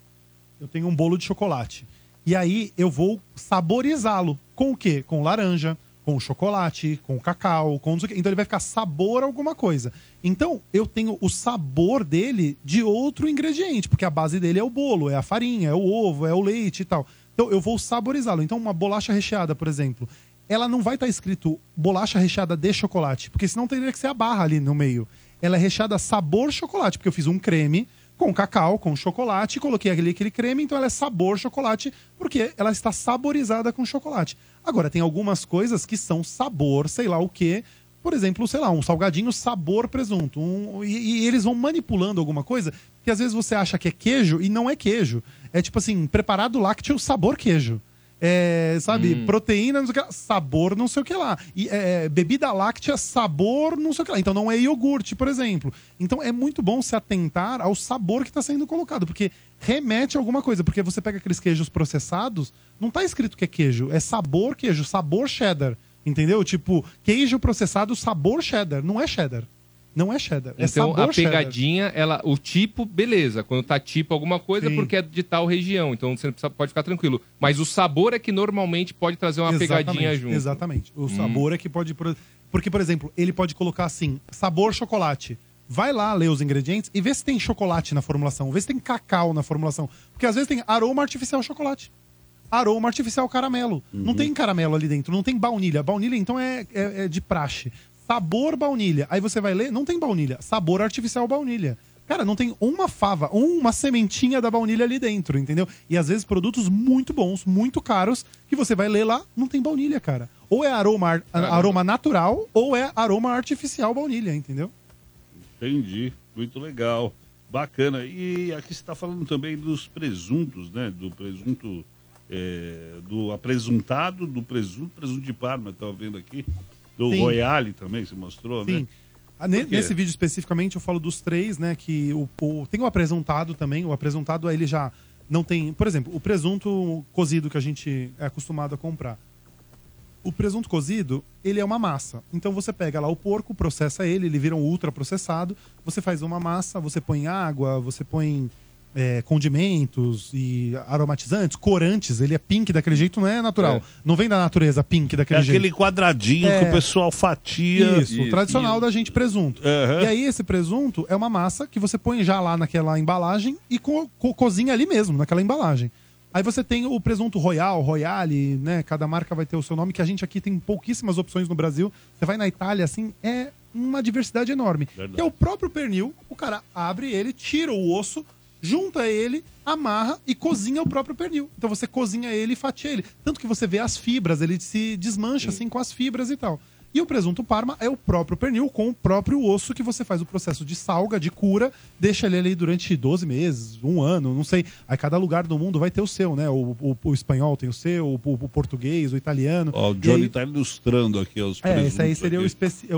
eu tenho um bolo de chocolate. E aí eu vou saborizá-lo. Com o quê? Com laranja, com chocolate, com cacau, com... Então ele vai ficar sabor alguma coisa. Então eu tenho o sabor dele de outro ingrediente, porque a base dele é o bolo, é a farinha, é o ovo, é o leite e tal. Então eu vou saborizá-lo. Então uma bolacha recheada, por exemplo, ela não vai estar escrito bolacha recheada de chocolate, porque senão teria que ser a barra ali no meio. Ela é recheada sabor chocolate, porque eu fiz um creme com cacau, com chocolate, coloquei aquele creme, então ela é sabor chocolate, porque ela está saborizada com chocolate. Agora, tem algumas coisas que são sabor, sei lá o quê. Por exemplo, sei lá, um salgadinho sabor presunto. E eles vão manipulando alguma coisa que às vezes você acha que é queijo e não é queijo. É tipo assim, preparado lácteo sabor queijo. Sabe, proteína, não sei o que lá, sabor não sei o que lá. E, bebida láctea, sabor não sei o que lá. Então não é iogurte, por exemplo. Então é muito bom se atentar ao sabor que está sendo colocado, porque remete a alguma coisa. Porque você pega aqueles queijos processados, não está escrito que é queijo, é sabor queijo, sabor cheddar. Entendeu? Tipo, queijo processado, sabor cheddar. Não é cheddar. Não é cheddar. É então sabor a pegadinha, o tipo, beleza. Quando tá tipo alguma coisa, Sim. porque é de tal região. Então você pode ficar tranquilo. Mas o sabor é que normalmente pode trazer uma pegadinha junto. Exatamente. O sabor é que pode... Porque, por exemplo, ele pode colocar assim, sabor chocolate. Vai lá ler os ingredientes e vê se tem chocolate na formulação. Vê se tem cacau na formulação. Porque às vezes tem aroma artificial chocolate. Aroma artificial caramelo. Não tem caramelo ali dentro, não tem baunilha. Baunilha, então, é de praxe. Sabor baunilha. Aí você vai ler, não tem baunilha. Sabor artificial baunilha. Cara, não tem uma fava, uma sementinha da baunilha ali dentro, entendeu? E às vezes produtos muito bons, muito caros, que você vai ler lá, não tem baunilha, cara. Ou é aroma natural, ou é aroma artificial baunilha, entendeu? Entendi. Muito legal. Bacana. E aqui você está falando também dos presuntos, né? Do presunto... do apresuntado, do presunto de Parma, estava vendo aqui, do Sim. Royale também, você mostrou, Sim. né? Nesse vídeo especificamente eu falo dos três, né, que tem o apresuntado também, o apresuntado ele já não tem, por exemplo, o presunto cozido que a gente é acostumado a comprar. O presunto cozido, ele é uma massa. Então você pega lá o porco, processa ele vira um ultra processado, você faz uma massa, você põe água, você põe condimentos e aromatizantes, corantes, ele é pink daquele jeito, não é natural. Não vem da natureza pink daquele jeito. Aquele quadradinho que o pessoal fatia. Isso, o tradicional da gente presunto. E aí esse presunto é uma massa que você põe já lá naquela embalagem e cozinha ali mesmo, naquela embalagem. Aí você tem o presunto Royale, né? Cada marca vai ter o seu nome, que a gente aqui tem pouquíssimas opções no Brasil. Você vai na Itália, assim, é uma diversidade enorme. Verdade. Que é o próprio pernil, o cara abre ele, tira o osso, junta ele, amarra e cozinha o próprio pernil. Então você cozinha ele e fatia ele. Tanto que você vê as fibras, ele se desmancha assim com as fibras e tal. E o presunto Parma é o próprio pernil com o próprio osso que você faz o processo de salga, de cura, deixa ele ali durante 12 meses, um ano, não sei. Aí cada lugar do mundo vai ter o seu, né? O espanhol tem o seu, o português, o italiano. Ó, o Johnny tá ilustrando aqui os presuntos. Esse aí seria aqui.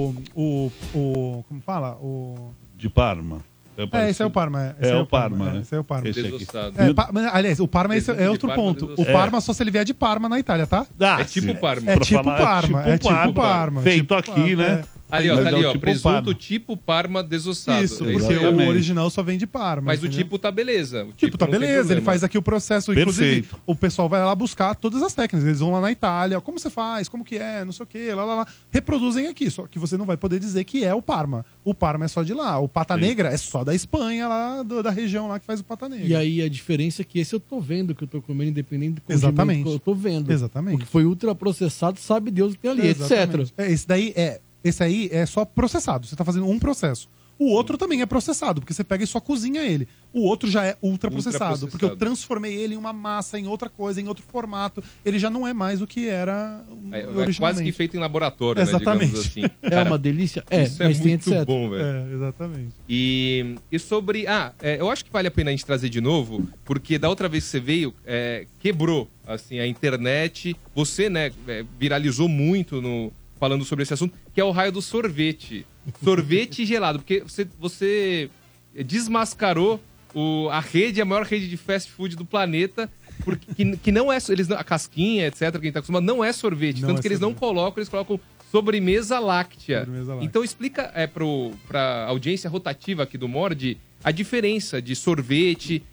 como fala? De Parma. Esse é o Parma. É o Parma, né? Esse é o Parma. Esse aqui. Aliás, o Parma é outro ponto. O Parma só se ele vier de Parma na Itália, tá? É tipo Parma. É tipo Parma. É tipo Parma. Feito aqui, né? Ali, ó, tá ali, ó. Tipo Presunto Parma. tipo Parma desossado. Isso, porque o original só vem de Parma. Mas entendeu? o tipo tá beleza. O Tipo, tá não tem beleza, ele problema. faz aqui o processo. Perfeito. Inclusive, o pessoal vai lá buscar todas as técnicas. Eles vão lá na Itália, como você faz, como que é, não sei o que, lá. Reproduzem aqui, só que você não vai poder dizer que é o Parma. O Parma é só de lá. O Pata Negra é só da Espanha, lá da região lá que faz o Pata Negra. E aí a diferença é que esse eu tô vendo que eu tô comendo, independente do condimento Exatamente. que eu tô vendo. Exatamente. Porque foi ultraprocessado, sabe Deus o que tem ali, etc. Esse aí é só processado. Você tá fazendo um processo. O outro também é processado, porque você pega e só cozinha ele. O outro já é ultraprocessado, porque eu transformei ele em uma massa, em outra coisa, em outro formato. Ele já não é mais o que era originalmente. Quase que feito em laboratório, Exatamente. né? Digamos assim. É uma delícia? Isso mas tem muito etc. bom, velho. Exatamente. E sobre... eu acho que vale a pena a gente trazer de novo, porque da outra vez que você veio, quebrou assim, a internet. Você, né, viralizou muito falando sobre esse assunto, que é o raio do sorvete. Sorvete gelado, porque você desmascarou a maior rede de fast food do planeta, porque que não é... a casquinha, etc., quem tá acostumado, não é sorvete. Tanto que eles não colocam, eles colocam sobremesa láctea. Então explica pra audiência rotativa aqui do Mord a diferença de sorvete,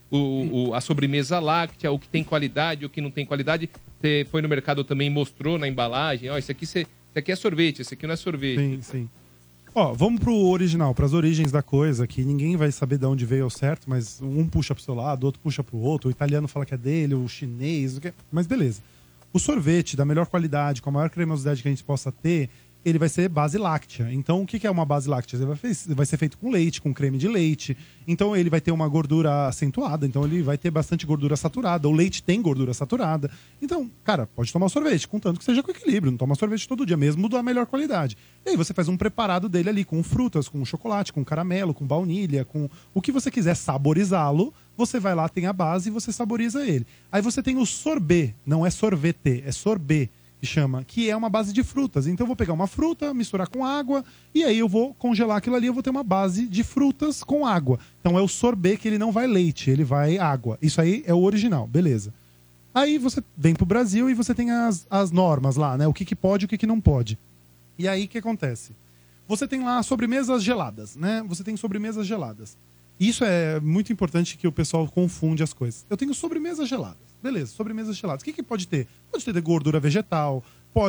a sobremesa láctea, o que tem qualidade, o que não tem qualidade. Você foi no mercado também e mostrou na embalagem, ó, isso aqui é sorvete, esse aqui não é sorvete. Sim, sim. Ó, vamos pro original, pras origens da coisa, que ninguém vai saber de onde veio ao certo, mas um puxa pro seu lado, outro puxa pro outro, o italiano fala que é dele, o chinês, mas beleza. O sorvete da melhor qualidade, com a maior cremosidade que a gente possa ter, ele vai ser base láctea. Então, o que é uma base láctea? Ele vai ser feito com leite, com creme de leite. Então, ele vai ter uma gordura acentuada. Então, ele vai ter bastante gordura saturada. O leite tem gordura saturada. Então, cara, pode tomar sorvete, contanto que seja com equilíbrio. Não toma sorvete todo dia, mesmo da melhor qualidade. E aí, você faz um preparado dele ali com frutas, com chocolate, com caramelo, com baunilha, com o que você quiser saborizá-lo. Você vai lá, tem a base e você saboriza ele. Aí, você tem o sorbet. Não é sorvete, é sorbet. Que chama, que é uma base de frutas. Então eu vou pegar uma fruta, misturar com água, e aí eu vou congelar aquilo ali, eu vou ter uma base de frutas com água. Então é o sorbet que ele não vai leite, ele vai água. Isso aí é o original, beleza. Aí você vem pro Brasil e você tem as normas lá, né? O que pode e o que não pode. E aí o que acontece? Você tem lá sobremesas geladas, né? Você tem sobremesas geladas. Isso é muito importante que o pessoal confunde as coisas. Eu tenho sobremesas geladas. Beleza, sobremesas geladas. O que pode ter? Pode ter gordura vegetal,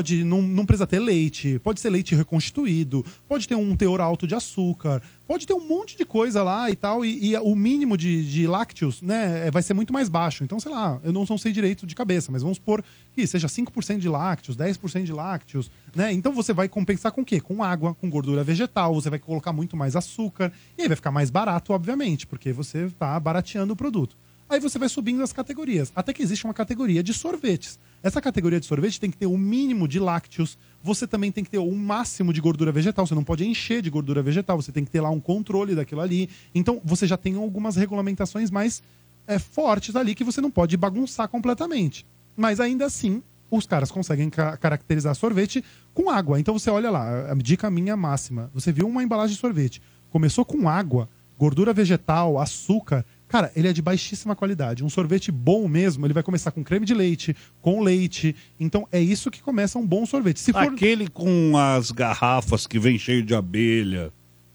não precisa ter leite, pode ser leite reconstituído, pode ter um teor alto de açúcar, pode ter um monte de coisa lá e tal, e o mínimo de lácteos, né, vai ser muito mais baixo. Então, sei lá, eu não sei direito de cabeça, mas vamos supor que seja 5% de lácteos, 10% de lácteos, né? Então você vai compensar com o quê? Com água, com gordura vegetal, você vai colocar muito mais açúcar, e aí vai ficar mais barato, obviamente, porque você está barateando o produto. Aí você vai subindo as categorias, até que existe uma categoria de sorvetes. Essa categoria de sorvete tem que ter o mínimo de lácteos, você também tem que ter o máximo de gordura vegetal, você não pode encher de gordura vegetal, você tem que ter lá um controle daquilo ali. Então você já tem algumas regulamentações mais fortes ali que você não pode bagunçar completamente. Mas ainda assim, os caras conseguem caracterizar sorvete com água. Então você olha lá, a dica minha máxima, você viu uma embalagem de sorvete, começou com água, gordura vegetal, açúcar. Cara, ele é de baixíssima qualidade. Um sorvete bom mesmo, ele vai começar com creme de leite, com leite. Então, é isso que começa um bom sorvete. Se for... Aquele com as garrafas que vem cheio de abelha,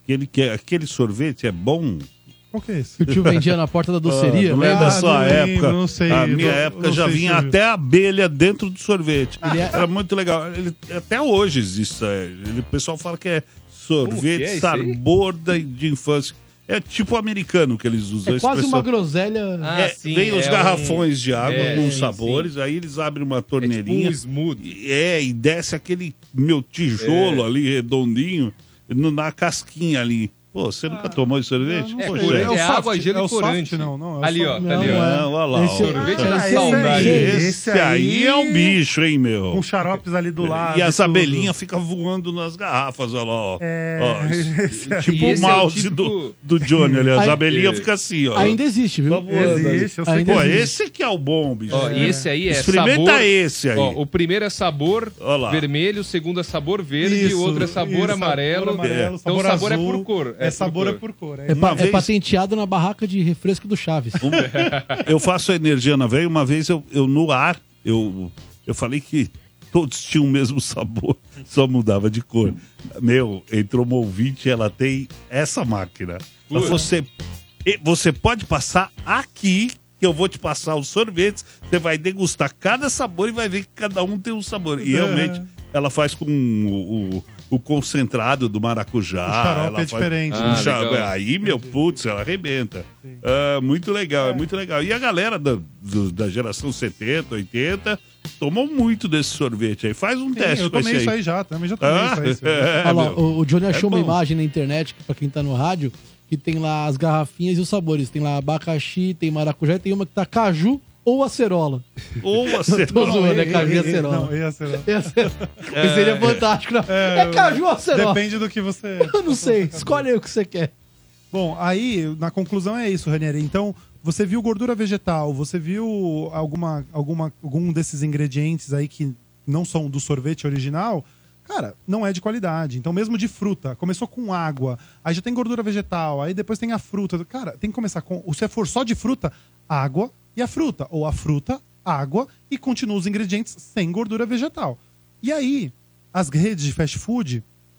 aquele sorvete é bom? Qual que é esse? Que o tio vendia na porta da doceria. Não é da sua época. Não sei. Na minha época já vinha até abelha dentro do sorvete. Era muito legal. Até hoje existe. O pessoal fala que é sorvete sabor de infância. É tipo o americano que eles usam. É quase uma groselha. Vem os garrafões de água com sabores, aí eles abrem uma torneirinha. É tipo um smoothie. E desce aquele tijolo ali, redondinho, na casquinha ali. Pô, você nunca tomou esse sorvete? É água, gelo e corante. Não, ali, ó. Não, olha lá. Sorvete da saudade. Esse aí é um bicho, hein, meu? Com xaropes ali do lado. E as abelhinhas ficam voando nas garrafas, olha lá, ó. Tipo o mouse do Johnny ali. As abelhinhas ficam assim, ó. Ainda existe, viu? Existe, eu sei. Pô, esse que é o bom, bicho. Ó, e esse aí é Experimenta sabor... esse aí. Ó, o primeiro é sabor vermelho, o segundo é sabor verde, o outro é sabor amarelo. Então o sabor é por cor. Sabor é por cor. É patenteado na barraca de refresco do Chaves. Eu faço a energia na veia. Uma vez eu no ar, eu falei que todos tinham o mesmo sabor, só mudava de cor. Meu, entrou uma ouvinte, ela tem essa máquina. Você pode passar aqui, que eu vou te passar os sorvetes, você vai degustar cada sabor e vai ver que cada um tem um sabor. E realmente, ela faz com o concentrado do maracujá. O xarope é diferente. Aí, meu, putz, ela arrebenta. Muito legal, é muito legal. E a galera da geração 70, 80, tomou muito desse sorvete aí. Faz um teste eu com tomei isso aí já, também já tomei isso aí. Olha lá, o Johnny achou uma imagem na internet, pra quem tá no rádio, que tem lá as garrafinhas e os sabores. Tem lá abacaxi, tem maracujá, e tem uma que tá caju ou acerola. Ou acerola. Tô zoando, é caju e acerola. Não, e acerola. Mas seria fantástico. É caju ou acerola? Depende do que você... Eu não sei, escolhe aí o que você quer. Bom, aí, na conclusão é isso, Ranieri. Então, você viu gordura vegetal, você viu algum desses ingredientes aí que não são do sorvete original... Cara, não é de qualidade. Então, mesmo de fruta, começou com água, aí já tem gordura vegetal, aí depois tem a fruta. Cara, tem que começar com... Se for só de fruta, água e a fruta. Ou a fruta, água e continua os ingredientes sem gordura vegetal. E aí, as redes de fast food,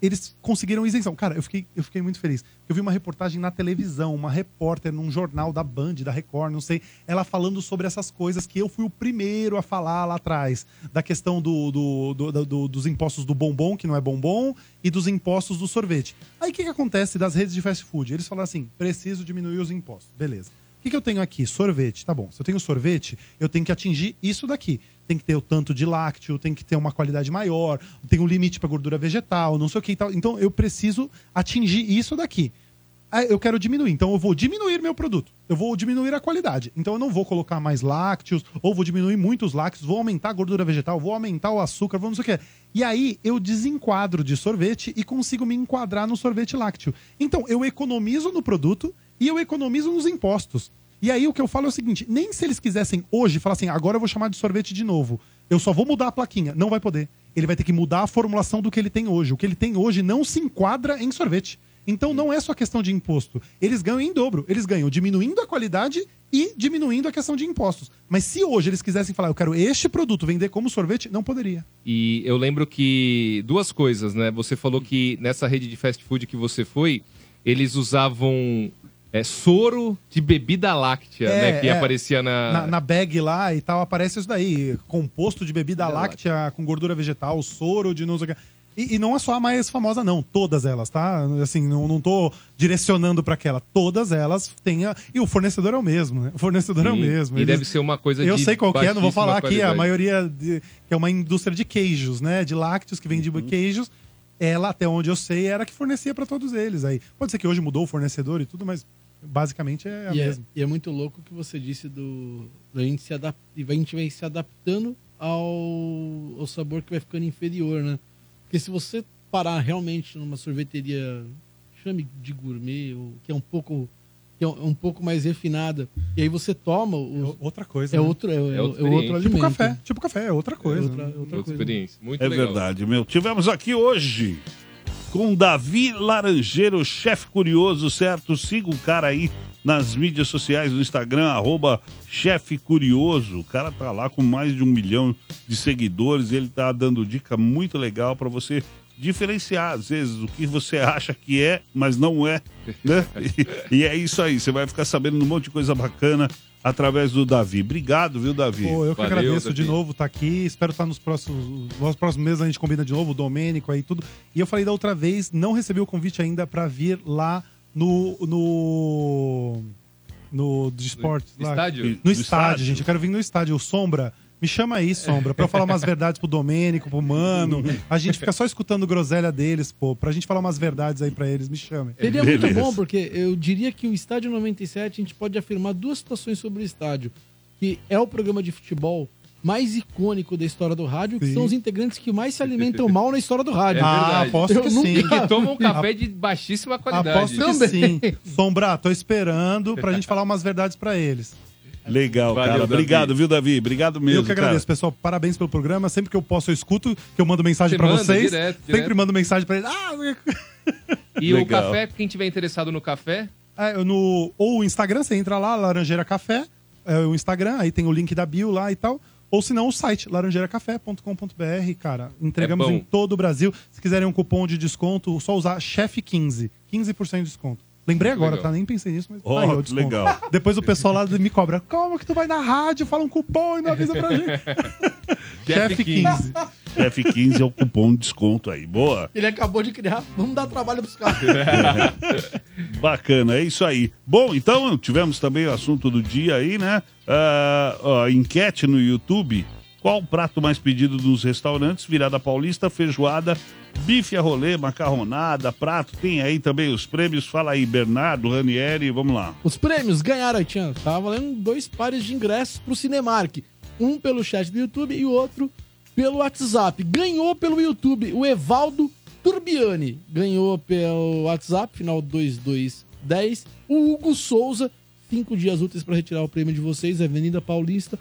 eles conseguiram isenção. Cara, eu fiquei muito feliz. Eu vi uma reportagem na televisão, uma repórter num jornal da Band, da Record, não sei, ela falando sobre essas coisas que eu fui o primeiro a falar lá atrás. Da questão dos impostos do bombom, que não é bombom, e dos impostos do sorvete. Aí o que acontece das redes de fast food? Eles falam assim, preciso diminuir os impostos. Beleza. O que eu tenho aqui? Sorvete. Tá bom. Se eu tenho sorvete, eu tenho que atingir isso daqui. Tem que ter o tanto de lácteo, tem que ter uma qualidade maior, tem um limite para gordura vegetal, não sei o que e tal. Então eu preciso atingir isso daqui. Aí eu quero diminuir, então eu vou diminuir meu produto. Eu vou diminuir a qualidade. Então eu não vou colocar mais lácteos, ou vou diminuir muitos lácteos, vou aumentar a gordura vegetal, vou aumentar o açúcar, vou não sei o que. E aí eu desenquadro de sorvete e consigo me enquadrar no sorvete lácteo. Então eu economizo no produto e eu economizo nos impostos. E aí o que eu falo é o seguinte, nem se eles quisessem hoje falar assim, agora eu vou chamar de sorvete de novo, eu só vou mudar a plaquinha. Não vai poder. Ele vai ter que mudar a formulação do que ele tem hoje. O que ele tem hoje não se enquadra em sorvete. Então não é só questão de imposto. Eles ganham em dobro. Eles ganham diminuindo a qualidade e diminuindo a questão de impostos. Mas se hoje eles quisessem falar, eu quero este produto vender como sorvete, não poderia. E eu lembro que duas coisas, né? Você falou que nessa rede de fast food que você foi, eles usavam soro de bebida láctea, né? Que aparecia na bag lá e tal, aparece isso daí. Composto de bebida láctea com gordura vegetal, soro de não sei o que. E não é só a mais famosa, não. Todas elas, tá? Assim, não tô direcionando pra aquela. Todas elas têm E o fornecedor é o mesmo, né? O fornecedor é o mesmo. E deve ser uma coisa Eu sei qual que é, não vou falar aqui. qualidade. A maioria que é uma indústria de queijos, né? De lácteos, que vende queijos. Ela, até onde eu sei, era a que fornecia pra todos eles. Aí pode ser que hoje mudou o fornecedor e tudo, mas basicamente é a mesma. E é muito louco o que você disse a gente vai se adaptando ao sabor que vai ficando inferior, né? Porque se você parar realmente numa sorveteria, chame de gourmet, ou que é um pouco mais refinada, e aí você toma... outra coisa. É né? outro alimento. Tipo café, é outra coisa. Outra experiência. Muito é legal. Verdade, meu. Tivemos aqui hoje com Davi Laranjeiro, chefe curioso, certo? Siga o cara aí nas mídias sociais, no Instagram, @chefe curioso. O cara tá lá com mais de 1 milhão de seguidores. Ele tá dando dica muito legal para você diferenciar, às vezes, o que você acha que é, mas não é, né? E é isso aí. Você vai ficar sabendo de um monte de coisa bacana através do Davi. Obrigado, viu, Davi? Pô, eu que agradeço, Davi. De novo estar aqui. Espero estar nos próximos meses, a gente combina de novo, o Domênico aí, tudo. E eu falei da outra vez, não recebi o convite ainda para vir lá no de esportes. No lá. estádio? No estádio, gente. Eu quero vir no estádio. O Sombra, me chama aí, Sombra, pra eu falar umas verdades pro Domênico, pro Mano. A gente fica só escutando groselha deles, pô. Pra gente falar umas verdades aí pra eles, me chamem. Seria muito bom, porque eu diria que o Estádio 97, a gente pode afirmar duas situações sobre o estádio. Que é o programa de futebol mais icônico da história do rádio, que são os integrantes que mais se alimentam mal na história do rádio. Aposto que sim. E que tomam café de baixíssima qualidade. Aposto que sim. Sombra, tô esperando pra gente falar umas verdades pra eles. Legal, Valeu, cara. Davi. Obrigado, viu, Davi? Obrigado mesmo, Eu que agradeço, cara. pessoal. Parabéns pelo programa. Sempre que eu posso, eu escuto, que eu mando mensagem pra vocês. Sempre mando mensagem pra eles. E o café, quem tiver interessado no café... Ou o Instagram, você entra lá, Laranjeira Café, o Instagram, aí tem o link da bio lá e tal. Ou se não, o site, laranjeiracafé.com.br, cara. Entregamos em todo o Brasil. Se quiserem um cupom de desconto, só usar CHEF15. 15% de desconto. Lembrei agora, tá? Nem pensei nisso, mas aí, ó, desconto. Legal. Depois o pessoal lá me cobra. Como que tu vai na rádio, fala um cupom e não avisa pra gente? CHEF15. CHEF15 é o cupom de desconto aí. Boa. Ele acabou de criar. Vamos dar trabalho pros caras. Bacana, é isso aí. Bom, então tivemos também o assunto do dia aí, né? Enquete no YouTube. Qual o prato mais pedido nos restaurantes? Virada paulista, feijoada, bife a rolê, macarronada, prato. Tem aí também os prêmios. Fala aí, Bernardo, Ranieri, vamos lá. Os prêmios ganharam, Tian. Tava valendo 2 pares de ingressos pro Cinemark. Um pelo chat do YouTube e o outro pelo WhatsApp. Ganhou pelo YouTube o Evaldo Turbiani. Ganhou pelo WhatsApp, final 2210. O Hugo Souza, 5 dias úteis para retirar o prêmio de vocês. Avenida Paulista,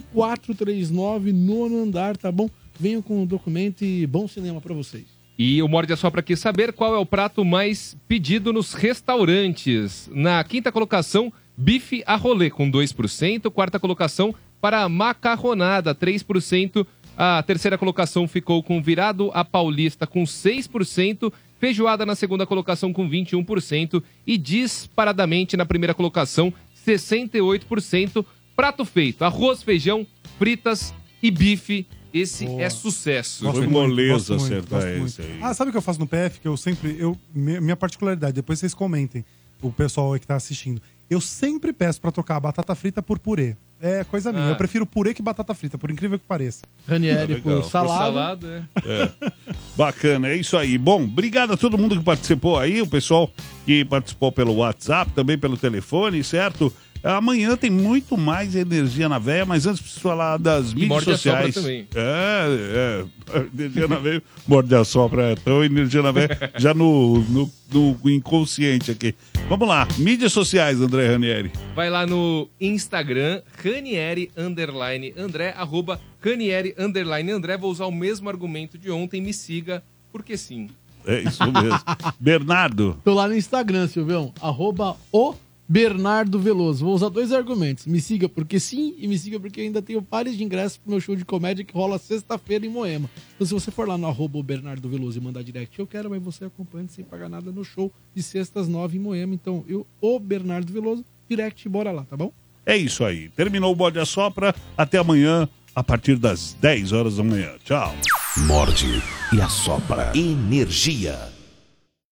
1439, 9º andar, tá bom? Venham com o documento e bom cinema para vocês. E o Morde é só para quem saber qual é o prato mais pedido nos restaurantes. Na quinta colocação, bife a rolê com 2%. Quarta colocação para macarronada, 3%. A terceira colocação ficou com virado a paulista com 6%. Feijoada na segunda colocação com 21% e disparadamente na primeira colocação 68%. Prato feito, arroz, feijão, fritas e bife. Esse é sucesso. Foi moleza acertar esse aí. Ah, sabe o que eu faço no PF? Que eu sempre... minha particularidade, depois vocês comentem, o pessoal aí que tá assistindo. Eu sempre peço pra trocar a batata frita por purê. É coisa minha. Eu prefiro purê que batata frita, por incrível que pareça. Ranieri por salada. Bacana, é isso aí. Bom, obrigado a todo mundo que participou aí, o pessoal que participou pelo WhatsApp, também pelo telefone, certo? Amanhã tem muito mais Energia na Veia, mas antes preciso falar das mídias sociais. Também. Energia na Veia, morde a sopra, então Energia na Veia já no inconsciente aqui. Vamos lá, mídias sociais, André Ranieri. Vai lá no Instagram, Ranieri _André, @Ranieri _André. Vou usar o mesmo argumento de ontem, me siga, porque sim. É isso mesmo. Bernardo. Tô lá no Instagram, Silvião, @o Bernardo Veloso. Vou usar 2 argumentos. Me siga porque sim e me siga porque eu ainda tenho pares de ingressos pro meu show de comédia que rola sexta-feira em Moema. Então se você for lá no @Bernardo Veloso e mandar direct, eu quero, mas você acompanha sem pagar nada no show de sextas 9 em Moema. Então o Bernardo Veloso, direct, bora lá, tá bom? É isso aí. Terminou o Morde a Sopra. Até amanhã, a partir das 10 horas da manhã. Tchau. Morde e Assopra. Energia.